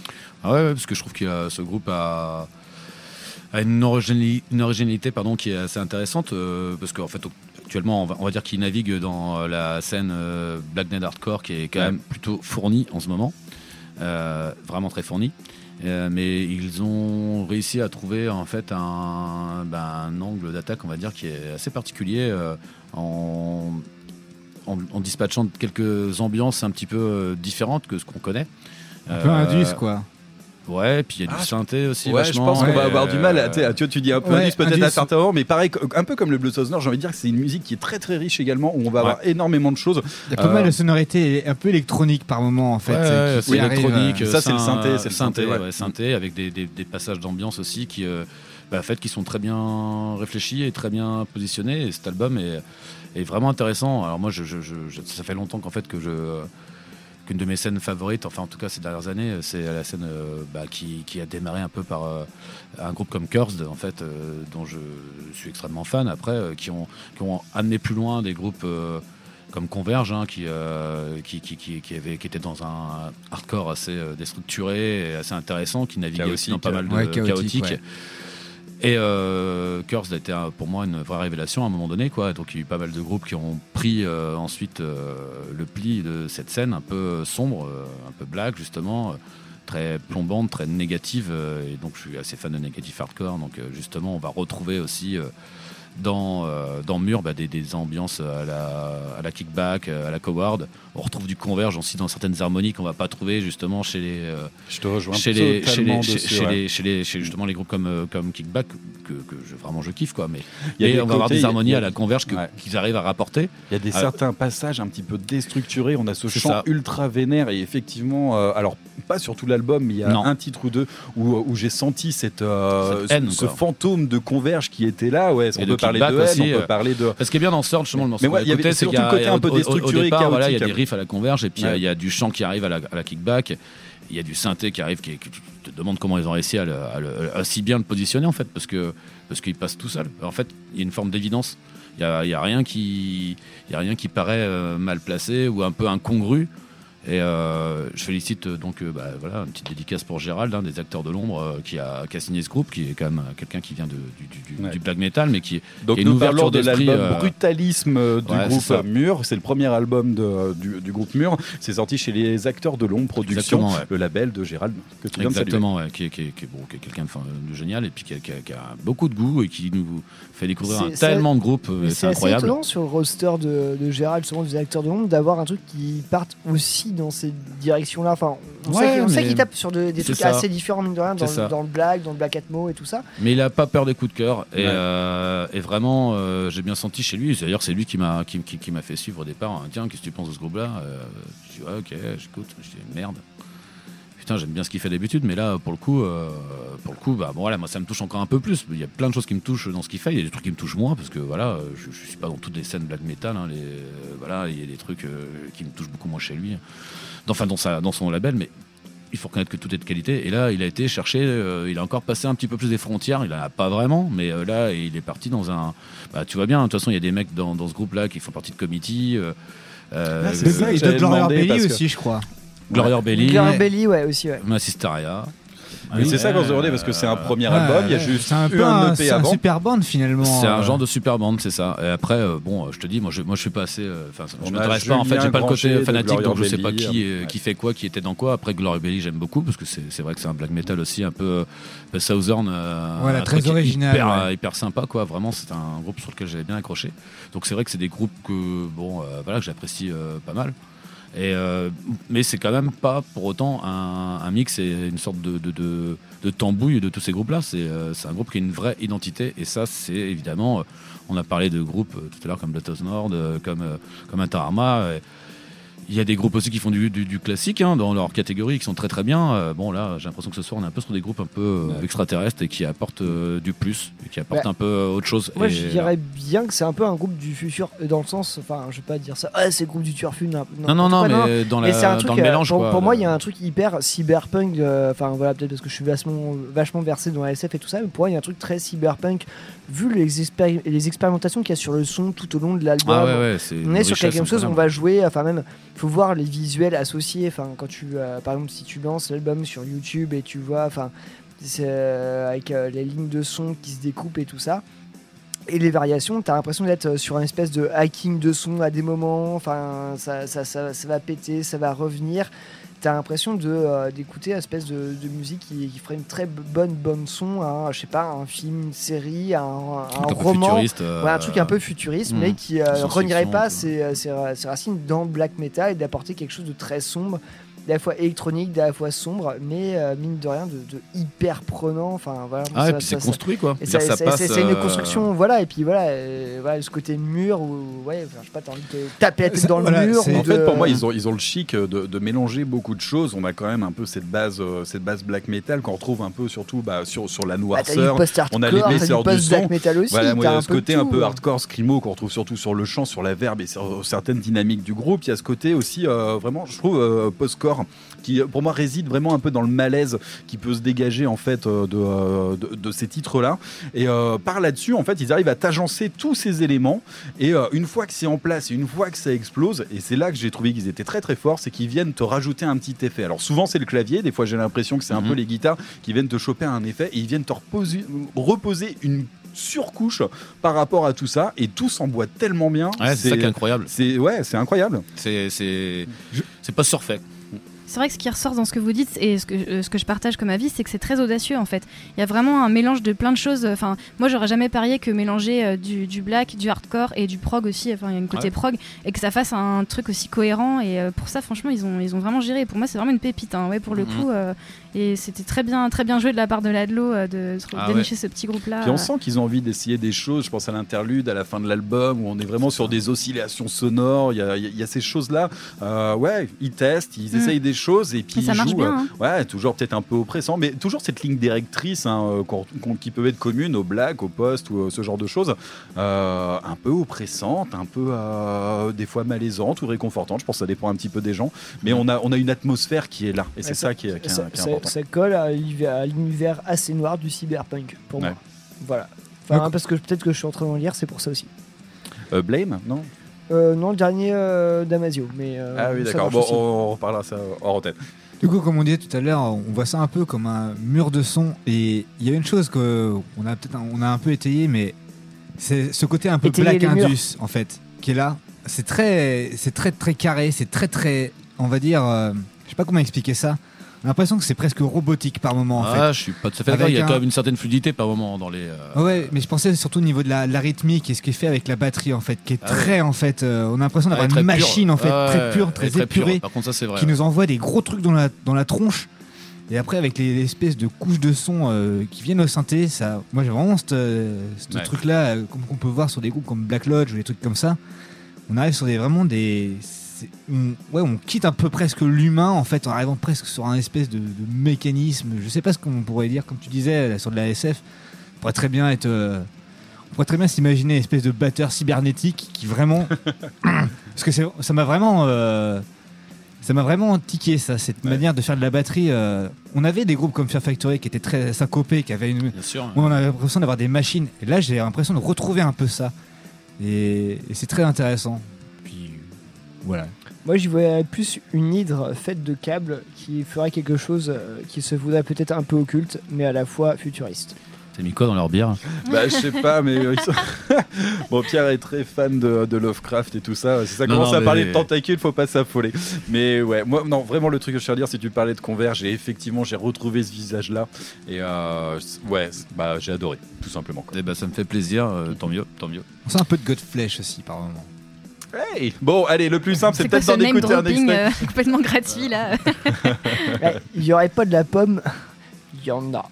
Ah ouais, ouais, parce que je trouve que euh, ce groupe a, a une, origini- une originalité pardon, qui est assez intéressante, euh, parce qu'en fait, actuellement, on va, on va dire qu'il navigue dans euh, la scène euh, Black Death Hardcore, qui est quand Ouais. même plutôt fournie en ce moment, euh, vraiment très fournie. Euh, mais ils ont réussi à trouver en fait un, ben, un angle d'attaque, on va dire, qui est assez particulier euh, en, en, en dispatchant quelques ambiances un petit peu euh, différentes que ce qu'on connaît. Un peu Euh, indus, quoi. Ouais, puis il y a du Ah, synthé aussi. Ouais, je vachement. pense qu'on va Ouais, avoir du mal. À, euh, tu sais, tu, vois, tu dis un peu Ouais, indus peut-être indus. à certains moments, mais pareil, un peu comme le Blue Nord, j'ai envie de dire que c'est une musique qui est très très riche également, où on va avoir énormément de choses. Il y a pas Euh, mal de sonorités un peu électroniques par moment en fait. Ouais, euh, ouais, qui- c'est qui arrivent, électronique. euh, Ça, c'est le syn- synthé, c'est le synthé, ouais. ouais, synthé, avec des, des- des passages d'ambiance aussi qui, euh, bah, en fait, qui sont très bien réfléchis et très bien positionnés. Et cet album est, est vraiment intéressant. Alors moi, je, je- je- je- ça fait longtemps qu'en fait que je qu'une de mes scènes favorites, enfin en tout cas ces dernières années, c'est la scène euh, bah, qui, qui a démarré un peu par euh, un groupe comme Cursed, en fait, euh, dont je suis extrêmement fan. Après, euh, qui ont qui ont amené plus loin des groupes euh, comme Converge, hein, qui, euh, qui, qui, qui, qui, avait, qui était dans un hardcore assez euh, déstructuré et assez intéressant, qui naviguait aussi dans pas mal de Ouais, chaotique, chaotique. ouais. Et euh, Cursed a été euh, pour moi une vraie révélation à un moment donné, quoi. Donc il y a eu pas mal de groupes qui ont pris euh, ensuite euh, le pli de cette scène un peu sombre, euh, un peu black justement, euh, très plombante, très négative. euh, et donc je suis assez fan de Negative Hardcore. Donc euh, justement on va retrouver aussi euh, dans, euh, dans Mur bah, des, des ambiances à la, à la Kickback, à la Coward. On retrouve du Converge aussi dans certaines harmonies qu'on va pas trouver justement chez les euh, Je te rejoins chez les, chez totalement les, chez, dessus, chez ouais. les, chez les- chez justement les groupes comme, euh, comme Kickback que, que je, vraiment je kiffe quoi. Mais Il y a et des on va avoir côtés, des il y a- harmonies il y a- à la Converge que- Ouais. qu'ils arrivent à rapporter. Il y a des Euh, certains passages un petit peu déstructurés. On a ce C'est chant ça. ultra vénère et effectivement, euh, alors pas sur tout l'album, mais il y a Non. un titre ou deux où, où j'ai senti cette, euh, Cette haine, ce quoi. fantôme de Converge qui était là. Ouais, on Et peut de parler de Kickback haine, aussi, on peut euh, parler de. Ce qui est bien dans Surge, justement, le morceau Mais ouais, qu'on il y va avait écouter, c'est surtout qu'il y a- le côté un peu au- au- déstructuré Au et départ, voilà, il y a chaotique. des riffs à la Converge et puis euh, il Ouais. y a du chant qui arrive à la, à la Kickback. Il y a du synthé qui arrive, qui, est- que tu te demandes comment ils ont réussi à, le, à, le- à si bien le positionner en fait, parce que parce qu'il passe tout seul. En fait, il y a une forme d'évidence. Il y a, il y a rien qui, il y a rien qui paraît euh, mal placé ou un peu incongru. Et euh, je félicite euh, donc euh, bah, voilà, une petite dédicace pour Gérald, un des acteurs de l'ombre euh, qui, a, qui a signé ce groupe, qui est quand même quelqu'un qui vient de, du, du, Ouais. du black metal, mais qui, Donc qui a une nous parlons ouverture de d'esprit. l'album euh, Brutalisme euh, du ouais, c'est groupe ça. Mur. C'est le premier album de, du, du groupe Mur. C'est sorti chez les Acteurs de l'ombre Productions, Exactement, ouais. le label de Gérald que tu viens Exactement, ouais, qui est, qui est- qui est- bon, qui est quelqu'un de, fin, de génial et puis qui a, qui a- qui a beaucoup de goût et qui nous fait découvrir un, C'est- c'est- tellement de groupes, euh, Mais c'est c'est assez incroyable. étonnant sur le roster de, de Gérald, souvent des acteurs de l'ombre, d'avoir un truc qui parte aussi dans ces directions-là. Enfin, on Ouais, sait qu'il- on sait mais qu'il tape sur de- des c'est trucs ça. assez différents, mine de rien, dans, C'est ça. le- dans le black, dans le black atmo et tout ça. Mais il a pas peur des coups de cœur et, Ouais. euh, et vraiment euh, j'ai bien senti chez lui. D'ailleurs c'est lui qui m'a qui, qui- qui m'a fait suivre au départ. hein. Tiens, qu'est-ce que tu penses de ce groupe-là euh, Je dis ouais, ok, j'écoute. Je dis merde. Putain, j'aime bien ce qu'il fait d'habitude, mais là pour le coup, euh, pour le coup, bah bon, voilà, moi ça me touche encore un peu plus. Il y a plein de choses qui me touchent dans ce qu'il fait. Il y a des trucs qui me touchent moins parce que voilà, je, je suis pas dans toutes les scènes black metal. hein, les, euh, voilà, il y a des trucs euh, qui me touchent beaucoup moins chez lui. Enfin dans sa dans son label, mais il faut reconnaître que tout est de qualité. Et là, il a été chercher, euh, il a encore passé un petit peu plus des frontières. Il en a pas vraiment, mais euh, là, il est parti dans un. Bah, tu vois bien, de toute façon, il y a des mecs dans, dans ce groupe-là qui font partie de Committee. Euh, euh, Ah, c'est ça que Et j'avais de Gloria demandé, Belly parce que- aussi, je crois. Gloria Belly, Gloria Belly, ouais, aussi, ouais. Massisteria. Mais c'est ça qu'on se demandait parce que c'est un premier album. Il y a Ouais, juste c'est un eu peu un un, E c'est P un avant. super band finalement. C'est un euh. genre de super band, c'est ça. Et après, euh, bon, je te dis, moi, je, moi, je suis pas assez. euh, Enfin, je On a m'intéresse pas. En fait, Julien j'ai pas le Granger côté de fanatique, Gloria donc je sais pas Belly, qui, euh, euh, ouais. qui fait quoi, qui était dans quoi. Après, Gloria Belly, j'aime beaucoup parce que c'est c'est vrai que c'est un black metal aussi un peu euh, peu Southern. euh, Voilà, un très truc original, Hyper, ouais. euh, hyper sympa, quoi. Vraiment, c'est un groupe sur lequel j'avais bien accroché. Donc c'est vrai que c'est des groupes que bon, euh, voilà, que j'apprécie euh, pas mal. Et euh, mais c'est quand même pas pour autant un, un mix et une sorte de, de, de, de tambouille de tous ces groupes-là. C'est euh, c'est un groupe qui a une vraie identité. Et ça, c'est évidemment. Euh, on a parlé de groupes euh, tout à l'heure comme Blood of Nord, euh, comme, euh, comme Interarma. Et il y a des groupes aussi qui font du, du, du classique hein, dans leur catégorie, qui sont très très bien. Euh, bon, là, j'ai l'impression que ce soir, on est un peu sur des groupes un peu euh, Ouais. extraterrestres et qui apportent euh, du plus, et qui apportent Ouais. un peu euh, autre chose. Moi, Et je dirais bien que c'est un peu un groupe du futur, euh, dans le sens, enfin, je vais pas dire ça, ah, c'est le groupe du Turfu. Non, Non, non, non, mais dans la- c'est un truc, dans le euh, mélange, Pour, quoi, pour moi, le- il y a un truc hyper cyberpunk, euh, enfin, voilà, peut-être parce que je suis vachement, vachement versé dans la S F et tout ça, mais pour moi, il y a un truc très cyberpunk, vu les, expéri- les expérimentations qu'il y a sur le son tout au long de l'album. Ah ouais, ouais, c'est on une est sur richesse quelque chose, on incroyable. va jouer, enfin, même, il faut voir les visuels associés, enfin, quand tu, euh, par exemple, si tu lances l'album sur YouTube et tu vois, enfin, c'est, euh, avec euh, les lignes de son qui se découpent et tout ça. Et les variations, t'as l'impression d'être sur une espèce de hacking de son à des moments, enfin ça, ça, ça, ça va péter, ça va revenir. T'as l'impression de, euh, d'écouter une espèce de, de musique qui, qui ferait une très bonne bonne son, à, je sais pas, un film, une série, un, un un peu roman, futuriste, euh, ouais, un truc un peu futuriste, mmh, mais qui euh, science-fiction, renierait pas quoi. ses, ses, ses racines dans le black metal et d'apporter quelque chose de très sombre, à la fois électronique, à la fois sombre, mais euh, mine de rien de, de hyper prenant. Enfin voilà. Ah, ça- et puis ça- c'est ça- construit, quoi. et C'est-à-dire ça- ça c'est- passe, c'est c'est une euh, construction, voilà. Et puis voilà, euh, voilà ce côté mur où ouais, enfin, je sais pas, t'as envie de te taper la tête Ça- dans le voilà, mur. c'est- ou En fait, de- pour moi, ils ont, ils ont le chic de, de mélanger beaucoup de choses. On a quand même un peu cette base, euh, cette base black metal qu'on retrouve un peu surtout bah, sur, sur la Bah, t'as noirceur. du post-hardcore, On a les t'as du messeurs du post-black son. metal aussi, Voilà, t'as moi, un ce peu de côté un tout, peu ouais. hardcore, scrimo qu'on retrouve surtout sur le chant, sur la verbe et sur certaines dynamiques du groupe. Il y a ce côté aussi, euh, vraiment, je trouve, euh, post-core qui, pour moi, réside vraiment un peu dans le malaise qui peut se dégager en fait euh, de, euh, de, de ces titres-là. Et euh, par là-dessus, en fait, ils arrivent à t'agencer tous ces éléments. Et euh, une fois que c'est en place, et une fois que ça explose, et c'est là que j'ai trouvé qu'ils étaient très très forts, c'est qu'ils viennent te rajouter un petit effet. Alors souvent c'est le clavier, des fois j'ai l'impression que c'est un Mhm. peu les guitares qui viennent te choper un effet et ils viennent te reposer, reposer une surcouche par rapport à tout ça et tout s'emboîte tellement bien. Ouais, c'est ça qui est incroyable. C'est ouais, c'est incroyable. C'est c'est c'est pas surfait. C'est vrai que ce qui ressort dans ce que vous dites et ce que, euh, ce que je partage comme avis, c'est que c'est très audacieux en fait. Il y a vraiment un mélange de plein de choses. Enfin, moi j'aurais jamais parié que mélanger euh, du, du black, du hardcore et du prog aussi, enfin il y a une côté Ouais. prog, et que ça fasse un truc aussi cohérent. Et euh, pour ça, franchement, ils ont, ils ont vraiment géré. Pour moi, c'est vraiment une pépite. Hein, ouais, pour le Mhm. coup. euh, et c'était très bien, très bien joué de la part de Ladlo euh, de, de Ah dénicher ouais. ce petit groupe-là. Puis on euh. sent qu'ils ont envie d'essayer des choses. Je pense à l'interlude, à la fin de l'album, où on est vraiment sur des oscillations sonores. Il y a, il y a ces choses-là. Euh, ouais, ils testent, ils Mm. essayent des choses et puis Et ça ils marche jouent. bien, euh, hein. Ouais, toujours peut-être un peu oppressant, mais toujours cette ligne directrice hein, euh, qu'on- qu'on- qui peut être commune au black, au post ou euh, ce genre de choses. Euh, un peu oppressante, un peu euh, des fois malaisante ou réconfortante. Je pense que ça dépend un petit peu des gens. Mais on a, on a une atmosphère qui est là. Et c'est Ouais, ça qui est, qui est- ça, qui est ça- important. ça colle à l'univers- à l'univers assez noir du cyberpunk pour Ouais. moi. Voilà. Enfin, parce que peut-être que je suis en train d'en lire, c'est pour ça aussi. Euh, Blame, non Euh, non, le dernier euh, Damasio. Mais, euh, Ah oui, ça d'accord. marche Bon, aussi. on reparlera ça hors antenne. Du coup, comme on disait tout à l'heure, on voit ça un peu comme un mur de son. Et il y a une chose qu'on a peut-être un- on a un peu étayé, mais c'est ce côté un peu Étayer Black les murs. Indus, en fait, qui est là. C'est très, c'est très, très carré. C'est très, très, on va dire, euh, je sais pas comment expliquer ça. On a l'impression que c'est presque robotique par moment, en fait. Ah, je suis pas tout à fait d'accord. Avec Il y a un- quand même une certaine fluidité par moment dans les. euh, Ouais, mais je pensais surtout au niveau de la, la rythmique et ce qui est fait avec la batterie, en fait, qui est Ah très, ouais. en fait, euh, on a l'impression d'avoir Ouais, très une pure. machine, en fait, Ouais, très pure, ouais, très, très pure. épurée, Par contre, ça, c'est vrai, qui ouais. nous envoie des gros trucs dans la, dans la tronche. Et après, avec les, les espèces de couches de son euh, qui viennent au synthé, ça, moi j'ai vraiment ce Ouais. truc-là, euh, comme qu'on peut voir sur des groupes comme Black Lodge ou des trucs comme ça. On arrive sur des vraiment des, c'est- on, ouais, on quitte un peu presque l'humain en fait, en arrivant presque sur un espèce de, de mécanisme. Je sais pas ce qu'on pourrait dire, comme tu disais là, sur de la S F. On pourrait très bien être, euh, on pourrait très bien s'imaginer une espèce de batteur cybernétique qui vraiment, parce que c'est- ça m'a vraiment. euh, Ça m'a vraiment tiqué, ça, cette manière de faire de la batterie. euh, On avait des groupes comme Fear Factory qui étaient très syncopés, qui avaient une. sûr, où on avait l'impression d'avoir des machines. Et là, j'ai l'impression de retrouver un peu ça. Et, et c'est très intéressant. Puis voilà. Moi, j'y voyais plus une hydre faite de câbles qui ferait quelque chose euh, qui se voudrait peut-être un peu occulte, mais à la fois futuriste. T'as mis quoi dans leur bière? Bah, je sais pas, mais euh, ils sont- bon, Pierre est très fan de, de Lovecraft et tout ça. Si ça Non, commence non, à parler mais- de tentacules, faut pas s'affoler. Mais ouais, moi, non, vraiment, le truc que je tiens à dire, si tu parlais de Converge, et effectivement, j'ai retrouvé ce visage-là. Et euh, c- ouais, c- bah, j'ai adoré, tout simplement. Quoi. Eh ben, ça me fait plaisir, euh, tant mieux, tant mieux. On sent un peu de Godflesh aussi par moment. Hey bon, allez, le plus simple, c'est, C'est quoi peut-être ce d'en name écouter un dropping extrait. euh, complètement gratuit là? Ouais, Il y aurait pas de la pomme, il y en a.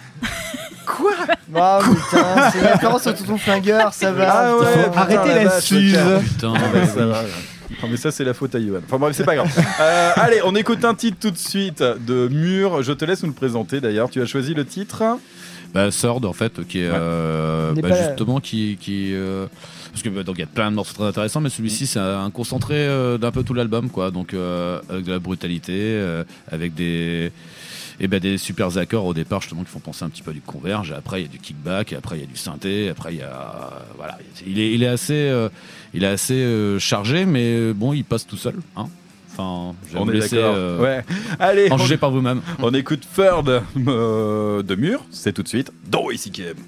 Quoi? Oh putain, c'est une référence au tonton flingueur, ça va. Ah ouais, Putain, putain, arrêtez la la vache, suze. le Putain, Ah bah, ça va. Non, mais ça, c'est la faute à Yoann. Enfin bref, c'est pas grave. Euh, allez, on écoute un titre tout de suite de Mur. Je te laisse nous le présenter d'ailleurs. Tu as choisi le titre? Bah, Sword en fait, qui est euh, On n'est bah, pas- justement qui, qui euh, parce que bah, donc il y a plein de morceaux très intéressants, mais celui-ci c'est un concentré euh, d'un peu tout l'album, quoi. Donc euh, avec de la brutalité, euh, avec des et ben des super accords au départ justement qui font penser un petit peu à du Converge. Après il y a du kickback, et après il y a du synthé, après il y a euh, voilà, il est il est assez euh, il est assez euh, chargé, mais bon il passe tout seul, hein. Enfin, je vais On vous est laisser d'accord. euh, Ouais. Allez, en on- juger par vous-même. On écoute Third euh, de Mur. C'est tout de suite dans I C K M.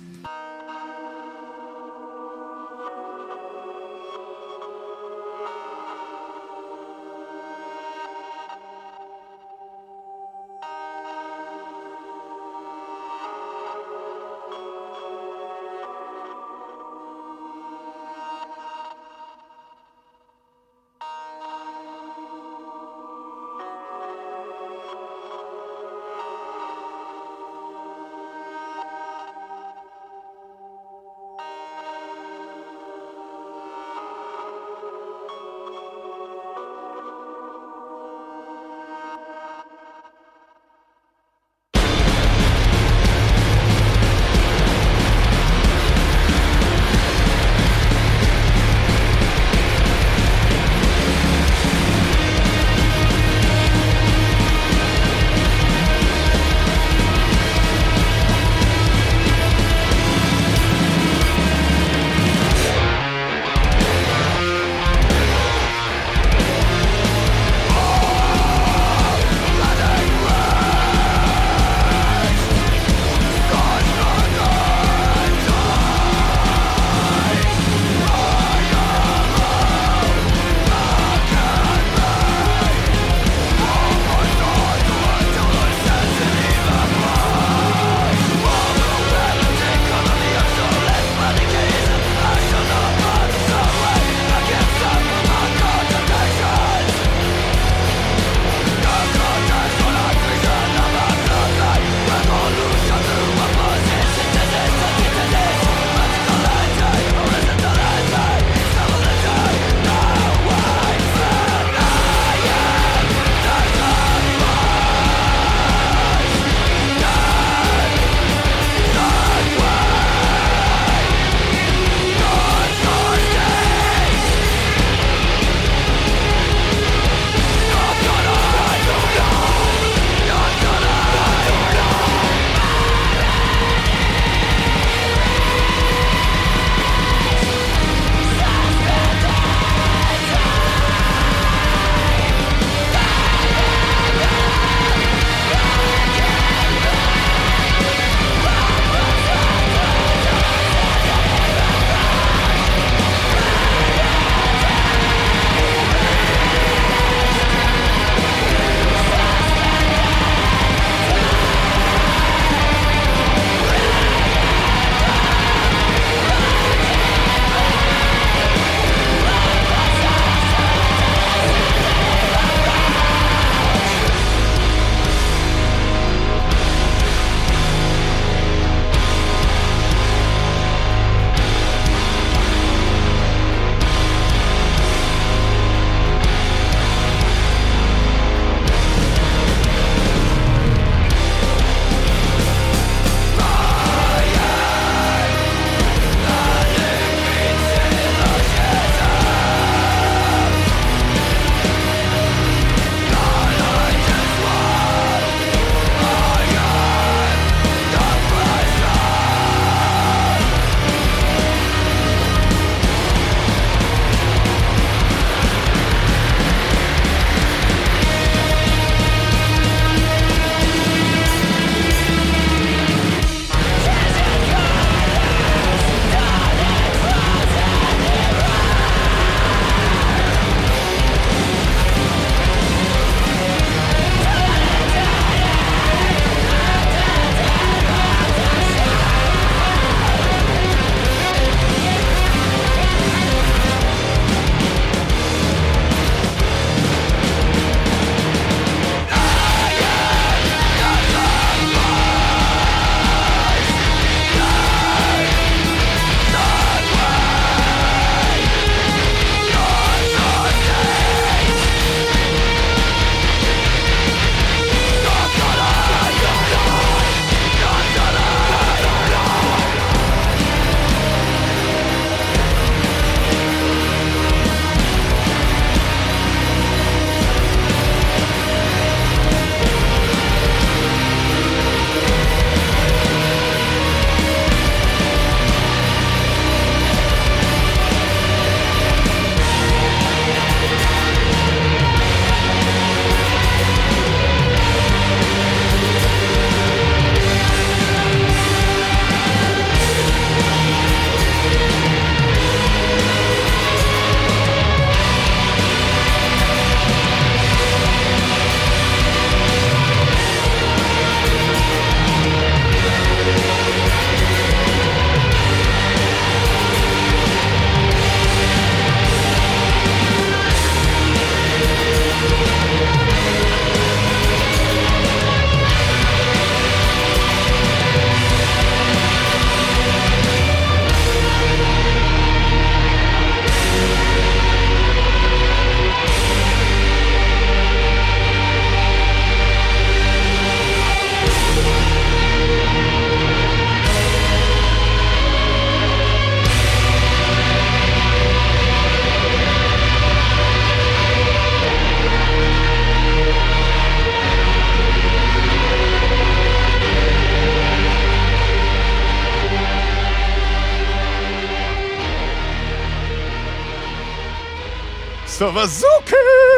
Savazuki!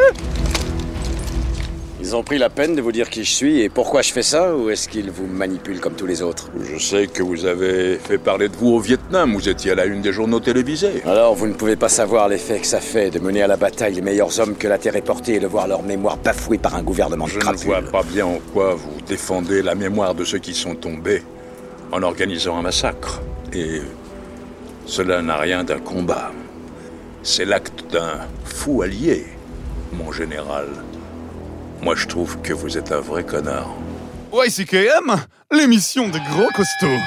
Ils ont pris la peine de vous dire qui je suis et pourquoi je fais ça, ou est-ce qu'ils vous manipulent comme tous les autres? Je sais que vous avez fait parler de vous au Vietnam, vous étiez à la une des journaux télévisés. Alors vous ne pouvez pas savoir l'effet que ça fait de mener à la bataille les meilleurs hommes que la Terre ait portés et de voir leur mémoire bafouée par un gouvernement de Je ne crapules. vois pas bien en quoi vous défendez la mémoire de ceux qui sont tombés en organisant un massacre. Et cela n'a rien d'un combat. C'est l'acte d'un fou allié, mon général. Moi, je trouve que vous êtes un vrai connard. Y C K M, l'émission des gros costauds.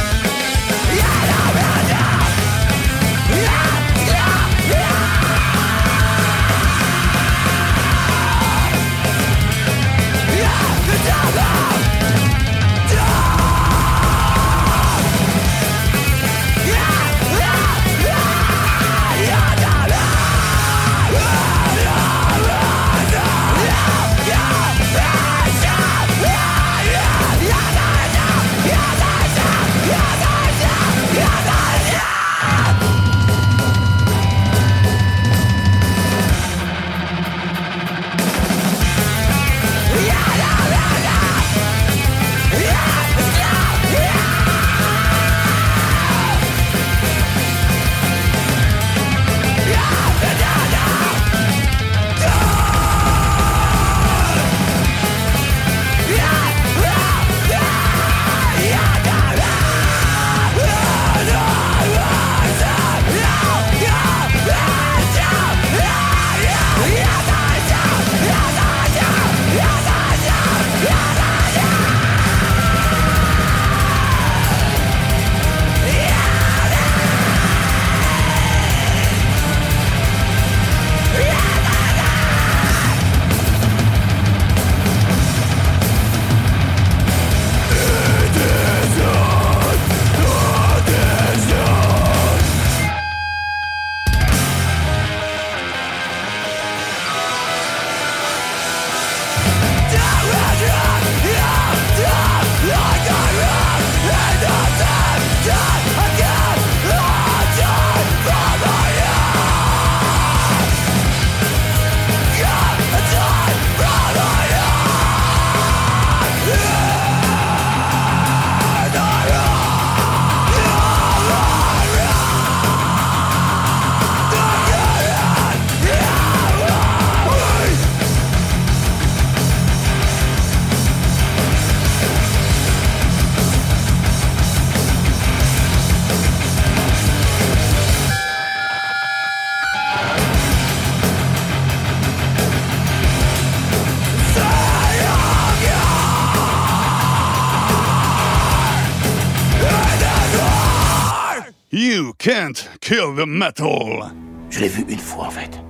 You can't kill the metal. Je l'ai vu une fois en fait.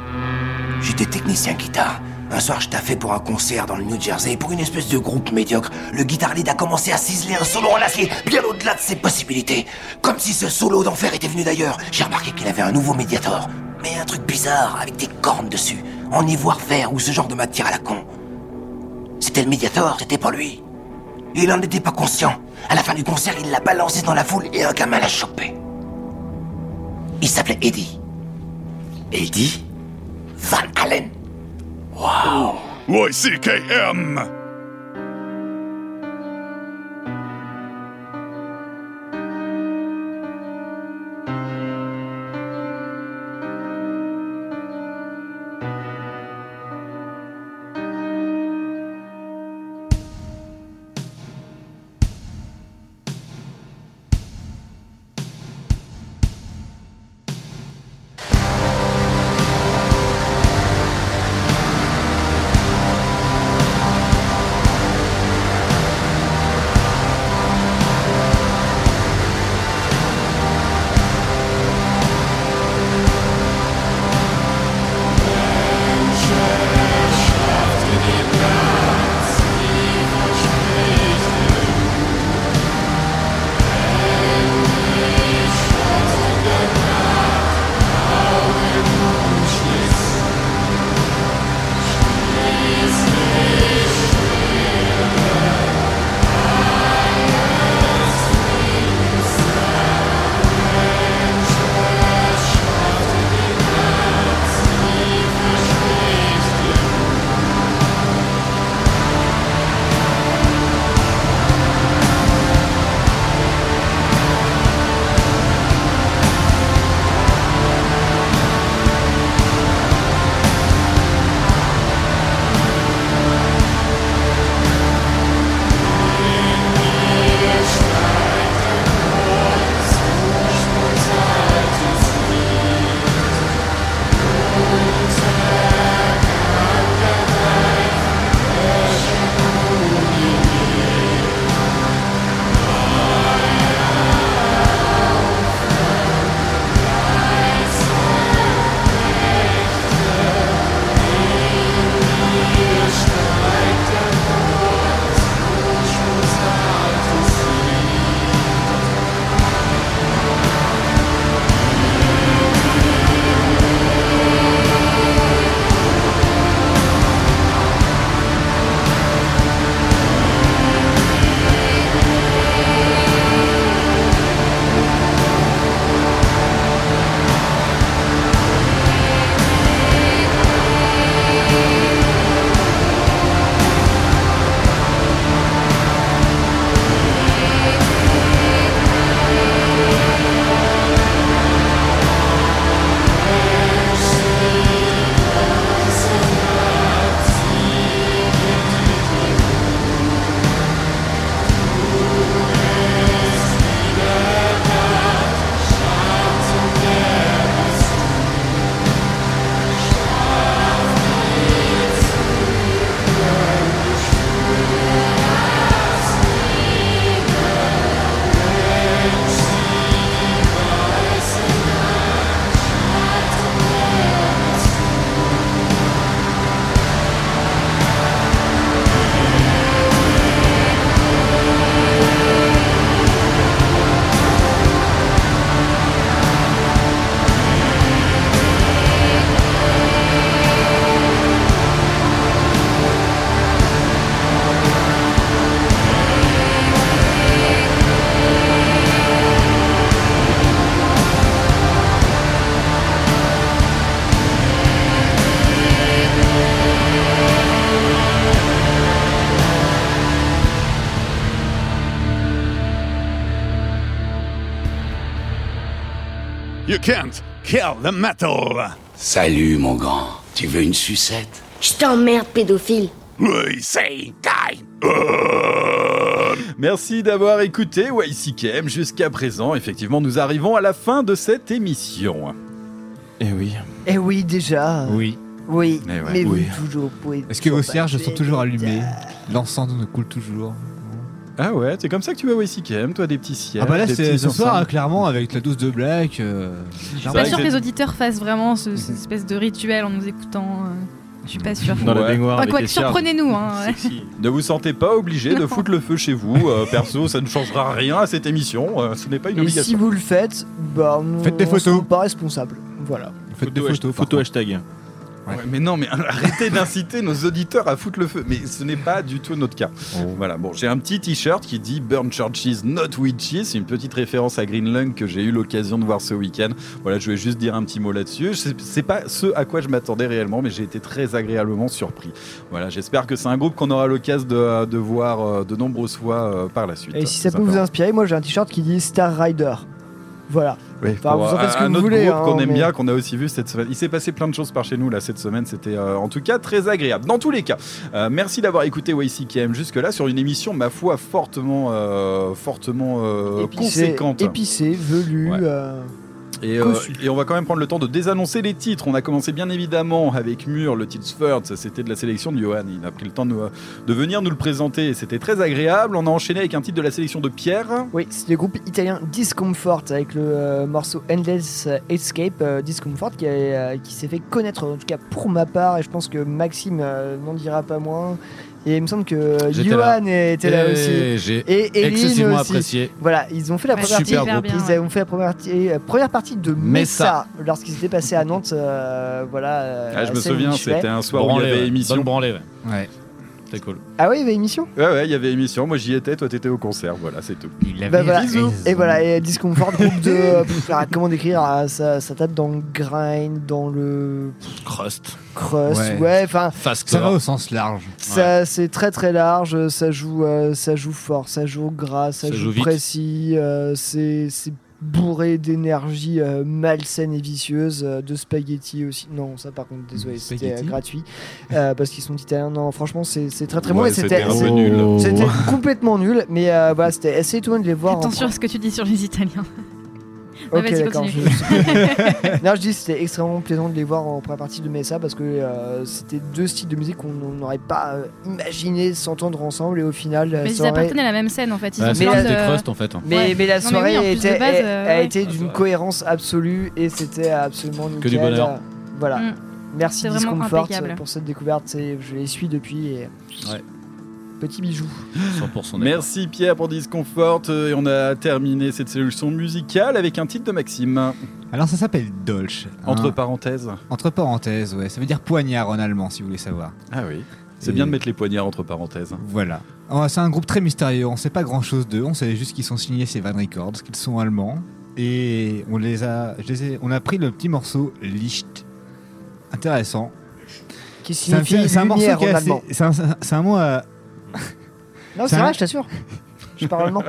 J'étais technicien guitare. Un soir, je taffais pour un concert dans le New Jersey pour une espèce de groupe médiocre. Le guitar lead a commencé à ciseler un solo en acier, bien au-delà de ses possibilités. Comme si ce solo d'enfer était venu d'ailleurs. J'ai remarqué qu'il avait un nouveau Mediator. Mais un truc bizarre, avec des cornes dessus, en ivoire vert ou ce genre de matière à la con. C'était le Mediator, c'était pas lui. Il en était pas conscient. À la fin du concert, il l'a balancé dans la foule et un gamin l'a chopé. Il s'appelait Eddie. Eddie Van Halen. Wow. Y C K M. You can't kill the metal. Salut, mon grand. Tu veux une sucette? Je t'emmerde, pédophile. We say die. Merci d'avoir écouté Y C K M jusqu'à présent. Effectivement, nous arrivons à la fin de cette émission. Eh oui. Eh oui, déjà. Oui. Oui, Eh ouais, mais oui. vous toujours pouvez. Est-ce que vos toujours cierges passer sont toujours les allumés? gars. L'encens nous coule toujours. Ah ouais, c'est comme ça que tu vois Y C K M, toi, des petits cierges. Ah bah là, des c'est petits ce soir, encens. hein, clairement, avec la dose de Black. Euh, Je suis vrai pas que sûre que c'est- les auditeurs fassent vraiment ce- cette espèce de rituel en nous écoutant. euh, Je suis pas sûre. Dans la Ouais. baignoire Bah, avec quoi les que cierges. surprenez-nous. Hein, ouais. Sexy. Ne vous sentez pas obligé de Non. foutre le feu chez vous. Euh, perso, ça ne changera rien à cette émission. Euh, ce n'est pas une Et si obligation. vous le faites, bah, on Faites des on photos. sont pas responsable. Voilà. Faites des Photo, photos. par photo contre. hashtag. Ouais, mais non, mais arrêtez d'inciter nos auditeurs à foutre le feu. Mais ce n'est pas du tout notre cas. Voilà, bon, j'ai un petit t-shirt qui dit Burn Churches, not witches. C'est une petite référence à Green Lung que j'ai eu l'occasion de voir ce week-end. Voilà, je voulais juste dire un petit mot là-dessus. C'est- C'est pas ce à quoi je m'attendais réellement, mais j'ai été très agréablement surpris. Voilà, j'espère que c'est un groupe qu'on aura l'occasion de, de voir euh, de nombreuses fois euh, par la suite. Et si ça Tout peut vous simplement. inspirer, moi j'ai un t-shirt qui dit Star Rider. Voilà. Oui, Enfin, pour, vous en faites ce que un vous autre voulez, groupe hein, qu'on aime mais- bien, qu'on a aussi vu cette semaine. Il s'est passé plein de choses par chez nous là cette semaine. C'était euh, en tout cas très agréable. Dans tous les cas, euh, merci d'avoir écouté Y C K M jusque là sur une émission ma foi fortement, euh, fortement euh, Épicé, conséquente. épicé, velu. Ouais. euh, Et, euh, Cossu. et on va quand même prendre le temps de désannoncer les titres. On a commencé bien évidemment avec Mur, le titre First, c'était de la sélection de Johan. Il a pris le temps de, nous- de venir nous le présenter et c'était très agréable. On a enchaîné avec un titre de la sélection de Pierre. Oui, c'est le groupe italien Discomfort avec le euh, morceau Endless Escape. euh, Discomfort qui, a, euh, qui s'est fait connaître, en tout cas pour ma part, et je pense que Maxime euh, n'en dira pas moins. Et il me semble que J'étais Johan là. était là Et aussi. j'ai et Eline excessivement aussi. apprécié. Voilà, ils ont fait la Ouais, première super partie. groupe. Ils ont fait la première partie, euh, première partie de Messa, Messa. lorsqu'ils étaient passés à Nantes. euh, voilà. euh, Ah, je à me souviens, Saint-Michel. c'était un soir où il y Branlé, avait ouais. émission. Bonne branlée, ouais. Ouais. C'était cool. Ah oui, il y avait émission. Ouais, ouais, il y avait émission. Moi, j'y étais. Toi, t'étais au concert. Voilà, c'est tout. Il avait Bah voilà. raison. Et voilà, et Discomfort, groupe de. euh, pff, ah, comment décrire ah, ça, ça tape dans le grind, dans le Crust. crust, Ouais. ouais, enfin. Fast Ça va au sens large. Ça, c'est très très large, ça joue, euh, ça joue fort, ça joue gras, ça, Ça joue, joue vite. précis, euh, c'est c'est bourré d'énergie euh, malsaine et vicieuse, euh, de spaghettis aussi. Non, ça par contre, désolé, c'était euh, Spaghetti gratuit euh, parce qu'ils sont italiens. Non, franchement, c'est c'est très très bon. Ouais, Et c'était c'était un peu c'est- nul. C'était complètement nul, mais euh, voilà, c'était assez étonnant de les voir. en Attention à ce que tu dis sur les Italiens. Ok, vas-y, d'accord. continue. je- non, je dis c'était extrêmement plaisant de les voir en première partie de Messa parce que euh, c'était deux styles de musique qu'on n'aurait pas euh, imaginé s'entendre ensemble et au final. euh, Mais ça ils aurait- appartenaient à la même scène en fait. Ils Ouais, ont c'est plein des de- Crust en fait. hein. Mais, Ouais. mais la Non, mais soirée oui, en plus de était, base, a- euh, a ouais. été d'une cohérence absolue et c'était absolument nickel. Que du bonheur. Euh, Voilà. Mm. Merci C'est vraiment Discomfort impeccable. pour cette découverte. Et je les suis depuis. Et... Ouais. Petit bijou. cent pour cent. Merci Pierre pour Discomfort. Euh, Et on a terminé cette sélection musicale avec un titre de Maxime. Alors ça s'appelle Dolch. Entre Hein. parenthèses. Entre parenthèses, ouais. Ça veut dire poignard en allemand, si vous voulez savoir. Ah oui. C'est Et- bien de mettre les poignards entre parenthèses. Voilà. Oh, c'est un groupe très mystérieux. On sait pas grand chose d'eux. On sait juste qu'ils sont signés chez Van Records, qu'ils sont allemands. Et on les a, je les ai- on a pris le petit morceau Licht. Intéressant. Qui C'est un, signifie c'est un morceau lumière qui est en assez- allemand. c'est un, c'est un mot à. Non, c'est c'est un- vrai, je t'assure. Je parle allemand.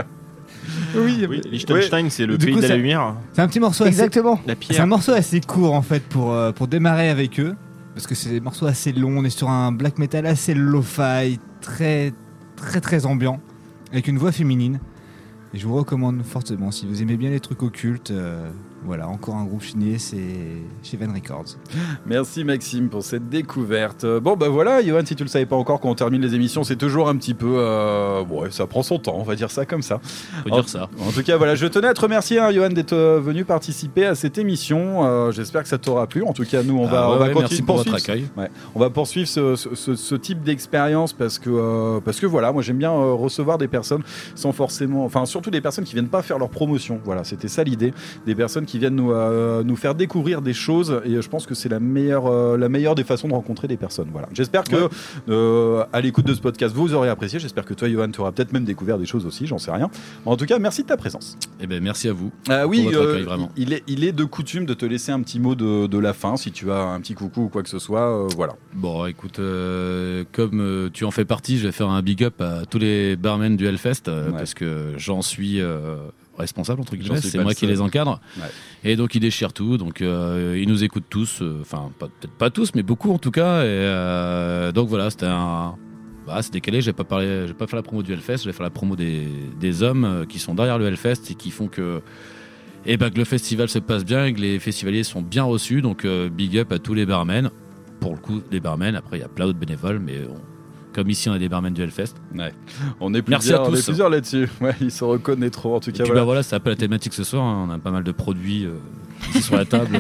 Oui, Oui, Liechtenstein, c'est le Du pays coup, de la ça- lumière. C'est un petit morceau assez- Exactement. La C'est un pierre. morceau assez court en fait pour, euh, pour démarrer avec eux. Parce que c'est des morceaux assez longs. On est sur un black metal assez lo-fi, très très très ambiant, avec une voix féminine. Et je vous recommande fortement, si vous aimez bien les trucs occultes, euh, voilà, encore un groupe signé, c'est chez Van Records. Merci Maxime pour cette découverte. Euh, Bon bah voilà, Johan, si tu le savais pas encore, quand on termine les émissions, c'est toujours un petit peu, euh, ouais, ça prend son temps, on va dire ça comme ça. Faut en, dire ça. En tout cas, voilà, je tenais à te remercier, hein, Johan, d'être euh, venu participer à cette émission. Euh, J'espère que ça t'aura plu. En tout cas, nous, on Ah va, ouais, on va ouais, continuer merci pour votre poursuivre- accueil. Ouais, on va poursuivre ce, ce- ce- ce type d'expérience parce que, euh, parce que voilà, moi j'aime bien euh, recevoir des personnes sans forcément, enfin surtout des personnes qui viennent pas faire leur promotion. Voilà, c'était ça l'idée, des personnes qui viennent nous, euh, nous faire découvrir des choses et je pense que c'est la meilleure, euh, la meilleure des façons de rencontrer des personnes. Voilà, j'espère que Ouais. euh, à l'écoute de ce podcast vous aurez apprécié. J'espère que toi, Johan, tu auras peut-être même découvert des choses aussi. J'en sais rien. En tout cas, merci de ta présence. Eh ben merci à vous. Ah oui, pour votre euh, accueil, vraiment. il est, il est de coutume de te laisser un petit mot de, de la fin si tu as un petit coucou ou quoi que ce soit. euh, voilà. Bon, écoute, euh, comme euh, tu en fais partie, je vais faire un big up à tous les barmen du Hellfest euh, Ouais. parce que j'en suis euh, responsable entre J'en guillemets, suis c'est pas moi le qui seul. les encadre. Ouais. Et donc ils déchirent tout, donc euh, ils nous écoutent tous, enfin euh, peut-être pas tous, mais beaucoup en tout cas. Et euh, donc voilà, c'était un, bah, c'est décalé. J'ai pas parlé, j'ai pas fait la promo du Hellfest, je vais faire la promo des, des hommes euh, qui sont derrière le Hellfest et qui font que, et bah, que le festival se passe bien, et que les festivaliers sont bien reçus. Donc euh, big up à tous les barmen. Pour le coup, les barmen. Après, il y a plein d'autres bénévoles, mais on, comme ici, on a des barmen du Hellfest. Ouais. On est Merci plusieurs, à tous. on est plusieurs là-dessus. Ouais, ils se reconnaîtront en tout Et cas. puis Voilà. bah voilà, c'est un peu la thématique ce soir. Hein. On a pas mal de produits euh, ici sur la table.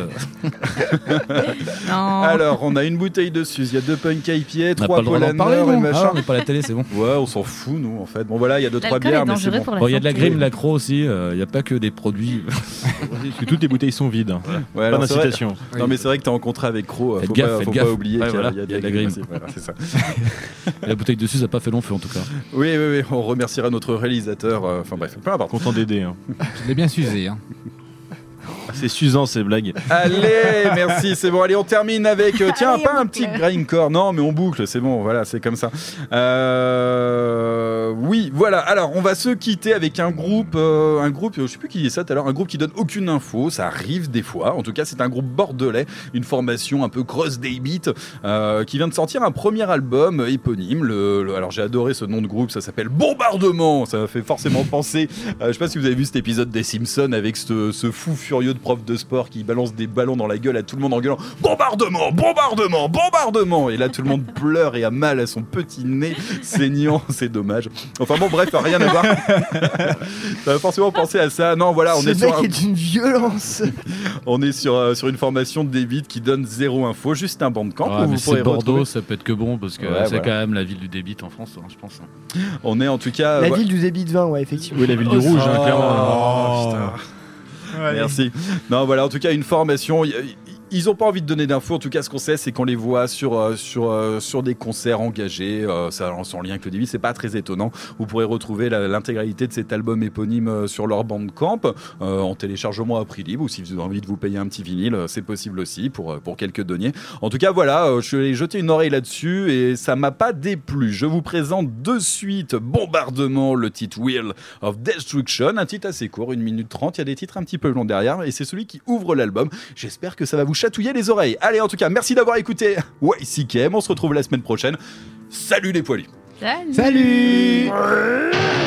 Non. Alors, on a une bouteille de Suze, il y a deux Punk I P A, On n'a trois pas le droit d'en Polaner parler, et non machin. Ah, on n'est pas à la télé, c'est bon. Ouais, on s'en fout, nous, en fait. Bon, voilà, il y a deux, trois L'alcool bières, est mais c'est dangereux bon. pour la Bon, il y a de la santé. grime, de la croix aussi. Il euh, n'y a pas que des produits. Parce que toutes les bouteilles sont vides. hein. Ouais, Pas alors, c'est vrai- d'incitation. Non, mais c'est vrai que t'es en contrat avec Croc, Faites faut, gaffe, pas, faites faut gaffe. pas oublier Ouais, qu'il y a- voilà, il y a de la grime. aussi. Voilà, c'est ça. La bouteille de Suze n'a pas fait long feu en tout cas. Oui, oui, oui, on remerciera notre réalisateur. euh, Enfin bref, peu importe. Content d'aider. Hein. Je l'ai bien susé. Hein. C'est s'usant ces blagues. Allez, merci, c'est bon. Allez, on termine avec. euh, tiens, Allez, pas on un petit boucle. grindcore, non, mais on boucle, c'est bon, voilà, c'est comme ça. Euh, oui, voilà. Alors, on va se quitter avec un groupe, euh, un groupe, je sais plus qui dit ça tout à l'heure, un groupe qui donne aucune info. Ça arrive des fois. En tout cas, c'est un groupe bordelais, une formation un peu cross day beat, euh, qui vient de sortir un premier album éponyme. Le, le- alors, j'ai adoré ce nom de groupe. Ça s'appelle Bombardement. Ça m'a fait forcément penser. euh, je sais pas si vous avez vu cet épisode des Simpsons avec ce, ce fou furieux de prof de sport qui balance des ballons dans la gueule à tout le monde en gueulant bombardement, bombardement, bombardement. Et là, tout le monde pleure et a mal à son petit nez saignant. C'est dommage. Enfin bon, bref, rien à voir. Ça va forcément penser à ça. Non, voilà, on Ce est sur mec un- est d'une violence. on est sur, euh, sur une formation de débit qui donne zéro info, juste un bandcamp Ouais, où mais vous pourrez c'est Bordeaux, retrouver. ça peut être que bon parce que Ouais, c'est voilà. quand même la ville du débit en France, hein, je pense. On est en tout cas. La ouais. ville du débit de vin, ouais, effectivement. Oui, la ville du Oh, rouge, hein, oh, clairement. putain. Merci. Non, voilà, en tout cas, une formation. y- y- Ils n'ont pas envie de donner d'infos. En tout cas, ce qu'on sait, c'est qu'on les voit sur, euh, sur, euh, sur des concerts engagés. Euh, ça, sans lien avec le débit, c'est pas très étonnant. Vous pourrez retrouver la- l'intégralité de cet album éponyme euh, sur leur Bandcamp euh, en téléchargement à prix libre. Ou si vous avez envie de vous payer un petit vinyle, euh, c'est possible aussi pour, euh, pour quelques deniers. En tout cas, voilà, euh, je vais jeter une oreille là-dessus et ça m'a pas déplu. Je vous présente de suite Bombardement, le titre Wheel of Destruction. Un titre assez court, une minute trente. Il y a des titres un petit peu longs derrière et c'est celui qui ouvre l'album. J'espère que ça va vous chatouiller les oreilles. Allez, en tout cas, merci d'avoir écouté Y C K M. On se retrouve la semaine prochaine. Salut les poilus. Salut. Salut.